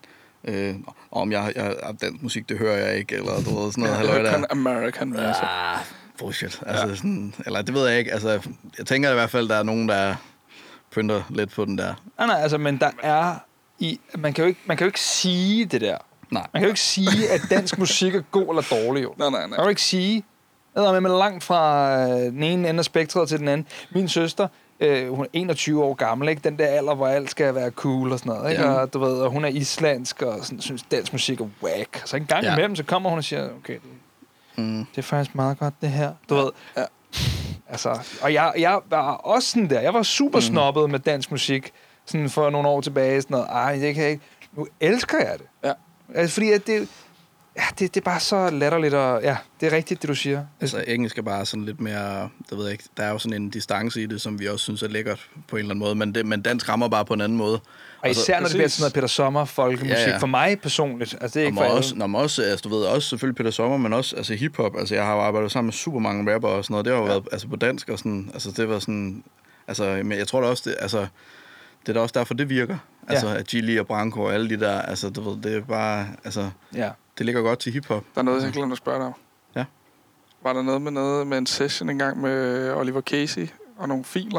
om jeg dansk musik, det hører jeg ikke, eller du ved, sådan noget. Jeg hører kun American rap. Bullshit. Altså, sådan, eller det ved jeg ikke. Altså, jeg tænker i hvert fald, der er nogen, der pynter lidt på den der. Nej, altså, men der er... Man kan jo ikke sige det der. Nej. Man kan jo ikke sige, at dansk musik er god eller dårlig, jo. Nej. Man kan jo ikke sige... Jeg er med langt fra den ene ende af spektret til den anden. Min søster, hun er 21 år gammel, ikke? Den der alder, hvor alt skal være cool og sådan noget, ikke? Og du ved, og hun er islandsk og sådan, synes dansk musik er whack. Så en gang imellem, så kommer hun og siger, okay, det er faktisk meget godt, det her. Du ved. Ja. Altså, og jeg var også sådan der. Jeg var super snobbet med dansk musik, sådan for nogle år tilbage. Sådan noget, det kan jeg ikke. Nu elsker jeg det. Ja. Altså, fordi at det er bare så latterligt, og det er rigtigt, det du siger. Altså, engelsk er bare sådan lidt mere, det ved jeg ikke, der er jo sådan en distance i det, som vi også synes er lækkert på en eller anden måde, men dansk rammer bare på en anden måde. Og især når det bliver sådan noget Peter Sommer, folkemusik, for mig personligt, altså det er ikke for også, altså du ved, også selvfølgelig Peter Sommer, men også altså hiphop, altså jeg har arbejdet sammen med super mange rapper og sådan noget, det har jo været altså på dansk og sådan, altså det var sådan, altså, men jeg tror da også, det er da også derfor, det virker, altså at Gilly og Branko og alle de der, altså du ved, det er bare, altså... Ja. Det ligger godt til hiphop. Der er noget, jeg glemte at spørge dig om. Ja. Var der noget med en session engang med Oliver Casey og nogle filer?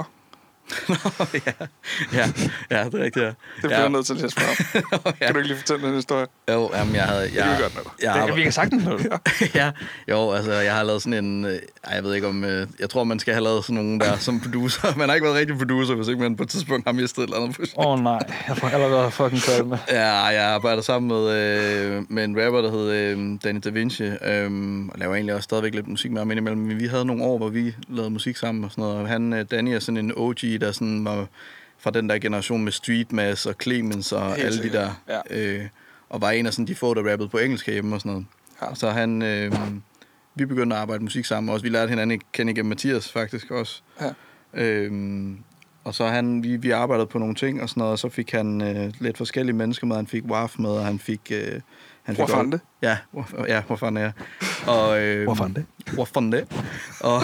ja, det er rigtigt, ja. Det bliver jeg nødt til at spørge om. Kan du ikke lige fortælle den historie? Jo, jamen jeg havde... Vi kan sagtens noget. Jeg har lavet sådan en... jeg ved ikke om... jeg tror, man skal have lavet sådan nogen der som producer. Man har ikke været rigtig producer, hvis ikke man på et tidspunkt har mistet et eller andet projekt. Nej, jeg får allerede fucking kørt med. Ja, jeg arbejder sammen med en rapper, der hed Danny Da Vinci, og laver egentlig også stadigvæk lidt musik med ham indimellem. Men vi havde nogle år, hvor vi lavede musik sammen og sådan noget. Og Danny er sådan en OG, der sådan var fra den der generation med Street Mass og Clemens og helt alle sikkert. De der. Og var en af sådan de få, der rappede på engelsk hjemme og sådan noget. Ja. Og så vi begyndte at arbejde musik sammen også. Vi lærte hinanden kende igennem Mathias faktisk også. Ja. Og så vi arbejdede på nogle ting og sådan noget, og så fik han lidt forskellige mennesker med. Han fik Waf med, og han fik... Wafande? Ja, Wafande, ja. Og, Wafande. Og,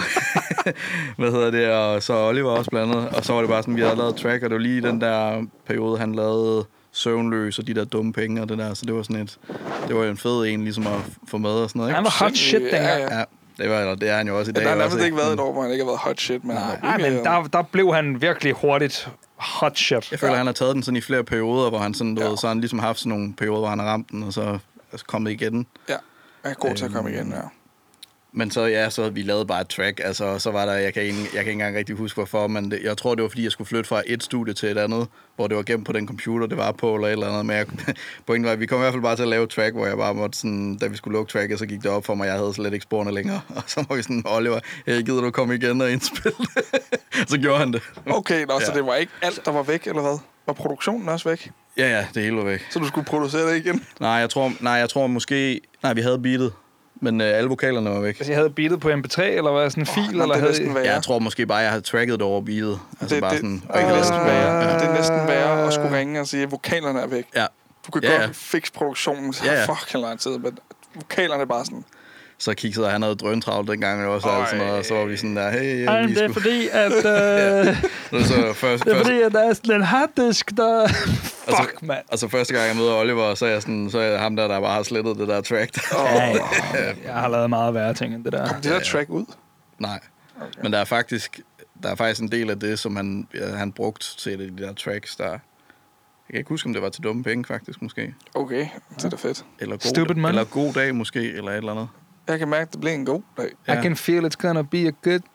og så Oliver også blandet. Og så var det bare sådan, vi havde lavet track, og det var lige den der periode, han lavede Søvnløs og de der dumme penge og det der. Så det var sådan det var en fed en ligesom at få med og sådan noget. Ikke? Han var hot shit dengang. Ja. Det er han jo også i dag. Der har nærmest ikke været et år, hvor han ikke har været hot shit, men men der blev han virkelig hurtigt hot shit. Jeg føler, han har taget den sådan i flere perioder, hvor han sådan, så han ligesom haft sådan nogle perioder, hvor han har ramt den, og så kommet igen. Ja, jeg er god til at komme igen, ja. Men så vi lavede bare et track, altså så var der, jeg kan ikke engang rigtig huske hvorfor, men jeg tror det var fordi jeg skulle flytte fra et studie til et andet, hvor det var gemt på den computer, det var på eller et eller andet, men pointen var, at vi kom i hvert fald bare til at lave et track, hvor jeg bare måtte sådan, da vi skulle lukke tracket, så gik det op for mig, jeg havde slet ikke sporene længere, og så var vi sådan, Oliver, gider du komme igen og indspille det? Så gjorde han det. Okay, så det var ikke alt, der var væk, eller hvad? Var produktionen også væk? Ja, det hele var væk. Så du skulle producere det igen? Nej, jeg tror måske, vi havde beatet. Men alle vokalerne var væk. Altså, jeg havde beatet på MP3, eller hvad? Sådan en fil? Eller havde... Jeg tror måske bare, jeg havde tracket det over beatet. Altså det er næsten værre at skulle ringe og sige, at vokalerne er væk. Ja. Du kan godt fikse produktionen, så fucking lang tid, men vokalerne er bare sådan... Så kiggede han noget drøntravlt dengang også, og så var vi sådan der, hey... det er fordi, at... Det er fordi, at der er sådan en harddisk, der... Fuck, mand. Altså første gang jeg møder Oliver, så er jeg ham der bare har slettet det der track. Jeg har lavet meget værre ting end det der. Kom det der track ud? Nej, okay. Men der er faktisk en del af det, som han brugt til de der tracks, der... Jeg kan ikke huske, om det var til dumme penge, faktisk, måske. Okay, det er da fedt. Eller god dag, måske, eller et eller andet. Jeg kan mærke, at det bliver en god dag. I can feel it's gonna be a good day.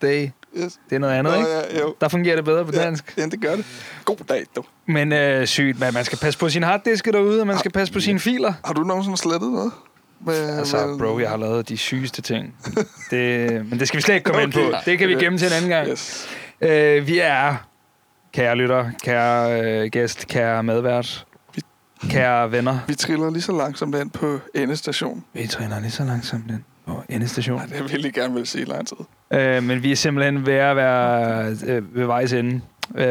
Yes. Det er noget andet, ikke? Ja, jo. Der fungerer det bedre på dansk. Ja, det gør det. God dag, du. Men sygt, man skal passe på sin harddiske derude, og man skal passe på sine filer. Har du nogensinde slettet noget? Altså, bro, jeg har lavet de sygeste ting. Men det skal vi slet ikke komme ind på. Det kan vi gemme til en anden gang. Yes. Vi er, kære lytter, kære gæst, kære medvært, kære venner. Vi triller lige så langsomt ind på endestation. Vi triller lige så langsomt ind på endestation. Nej, det vil jeg gerne vil sige lang tid. Men vi er simpelthen ved at være ved vejs ende.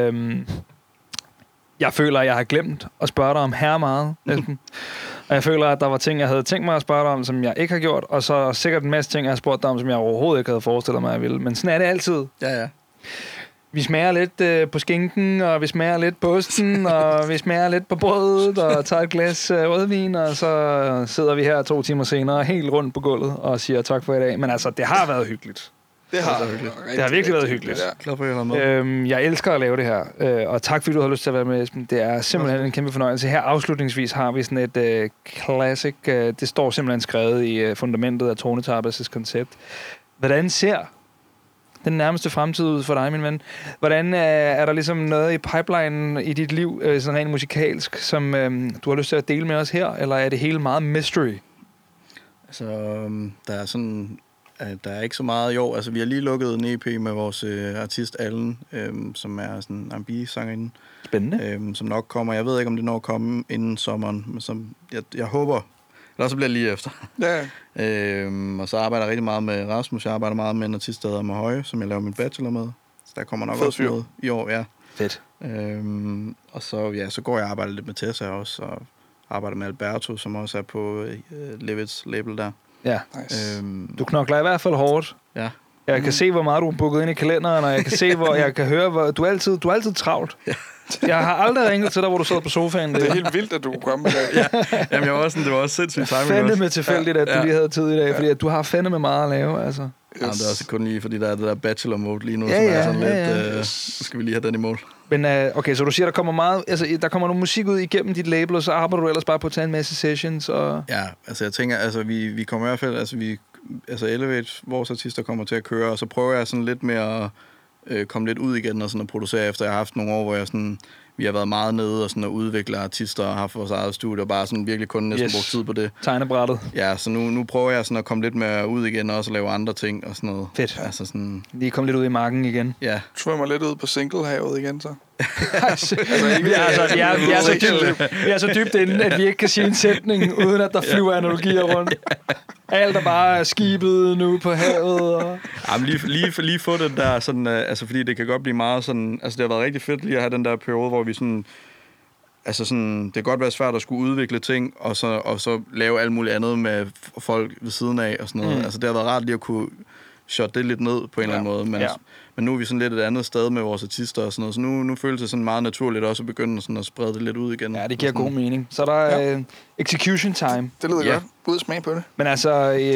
Jeg føler, at jeg har glemt at spørge dig om her meget, næsten. Og jeg føler, at der var ting, jeg havde tænkt mig at spørge dig om, som jeg ikke har gjort, og så sikkert en masse ting, jeg har spurgt dig om, som jeg overhovedet ikke havde forestillet mig, at jeg ville. Men sådan er det altid. Ja. Vi smager lidt på skinken, og vi smager lidt på osten, og vi smager lidt på brødet, og tager et glas rødvin, og så sidder vi her 2 timer senere helt rundt på gulvet og siger tak for i dag. Men altså, det har været hyggeligt. Det har virkelig været hyggeligt. Ja. Glad for, at jeg har med. Jeg elsker at lave det her, og tak fordi du har lyst til at være med, Esben. Det er simpelthen en kæmpe fornøjelse. Her afslutningsvis har vi sådan et classic, det står simpelthen skrevet i fundamentet af Tone Tabas' koncept. Hvordan ser den nærmeste fremtid ud for dig, min ven? Hvordan er der ligesom noget i pipelinen i dit liv, sådan rent musikalsk, som du har lyst til at dele med os her, eller er det hele meget mystery? Altså, der er sådan... Der er ikke så meget i år. Altså, vi har lige lukket en EP med vores artist Allen, som er sådan en R&B-sangerinde. Spændende. Som nok kommer. Jeg ved ikke, om det når at komme inden sommeren, men som jeg håber. Eller så bliver det lige efter. Ja. Og så arbejder jeg rigtig meget med Rasmus. Jeg arbejder meget med en artist, der hedder Mahøje, som jeg laver min bachelor med. Så der kommer nok også noget i år, ja. Fedt. Og så går jeg og arbejder lidt med Tessa også, og arbejder med Alberto, som også er på Levits label der. Ja. Nice. Du knokler i hvert fald hårdt. Ja. Jeg kan se, hvor meget du har booket ind i kalenderen, og jeg kan se, hvor jeg kan høre, hvor du er altid travlt. Ja. Jeg har aldrig ringet til dig, hvor du sad på sofaen. Det er helt vildt, at du kunne komme i dag. Ja. Jamen, det var også sindssygt timing. Fandeme tilfældigt, at du lige havde tid i dag, fordi at du har fandeme meget at lave, altså. Yes. Jamen, det er også kun lige, fordi der er det der bachelor mode lige nu, som er sådan lidt, skal vi lige have den i mål. Men okay, så du siger, der kommer meget, altså der kommer noget musik ud igennem dit label, og så arbejder du ellers bare på at tage en masse sessions, og... Ja, altså jeg tænker, altså vi kommer i hvert fald, altså Elevate, vores artister kommer til at køre, og så prøver jeg sådan lidt mere at komme lidt ud igen og sådan at producere, efter jeg har haft nogle år, hvor jeg sådan... Vi har været meget nede og sådan at udvikle artister og haft vores eget studie, og bare sådan virkelig kun næsten brugt tid på det. Tegnebrættet. Ja, så nu prøver jeg sådan at komme lidt mere ud igen, og også lave andre ting og sådan noget. Fedt. Altså sådan... Lige komme lidt ud i marken igen. Ja. Svømmer lidt ud på singlehavet igen, så. Vi er så dybt inde, at vi ikke kan sige en sætning, uden at der flyver analogier rundt. Alt er bare skibet nu på havet. Og... Jamen, lige få den der sådan, altså fordi det kan godt blive meget sådan, altså det har været rigtig fedt lige at have den der periode, hvor vi sådan, altså sådan, det kan godt være svært at skulle udvikle ting, og så lave alt muligt andet med folk ved siden af og sådan noget. Altså det har været rart lige at kunne shot det lidt ned på en eller anden måde, men nu er vi sådan lidt et andet sted med vores artister og sådan noget, så nu føles det sådan meget naturligt også at begynde sådan at sprede det lidt ud igen. Ja, det giver god mening. Så der er execution time. Det lyder godt. Ud og smag på det. Men altså,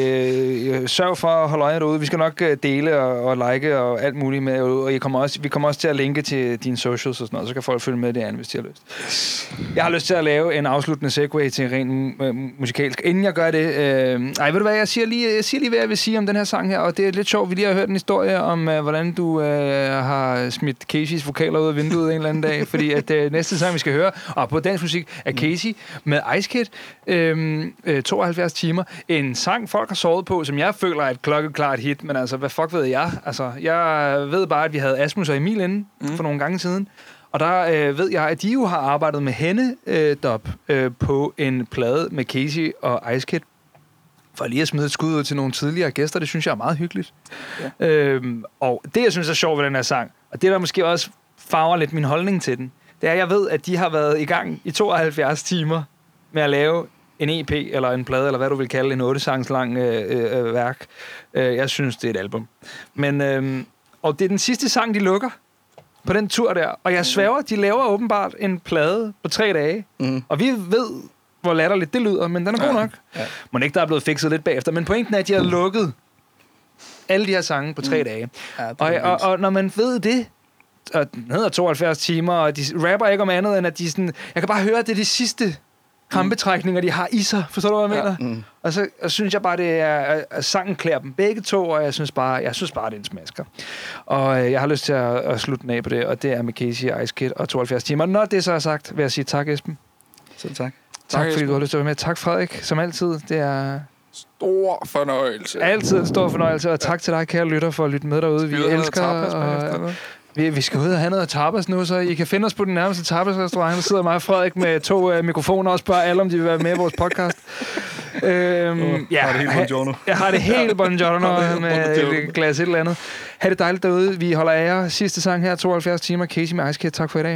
sørg for at holde øje derude. Vi skal nok dele og like og alt muligt med, og vi kommer også til at linke til dine socials og sådan noget, så kan folk følge med det andet, hvis de har lyst. Jeg har lyst til at lave en afsluttende segue til rent musikalsk. Inden jeg gør det, ved du hvad, jeg siger lige, hvad jeg vil sige om den her sang her, og det er lidt sjovt, vi lige har hørt en historie om, hvordan du har smidt Casey's vokaler ud af vinduet en eller anden dag, fordi at næste sang, vi skal høre, og på dansk musik, er Casey med Ice Kid, 72 timer. En sang, folk har sovet på, som jeg føler er et klokkeklart hit, men altså, hvad fuck ved jeg? Altså, jeg ved bare, at vi havde Asmus og Emil inde for nogle gange siden, og der ved jeg, at de jo har arbejdet med henne-dub på en plade med Casey og Ice Kid, for lige at smide et skud ud til nogle tidligere gæster. Det synes jeg er meget hyggeligt. Ja. Og det, jeg synes er sjovt ved den her sang, og det der måske også farver lidt min holdning til den, det er, at jeg ved, at de har været i gang i 72 timer med at lave en EP, eller en plade, eller hvad du vil kalde en 8-sangs lang værk. Jeg synes, det er et album. Men, og det er den sidste sang, de lukker på den tur der. Og jeg sværger, de laver åbenbart en plade på 3 dage. Og vi ved, hvor latterligt det lyder, men den er god nok. Ja. Må ikke, der er blevet fikset lidt bagefter. Men pointen er, at de har lukket alle de her sange på 3 dage. Ja, og når man ved det, og den hedder 72 timer, og de rapper ikke om andet, end at de sådan... Jeg kan bare høre, at det er de sidste krampetrækninger, de har i sig. Forstår du, hvad jeg mener? Og så synes jeg bare, det er sangen klæder dem begge to, og jeg synes bare, det er en smasker. Og jeg har lyst til at slutte den af på det, og det er med Casey, Ice Kid og 72 timer. Når det så er sagt, vil jeg sige tak, Esben. Selv tak. Tak fordi du har lyst til at være med. Tak, Frederik, som altid. Det er stor fornøjelse. Altid en stor fornøjelse, og tak til dig, kære lytter, for at lytte med derude. Vi elsker... Vi skal ud og have noget tapas nu, så I kan finde os på den nærmeste tapasrestaurant. Der sidder mig og Frederik med 2 mikrofoner og spørger alle, om de vil være med i vores podcast. Jeg har det helt buongiorno med et glas et eller andet. Ha' det dejligt derude. Vi holder af jer. Sidste sang her, 72 timer. Casey med Ice Kid. Tak for i dag.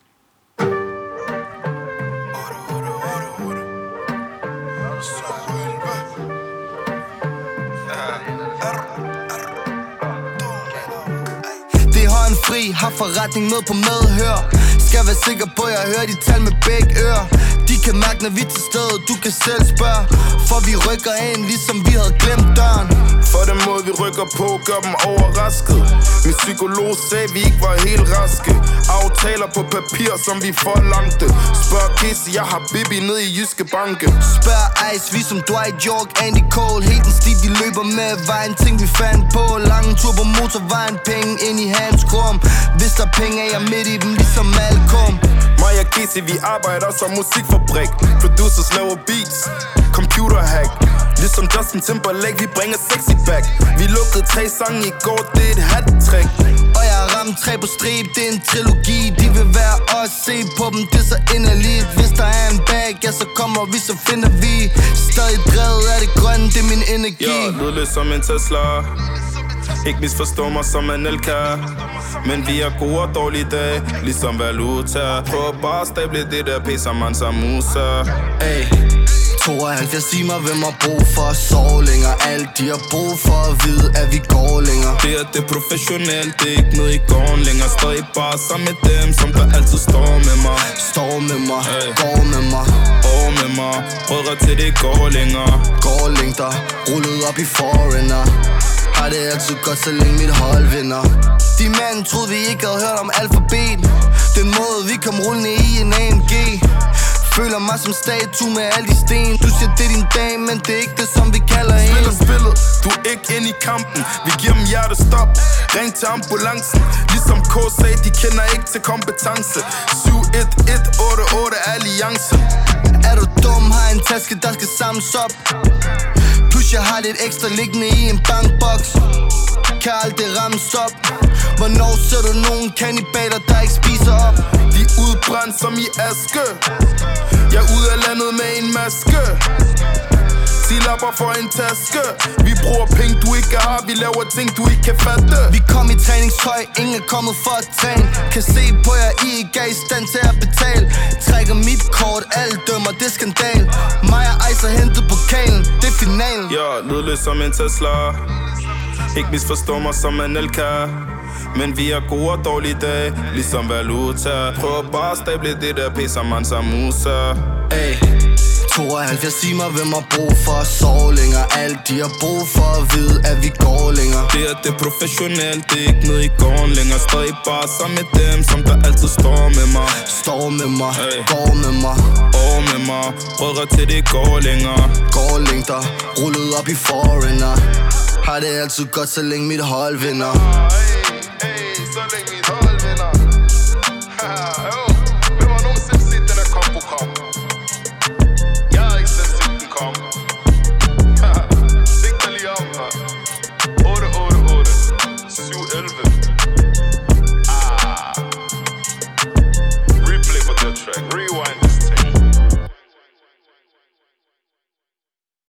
Fri, har forretning med på medhør. Skal være sikker på, at jeg hører de tal med begge ører. De kan mærke, når vi er til stede, du kan selv spørge. For vi rykker ind, ligesom vi havde glemt døren. For den måde vi rykker på, gør dem overrasket. Min psykolog sagde, vi ikke var helt raske. Aftaler på papir, som vi forlangte. Spørg Casey, jeg har Bibi nede i Jyske Banke. Spørg Ice, vi som Dwight York, Andy Cole. Helt den stil, vi løber med, var en ting vi fandt på. Lange tur på motorvejen, penge ind i hans krum. Hvis der penge er jeg midt i dem, ligesom Malcolm. Mig og Casey, vi arbejder som musikfabrik. Producers laver beats, computerhack. Ligesom Justin Timberlake, vi bringer sexy back. Vi lukkede 3 sange i går, det er et hat-trick. Og jeg har ramt 3 på strip, det er en trilogi. De vil være os, se på dem, det er så inderligt. Hvis der er en bag, ja så kommer vi, så finder vi. Stadig drevet af det grønne, det er min energi. Jeg lydløs som en Tesla. Ikke misforstå mig som en LK. Men vi er gode og dårlige dage, ligesom valuta. Prøv bare at stable det der pæser man som musa. Ey 72 timer, hvem har brug for at sove længere? Alt de har brug for at vide, at vi går længere. Det er professionelt, det er ikke noget i gården længere. Stadig bare sammen med dem, som der altid står med mig. Står med mig, går med mig. År med mig, brødre til det går længere. Går længder, rullet op i Foreigner. Har det altid godt, så længe mit hold vinder. De mænd troede vi ikke havde hørt om alfabet. Den måde vi kom rullende i en AMG. Føler mig som statue med alle de sten. Du siger det er din dag, men det er ikke det som vi kalder en. Spiller spillet, du er ikke inde i kampen. Vi giver dem hjertestop, ring til ambulancen. Ligesom K sagde, de kender ikke til kompetence. 7-1-1-8-8 alliance. Er du dum, har en taske der skal samles op. Plus jeg har lidt ekstra liggende i en bankboks. Kan aldrig rammes op. Hvornår ser du nogen kannibaler der ikke spiser op? De er udbrændt som i aske. Jeg er ude af landet med en maske. 10 lapper for en taske. Vi bruger penge du ikke har. Vi laver ting du ikke kan fatte. Vi kom i træningstøj, ingen er kommet for at træne. Kan se på jer, I ikke er i stand til at betale. Trækker mit kort, alle dømmer, det er skandal. Mig og Ice har hentet pokalen, det er finalen. Jeg er lydløs som en Tesla. Ikke misforstå mig som en LK. Men vi er gode og dårlige dage, ligesom valuta. Prøv bare at stable det der pæser man som musa. Ey 72 timer, hvem har brug for at sove længere? Alt de har brug for at vide, at vi går længere. Det er professionelt, det er ikke noget i gården længere. Stadig bare sammen med dem, som der altid står med mig. Står med mig, går med mig. År med mig, brødre til det går længere. Går længder, rullet op i Foreigner. Har det altid godt, så længe mit hold vinder.